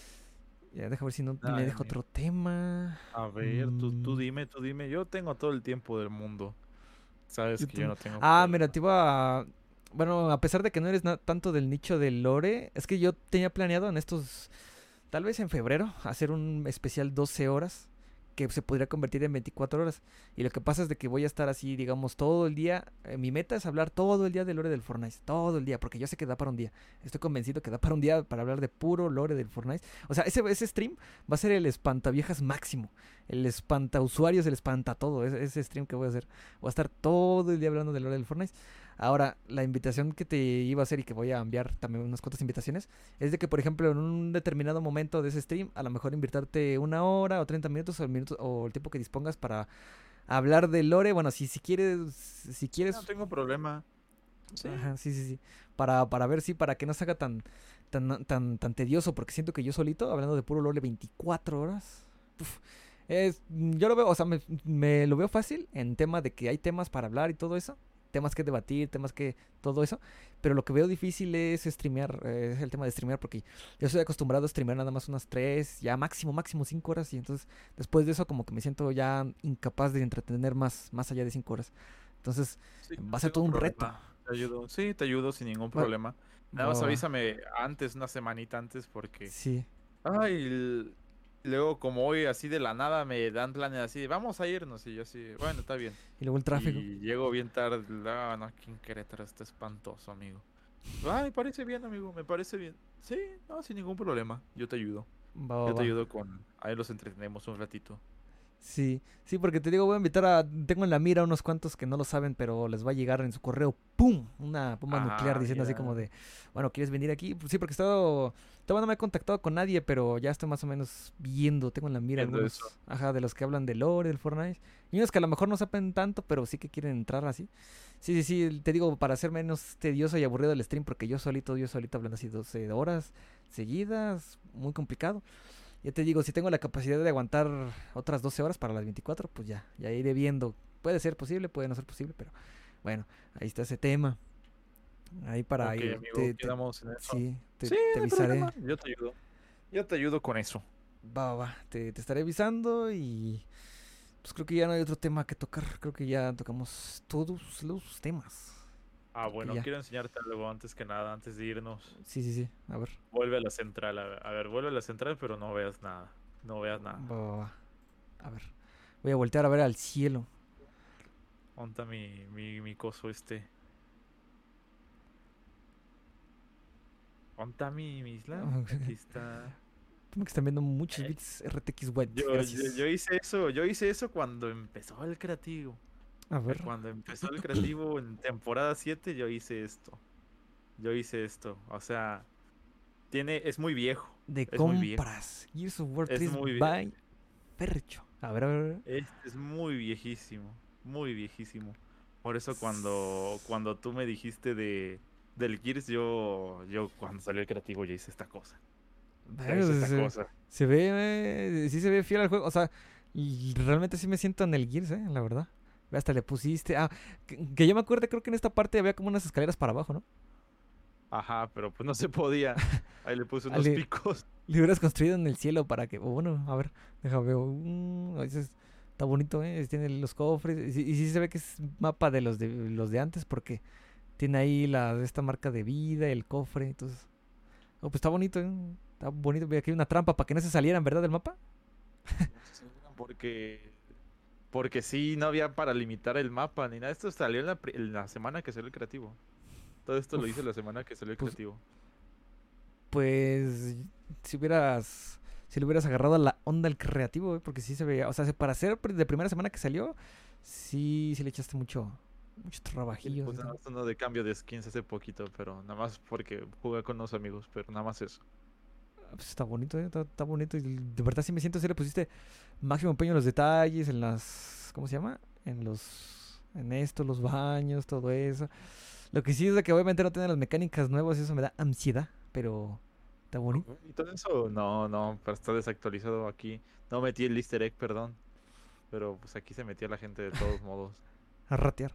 Ya, deja ver si no me ay, deja amigo. otro tema. A ver, tú, tú Mm, dime, tú dime. Yo tengo todo el tiempo del mundo. Sabes yo que yo tengo- no tengo Ah, mira, problema. te iba a... Bueno, a pesar de que no eres na- tanto del nicho del lore, es que yo tenía planeado en estos, tal vez en febrero, hacer un especial doce horas que se podría convertir en veinticuatro horas. Y lo que pasa es de que voy a estar así, digamos, todo el día. Eh, mi meta es hablar todo el día de lore del Fortnite. Todo el día, porque yo sé que da para un día. Estoy convencido que da para un día para hablar de puro lore del Fortnite. O sea, ese, ese stream va a ser el espantaviejas máximo. El espanta usuarios, el espanta todo. Ese, ese stream que voy a hacer. Voy a estar todo el día hablando de lore del Fortnite. Ahora, la invitación que te iba a hacer y que voy a enviar también unas cuantas invitaciones es de que, por ejemplo, en un determinado momento de ese stream, a lo mejor invirtarte una hora o treinta minutos o el, minuto, o el tiempo que dispongas para hablar de lore. Bueno, si, si quieres, si quieres... No tengo problema. Sí. Ajá, sí, sí, sí. Para, para ver si, para que no se haga tan, tan, tan, tan tedioso, porque siento que yo solito, hablando de puro lore veinticuatro horas, uf, es, yo lo veo, o sea, me, me lo veo fácil en tema de que hay temas para hablar y todo eso. Temas que debatir, temas que... todo eso. Pero lo que veo difícil es streamear. Eh, es el tema de streamear porque yo estoy acostumbrado a streamear nada más unas tres, ya máximo, máximo cinco horas. Y entonces después de eso como que me siento ya incapaz de entretener más, más allá de cinco horas. Entonces Sí, va no a ser todo tengo un problema. reto. Te ayudo. Sí, te ayudo sin ningún Va, problema. Nada va, más va. avísame antes, una semanita antes, porque... Sí. Ay, l- luego como hoy así de la nada me dan planes así, de, vamos a irnos. Y yo así, bueno, está bien. Y luego el tráfico. Y llego bien tarde. Ah, no, aquí en Querétaro está espantoso, amigo. Ah, me parece bien, amigo, me parece bien. Sí, no, sin ningún problema. Yo te ayudo. Va, va, Yo te va. ayudo con... Ahí los entretenemos un ratito. Sí, sí, porque te digo, voy a invitar a... Tengo en la mira unos cuantos que no lo saben, pero les va a llegar en su correo, ¡pum! Una bomba nuclear Ah, diciendo así como mira. de, bueno, ¿quieres venir aquí? Pues sí, porque he estado... Todavía no me he contactado con nadie, pero ya estoy más o menos viendo, tengo en la mira Viendo eso. algunos, ajá, de los que hablan de lore, del Fortnite. Y unos que a lo mejor no saben tanto, pero sí que quieren entrar así. Sí, sí, sí, te digo, para hacer menos tedioso y aburrido el stream, porque yo solito, yo solito hablando así doce horas seguidas, muy complicado. Ya te digo, si tengo la capacidad de aguantar otras doce horas para las veinticuatro, pues ya, ya iré viendo. Puede ser posible, puede no ser posible, pero bueno, ahí está ese tema. Ahí para Ok, ir, amigo, te, te, quedamos en eso. sí, te, Sí, te no hay avisaré. problema. Yo te ayudo. Yo te ayudo con eso. Va, va, va, te, te estaré avisando y pues creo que ya no hay otro tema que tocar. Creo que ya tocamos todos los temas. Ah, Creo que bueno, ya. quiero enseñarte algo antes que nada, antes de irnos. Sí, sí, sí, a ver. Vuelve a la central. A ver, a ver, vuelve a la central, pero no veas nada. No veas nada. Va, va, va. A ver. Voy a voltear a ver al cielo. Monta mi, mi, mi coso este. Monta mi, mi isla. Aquí está. Como que están viendo muchos Eh, bits R T X wet. Yo, yo, Gracias. yo hice eso, yo hice eso cuando empezó el creativo. A Eh, ver. Cuando empezó el creativo en temporada siete, yo hice esto. Yo hice esto. O sea, tiene, es muy viejo. De Es muy viejo. compras. Gears of War Es tres muy viejo. by Percho. A ver, a ver, a ver. Este es muy viejísimo. Muy viejísimo. Por eso cuando, cuando tú me dijiste de del Gears, yo, yo cuando salió el creativo ya hice esta cosa. Ya Verga, hice se, esta se- cosa. se ve, eh, sí se ve fiel al juego. O sea, y realmente sí me siento en el Gears, eh, la verdad. Ve, hasta le pusiste. Ah, que, que yo me acuerdo, creo que en esta parte había como unas escaleras para abajo, ¿no? Ajá, pero pues no se podía. Ahí le puse Ah, unos le, picos. le hubieras construido en el cielo para que. O bueno, a ver, déjame ver. Mm, a veces está bonito, ¿eh? Tiene los cofres. Y, sí y sí se ve que es mapa de los de los de antes porque tiene ahí la esta marca de vida, el cofre. Entonces, oh, pues está bonito, ¿eh? Está bonito. Ve, aquí hay una trampa para que no se salieran, ¿verdad? Del mapa. Sí, porque porque sí, no había para limitar el mapa ni nada. Esto salió en la, pri- en la semana que salió el creativo. Todo esto lo hice Uf, la semana que salió el pues, creativo. pues si hubieras, si le hubieras agarrado la onda al creativo, ¿eh? Porque sí se veía, o sea, se- para ser pr- de primera semana que salió, sí, sí le echaste mucho, muchos Y le trabajillos y puse nada todo. más uno de cambio de skins hace poquito, pero nada más porque jugué con unos amigos, pero nada más eso. Ah, pues está bonito, ¿eh? Está, está bonito y de verdad sí me siento, si le pusiste máximo empeño en los detalles, en las, ¿cómo se llama? En los, en esto, los baños, todo eso. Lo que sí es de que obviamente no tiene las mecánicas nuevas y eso me da ansiedad, pero está bonito. Ujú. Y todo eso, no, no, pero está desactualizado aquí. No metí el easter egg, perdón, pero pues aquí se metía la gente de todos modos. A ratear.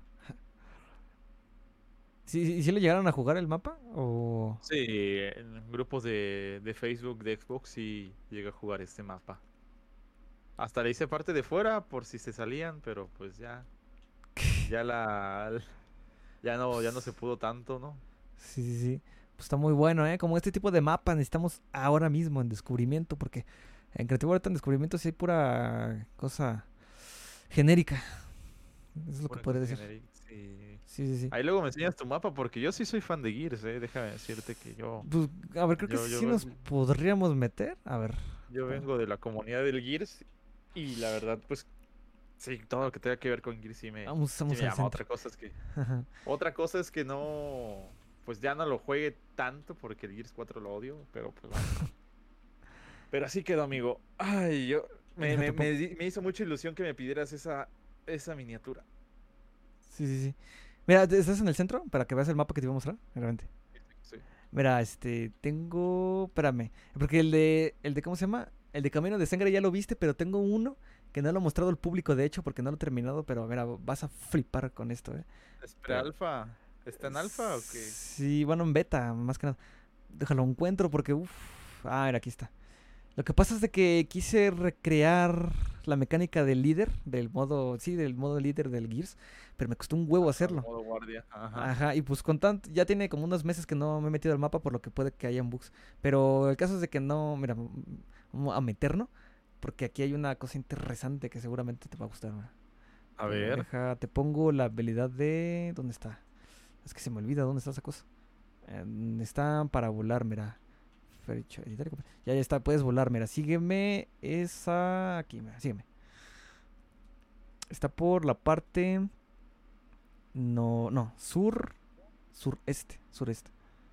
¿Sí, sí, sí lo llegaron a jugar el mapa? ¿O...? Sí, en grupos de, de Facebook, de Xbox, sí llegué a jugar este mapa. Hasta le hice parte de fuera por si se salían, pero pues ya, ya la, ya no, ya no se pudo tanto, ¿no? Sí, sí, sí. Pues está muy bueno, ¿eh? Como este tipo de mapa necesitamos ahora mismo en descubrimiento porque En Creativo ahorita en descubrimiento sí hay pura cosa genérica. Eso es lo que Pura podría cosa decir. genérica, sí. Sí, sí, sí. Ahí luego me enseñas tu mapa porque yo sí soy fan de Gears, eh. Déjame decirte que yo, Pues, a ver, creo que yo, yo, sí nos ven- podríamos meter. A ver. yo pa- vengo de la comunidad del Gears y la verdad, pues sí, todo lo que tenga que ver con Gears sí me, Vamos, sí vamos me al llama. centro. Otra cosa es que, otra cosa es que no, pues ya no lo juegue tanto porque el Gears cuatro lo odio, pero pues bueno. Pero así quedó, amigo. Ay, yo, me, me, Déjate me, pongo. di- me hizo mucha ilusión que me pidieras esa, esa miniatura. Sí, sí, sí. Mira, ¿estás en el centro? Para que veas el mapa que te iba a mostrar. Realmente. Sí. Mira, este, tengo, espérame, porque el de, el de, ¿cómo se llama? El de Camino de Sangre ya lo viste, pero tengo uno que no lo he mostrado al público, de hecho, porque no lo he terminado, pero mira, vas a flipar con esto, ¿eh? ¿Es Pero, pre-alfa? ¿Está en alfa o qué? sí, bueno, en beta, más que nada. Déjalo encuentro porque, uff, ah, mira, aquí está. Lo que pasa es de que quise recrear la mecánica del líder, del modo, sí, del modo líder del Gears, pero me costó un huevo Ajá, el hacerlo. modo guardia. Ajá. Ajá, y pues con tanto, ya tiene como unos meses que no me he metido al mapa, por lo que puede que hayan bugs. Pero el caso es de que no, mira, m- vamos a meternos, porque aquí hay una cosa interesante que seguramente te va a gustar. Mira. A Eh, ver. Deja, te pongo la habilidad de... ¿Dónde está? Es que se me olvida dónde está esa cosa. Eh, está para volar, mira. Fecha, editar y copiar. Ya, ya está, puedes volar, mira. Sígueme esa... Aquí, mira, sígueme. Está por la parte... No, no, sur... Sureste, sureste.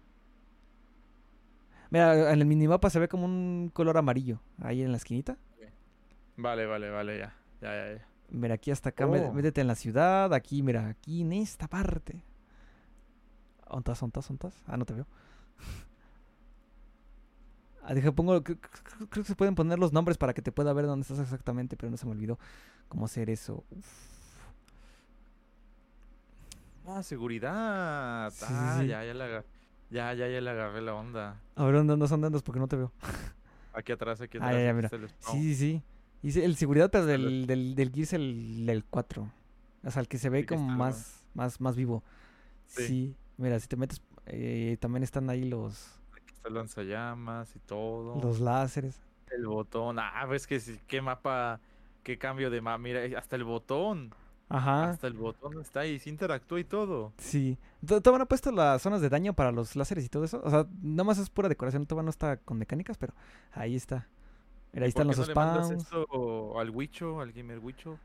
Mira, en el minimapa se ve como un color amarillo. Ahí en la esquinita. Ok. Vale, vale, vale, ya. Ya, ya, ya. Mira, aquí hasta acá, mé- Oh. métete en la ciudad. Aquí, mira, aquí en esta parte. ¿Ontas, ontas, ontas? Ah, no te veo. Ah, deja, pongo. Creo, creo- creo que se pueden poner los nombres para que te pueda ver dónde estás exactamente, pero no se me olvidó cómo hacer eso. Uf. Ah, seguridad. Sí, sí, Ah, sí. ya, ya le agarré. Ya, ya, ya le agarré la onda. A ver, ¿dónde andas? ¿Dónde andas? Porque no te veo. Aquí atrás, aquí Ah, ya, atrás, ya, aquí mira. está el spawn. Sí, sí, sí. Hice el seguridad, pero Está el- del, del, del Gears el, el cuatro. O sea, el que se ve Aquí como está el man. más, más, más vivo. Sí, Sí, mira, si te metes, eh, también están ahí los, aquí está el lanzallamas y todo. los láseres. El botón. Ah, ves que sí, qué mapa, qué cambio de mapa. Mira, eh, hasta el botón. Ajá, Hasta el botón está ahí, se interactúa y todo. sí. ¿T- ¿Todavía no han puesto las zonas de daño para los láseres y todo eso? O sea, nada más es pura decoración, todavía no está con mecánicas, pero ahí está. Mira, ¿Y ahí por están qué los no le mandas spawns. esto al Wicho, al Gamer Wicho?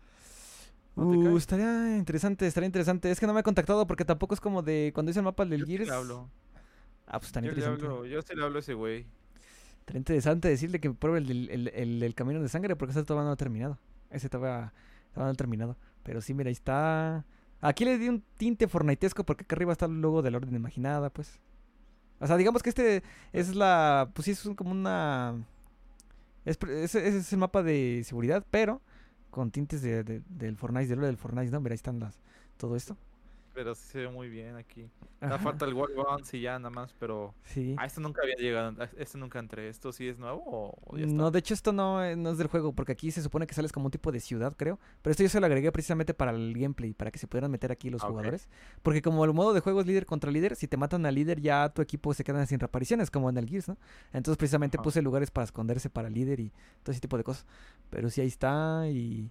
¿No te Uh, cae? estaría interesante, estaría interesante. Es que no me ha contactado porque tampoco es como de cuando hice el mapa del Yo sí le Gears. hablo. Ah, pues estaría Yo le interesante. hablo, yo sí le hablo a ese güey. Estaría interesante decirle que pruebe el, del- el, el, el camino de sangre porque ese todavía no ha terminado. Ese todavía, todavía no ha terminado. Pero sí, mira, ahí está. Aquí le di un tinte fortnitesco porque acá arriba está el logo de la Orden Imaginada, pues. O sea, digamos que este es la... Pues sí, es un- como una... Es, pre- ese, ese es el mapa de seguridad, pero con tintes de, de- del Fortnite, del lore del Fortnite, ¿no? Mira, ahí están las... Todo esto. Pero sí se ve muy bien aquí. Da Ajá, falta el Wall Bounce y ya nada más, pero... sí. Ah, esto nunca había llegado, a este nunca entré. ¿Esto sí es nuevo o, o ya No, está? de hecho esto no, eh, no es del juego, porque aquí se supone que sales como un tipo de ciudad, creo. Pero esto yo se lo agregué precisamente para el gameplay, para que se pudieran meter aquí los Ah, ok. jugadores. Porque como el modo de juego es líder contra líder, si te matan al líder ya tu equipo se queda sin reapariciones, como en el Gears, ¿no? Entonces precisamente Ajá. puse lugares para esconderse para el líder y todo ese tipo de cosas. Pero sí, ahí está y...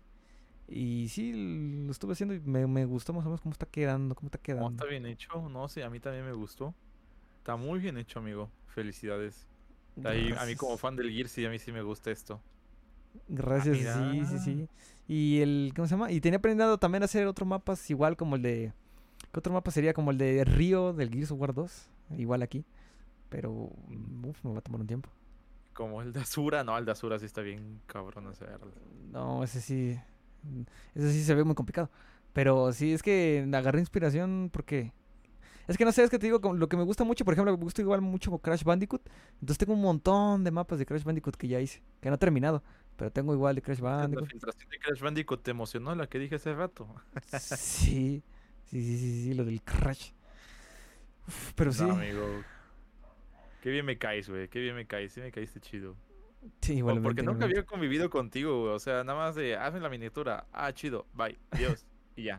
Y sí, lo estuve haciendo y me, me gustó más o menos cómo está quedando, cómo está No, quedando. está bien hecho. No sé, a mí también me gustó. Está muy bien hecho, amigo. Felicidades. Ahí, a mí como Gracias. fan del Gears, sí, a mí sí me gusta esto. Ah, Gracias, mira. sí, sí, sí. Y el, ¿cómo se llama? Y tenía planeado también hacer otros mapas igual como el de... ¿Qué otro mapa sería? Como el de Río del Gears of War dos. Igual aquí. Pero, uf, me va a tomar un tiempo. Como el de Azura. No, el de Azura sí está bien cabrón hacerlo. No, ese sí... mm, Ese sí se ve muy complicado. Pero sí, es que agarré inspiración porque... Es que no sé, es que te digo, como lo que me gusta mucho, por ejemplo, me gusta igual mucho Crash Bandicoot. Entonces tengo un montón de mapas de Crash Bandicoot que ya hice. Que no he terminado. Pero tengo igual de Crash La Bandicoot. filtración de Crash Bandicoot te emocionó, la que dije hace rato. Sí, sí, sí, sí, sí, lo del Crash. Uf, pero sí, No, amigo. Qué bien me caes, güey. Qué bien me caes. Sí me caíste chido. sí, O porque igualmente, nunca igualmente. había convivido contigo, güey. O sea, nada más de hazme la miniatura. Ah, chido. Bye. Adiós. Y ya.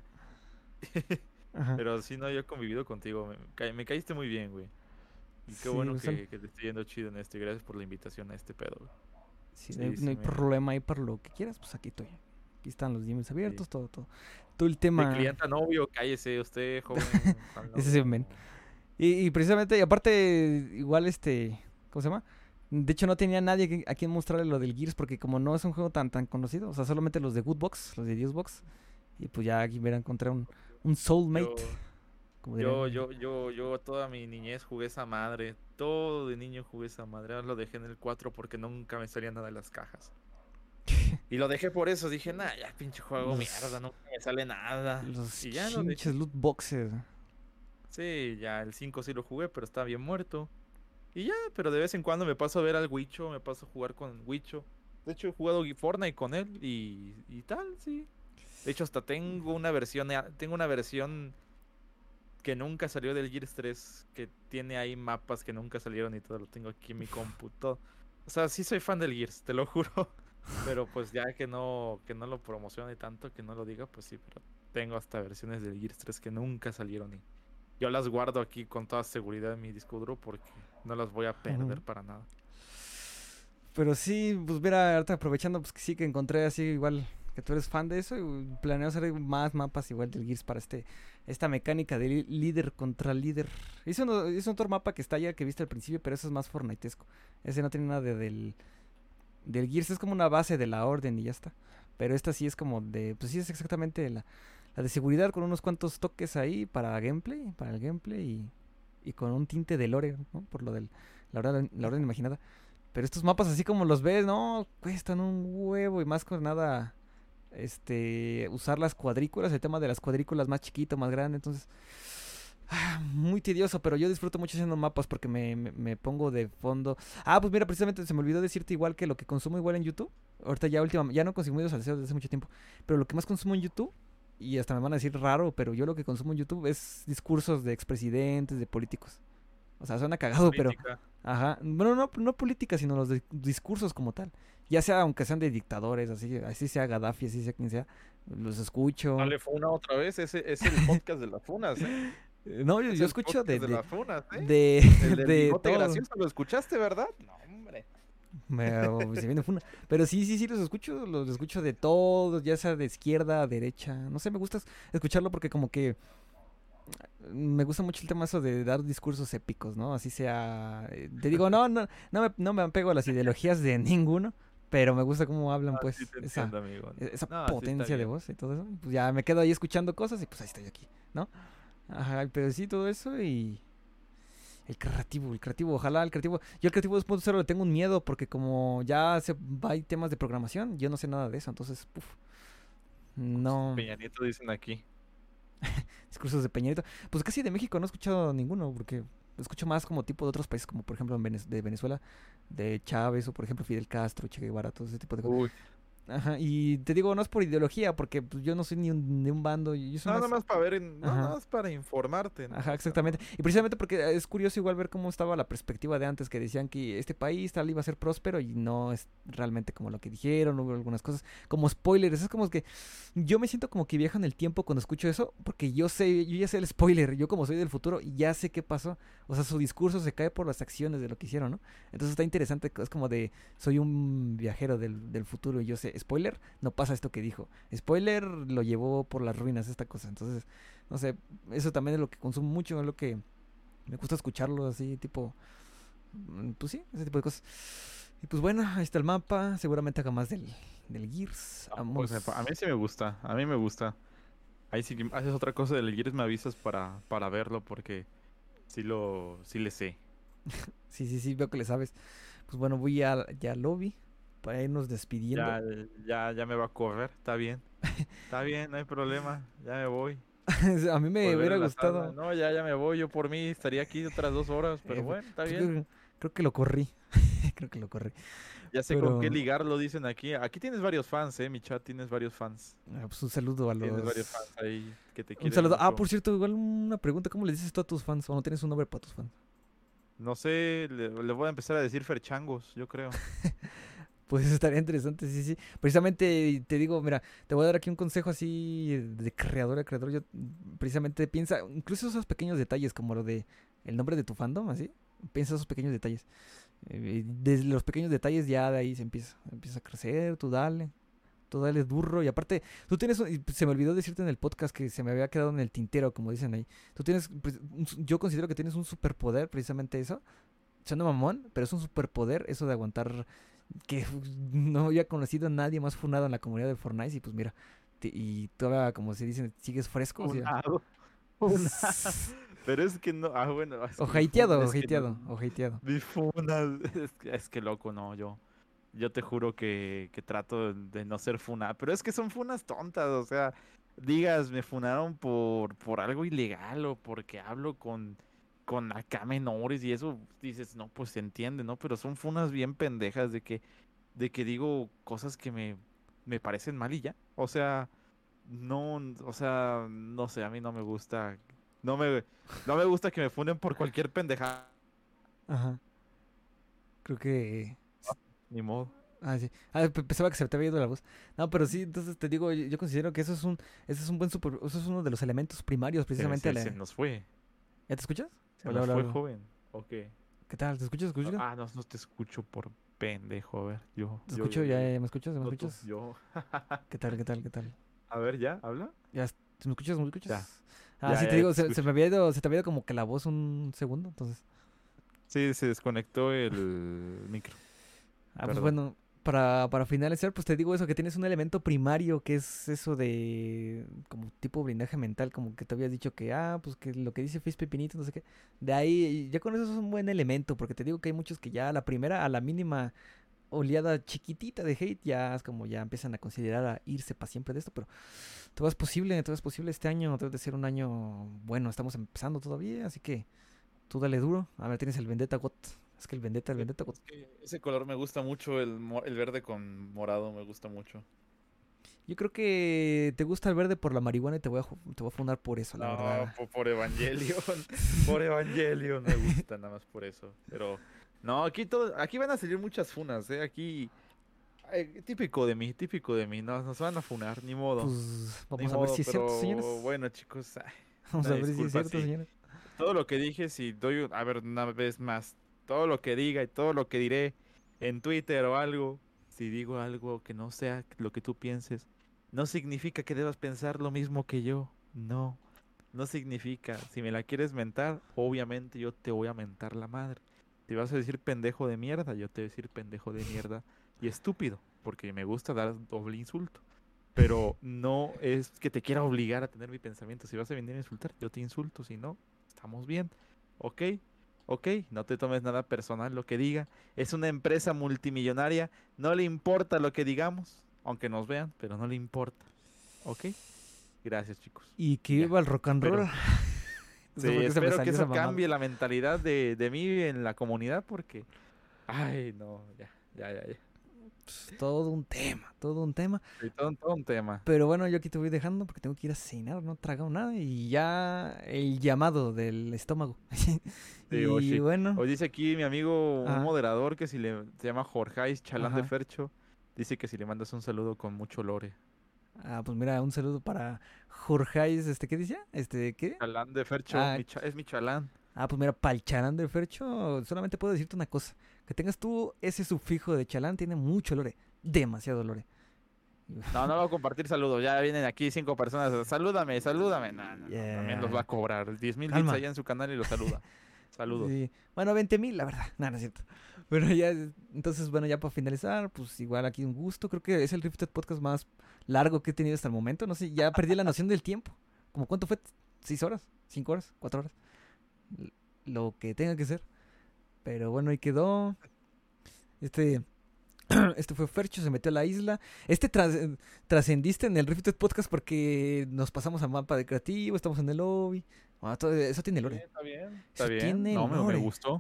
Ajá. Pero sí no había convivido contigo. Me, ca- me caíste muy bien, güey. Y qué Sí, bueno o sea, que, que te esté yendo chido en esto. Y gracias por la invitación a este pedo, güey. Si no, Sí, hay, no sí hay me... problema ahí para lo que quieras, pues aquí estoy. Aquí están los Gmails Sí. abiertos, todo, todo. Todo el De tema. cliente a novio, cállese usted, joven. ¿Cuál Ese sí, novio? men. Y, y precisamente, y aparte, igual este, ¿cómo se llama? De hecho, no tenía nadie que- a quien mostrarle lo del Gears porque como no es un juego tan tan conocido, o sea, solamente los de Goodbox, los de Diosbox, y pues ya aquí verán encontré un, un soulmate, Yo, como yo, dirían. yo, yo, yo toda mi niñez jugué esa madre. Todo de niño jugué esa madre. Ahora lo dejé en el cuatro porque nunca me salía nada de las cajas. Y lo dejé por eso. Dije, nah, ya pinche juego mierda, Los, nunca me sale nada. los Y ya lo chinches dejé. loot boxes. Sí, ya el cinco sí lo jugué, pero está bien muerto. Y ya, pero de vez en cuando me paso a ver al Wicho, me paso a jugar con Wicho. De hecho, he jugado Fortnite con él y, y tal, sí. De hecho, hasta tengo una versión, eh, tengo una versión que nunca salió del Gears tres, que tiene ahí mapas que nunca salieron y todo lo tengo aquí en mi cómputo. O sea, sí soy fan del Gears, te lo juro. Pero pues ya que no, que no lo promocione tanto, que no lo diga, pues sí, pero tengo hasta versiones del Gears tres que nunca salieron y yo las guardo aquí con toda seguridad en mi disco duro porque no las voy a perder para nada. Pero sí, pues mira, ahorita aprovechando pues que sí que encontré así igual que tú eres fan de eso y planeo hacer más mapas igual del Gears para este esta mecánica de li- líder contra líder. Hice, uno, hice otro mapa que está ya que viste al principio, pero eso es más Fortnitesco. Ese no tiene nada de, del del Gears, es como una base de la orden y ya está. Pero esta sí es como de, pues sí es exactamente la, la de seguridad con unos cuantos toques ahí para gameplay, para el gameplay y, y con un tinte de lore, ¿no? Por lo del la orden, la orden imaginada. Pero estos mapas así como los ves, no, cuestan un huevo y más con nada, este, usar las cuadrículas, el tema de las cuadrículas más chiquito, más grande, entonces, ah, muy tedioso, pero yo disfruto mucho haciendo mapas porque me, me, me pongo de fondo. Ah, pues mira, precisamente se me olvidó decirte igual que lo que consumo igual en YouTube, ahorita ya últimamente, ya no consumo videos al desde hace mucho tiempo, pero lo que más consumo en YouTube, y hasta me van a decir raro, pero yo lo que consumo en YouTube es discursos de expresidentes, de políticos. O sea, suena cagado, pero... Política. Ajá. Bueno, no, no política, sino los di- discursos como tal. Ya sea, aunque sean de dictadores, así, así sea Gaddafi, así sea quien sea, los escucho. Dale funa otra vez, ese es el podcast de las funas, ¿eh? Eh, No, yo, Es yo el escucho de, podcast de de, las funas, ¿eh? de, El del de bigote todo. gracioso, ¿lo escuchaste, verdad? No, hombre. Me, o se viene funa. Pero sí, sí, sí, los escucho, los escucho de todos, ya sea de izquierda, derecha. No sé, me gusta escucharlo porque como que me gusta mucho el tema eso de dar discursos épicos, ¿no? Así sea... eh, Te digo, no, no, no me, no me apego a las ideologías de ninguno, pero me gusta cómo hablan, Ah, sí pues, te esa, entiendo, amigo. e- esa No, sí está potencia de bien. voz y todo eso. Pues ya me quedo ahí escuchando cosas y pues ahí estoy aquí, ¿no? Ajá, pero sí, todo eso y... El creativo, el creativo, ojalá el creativo. Yo el creativo dos punto cero le tengo un miedo porque como ya se hay temas de programación, yo no sé nada de eso, entonces, puf, no... Peña Nieto dicen aquí. Discursos de Peña Nieto. Pues casi de México no he escuchado ninguno, porque escucho más como tipo de otros países, como por ejemplo en Venez- de Venezuela, de Chávez o por ejemplo Fidel Castro, Che Guevara, todo ese tipo de cosas. Uy. Ajá, y te digo, no es por ideología, porque pues, yo no soy ni un, ni un bando, yo yo soy Nada más... más para ver, en- no, nada Ajá. más para informarte, ¿no? Ajá, O sea, exactamente. no. Y precisamente porque es curioso igual ver cómo estaba la perspectiva de antes, que decían que este país tal iba a ser próspero y no es realmente como lo que dijeron, hubo algunas cosas como spoilers. Es como que yo me siento como que viajo en el tiempo cuando escucho eso, porque yo sé, yo ya sé el spoiler, yo como soy del futuro, ya sé qué pasó. O sea, su discurso se cae por las acciones de lo que hicieron, ¿no? Entonces está interesante, es como de, soy un viajero del, del futuro y yo sé, spoiler, no pasa esto que dijo. Spoiler, lo llevó por las ruinas esta cosa. Entonces, no sé, eso también es lo que consumo mucho, es lo que me gusta escucharlo así, tipo, mm, pues sí, ese tipo de cosas. Y pues bueno, ahí está el mapa, seguramente haga más del, del Gears. Ah, pues, Vamos. a mí sí me gusta, a mí me gusta. Ahí sí que haces otra cosa del Gears, me avisas para, para verlo porque sí lo, sí le sé. Sí, sí, sí, veo que le sabes. Pues bueno, voy a, ya al lobby para irnos despidiendo. Ya, ya, ya me va a correr, está bien. Está bien, no hay problema, ya me voy. A mí me Volver a hubiera la sala. gustado. No, ya, ya me voy, yo por mí estaría aquí otras dos horas, pero eh, bueno, está pues bien. creo, creo que lo corrí. Creo que lo corrí. Ya sé con qué Pero ligarlo, dicen aquí. Aquí tienes varios fans, eh, mi chat, tienes varios fans. ah, pues un saludo a Tienes varios fans los. ahí que te Un quieren saludo. Ah, mucho. por cierto, igual una pregunta. ¿Cómo le dices tú a tus fans? ¿O no tienes un nombre para tus fans? No sé, le, le voy a empezar a decir ferchangos, yo creo. Pues estaría interesante, sí, sí. Precisamente te digo, mira, te voy a dar aquí un consejo así de creador a creador. Yo mm, precisamente piensa, incluso esos pequeños detalles como lo de el nombre de tu fandom, así. Piensa esos pequeños detalles. Eh, desde los pequeños detalles ya de ahí se empieza, empieza a crecer, tú dale, tú dale duro. Y aparte, tú tienes, un- y se me olvidó decirte en el podcast que se me había quedado en el tintero, como dicen ahí. Tú tienes, pues, un su- yo considero que tienes un superpoder, precisamente eso. Siendo mamón, pero es un superpoder eso de aguantar que no había conocido a nadie más funado en la comunidad de Fortnite y pues mira, te- y todavía como se dice, sigues fresco, o sea, Funado, funado. Pero es que no, ah, bueno, es o que mi fun, hateado, o es que no, hateado, o hateado. mi funas, es que, es que loco, no, yo, yo te juro que, que trato de, de no ser funado, pero es que son funas tontas, o sea, digas, me funaron por, por algo ilegal o porque hablo con, con acá menores y eso, dices, no, pues se entiende, ¿no? Pero son funas bien pendejas de que, de que digo cosas que me, me parecen mal y ya, o sea... No, o sea, no sé, a mí no me gusta. No me, no me gusta que me funen por cualquier pendejada. Ajá, creo que... Ni modo. Ah, sí. Ah, pe- pensaba que se te había ido la voz. No, pero sí, entonces te digo, yo, yo considero que eso es un, ese es un buen super, eso es uno de los elementos primarios Se, precisamente a se, se la... nos fue. ¿Ya te escuchas? Se Hola, nos hola, fue, hola. joven. Ok. ¿Qué tal? ¿Te escuchas? ¿Te escuchas? Ah, no, no te escucho por pendejo. A ver, yo, ¿Te yo, escucho? yo, ¿Ya, yo, yo. ya me escuchas? ¿Ya me No tú, escuchas? yo. ¿Qué tal? ¿Qué tal? ¿Qué tal? A ver, ¿ya? ¿Habla? ¿Ya es- ¿me escuchas? ¿Me Ya, escuchas? Ah, ya, sí, te ya, ya digo, te se, se me escucho. había ido, se te había ido como que la voz un segundo, entonces. Sí, se desconectó el micro. Ah, pues Perdón. bueno, para, para finalizar, pues te digo eso, que tienes un elemento primario que es eso de como tipo blindaje mental, como que te habías dicho que, ah, pues que lo que dice Face Pepinito, no sé qué. De ahí, ya con eso es un buen elemento, porque te digo que hay muchos que ya a la primera, a la mínima oleada chiquitita de hate, ya es como ya empiezan a considerar a irse para siempre de esto, pero todo es posible, todo es posible. Este año debe de ser un año bueno, estamos empezando todavía, así que tú dale duro. A ver, tienes el Vendetta God. Es que el Vendetta, el Que- Vendetta God. Es que ese color me gusta mucho, el, mo- el verde con morado me gusta mucho. Yo creo que te gusta el verde por la marihuana y te voy a, ju- te voy a fundar por eso, la No, verdad. po- por Evangelion, por Evangelion me gusta nada más por eso. Pero no, aquí todo, aquí van a salir muchas funas, ¿eh? Aquí eh, típico de mí, típico de mí, no, nos van a funar, ni modo, Pues ni vamos a ver modo. si es cierto, Pero señores. bueno, chicos, ay, Vamos una a ver si es disculpa cierto, si señores. todo lo que dije, si doy, un- a ver, una vez más, todo lo que diga y todo lo que diré en Twitter o algo, si digo algo que no sea lo que tú pienses, no significa que debas pensar lo mismo que yo, no. No significa, si me la quieres mentar, obviamente yo te voy a mentar la madre. Si vas a decir pendejo de mierda, yo te voy a decir pendejo de mierda y estúpido, porque me gusta dar doble insulto. Pero no es que te quiera obligar a tener mi pensamiento. Si vas a venir a insultar, yo te insulto. Si no, estamos bien. ¿Ok? ¿Ok? No te tomes nada personal lo que diga. Es una empresa multimillonaria. No le importa lo que digamos, aunque nos vean, pero no le importa. ¿Ok? Gracias, chicos. Y que Y ya. viva el rock and roll. Espero. No sé Sí, por qué se me espero que salió esa eso mamada. cambie la mentalidad de, de mí en la comunidad porque, ay, no, ya, ya, ya, ya. Pues, todo un tema, todo un tema. Sí, todo, un todo un tema. Pero bueno, yo aquí te voy dejando porque tengo que ir a cenar, no he tragado nada y ya el llamado del estómago. Sí, Y Oshi. bueno, Hoy dice aquí mi amigo, un ajá, moderador que si le, se llama Jorge Chalán de ajá. Fercho, dice que si le mandas un saludo con mucho lore. Ah, pues mira, un saludo para Jorgeis, este, ¿qué decía? Este, ¿qué? Chalán de Fercho, Ah, mi cha- es mi chalán. ah, pues mira, para el chalán de Fercho, solamente puedo decirte una cosa. Que tengas tú ese sufijo de chalán tiene mucho lore, demasiado lore. No, no va a compartir saludos, ya vienen aquí cinco personas, salúdame, salúdame. No, no, no, también los va a Ya, cobrar. Diez mil bits calma. allá en su canal y los saluda. Saludos. Sí. Bueno, veinte mil, la verdad. No, no es cierto. Bueno, ya, entonces, bueno, ya para finalizar, pues igual aquí un gusto. Creo que es el Rifted Podcast más largo que he tenido hasta el momento. No sé, ya perdí la noción del tiempo. ¿Cómo cuánto fue? ¿Seis horas? ¿Cinco horas? ¿Cuatro horas? L- Lo que tenga que ser. Pero bueno, ahí quedó. Este, este fue Fercho, se metió a la isla. Este tras- trascendiste en el Rifted Podcast porque nos pasamos al mapa de creativo, estamos en el lobby. Ah, todo eso tiene Sí, lore. está bien. Está Eso bien. tiene No, me, me lore. gustó.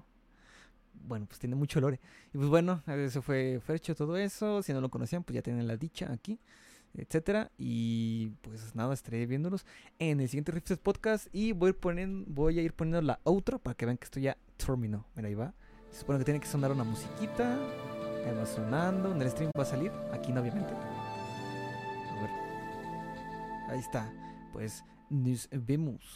Bueno, pues tiene mucho lore. Y pues bueno, eso fue Fercho, todo eso. Si no lo conocían, pues ya tienen la dicha aquí, etcétera. Y pues nada, estaré viéndolos en el siguiente Rifted Podcast. Y voy a ir poniendo, voy a ir poniendo la outro para que vean que esto ya terminó. Mira, ahí va. Se supone que tiene que sonar una musiquita. Ahí va sonando. En el stream va a salir. Aquí no, obviamente. A ver. Ahí está. Pues nos vemos.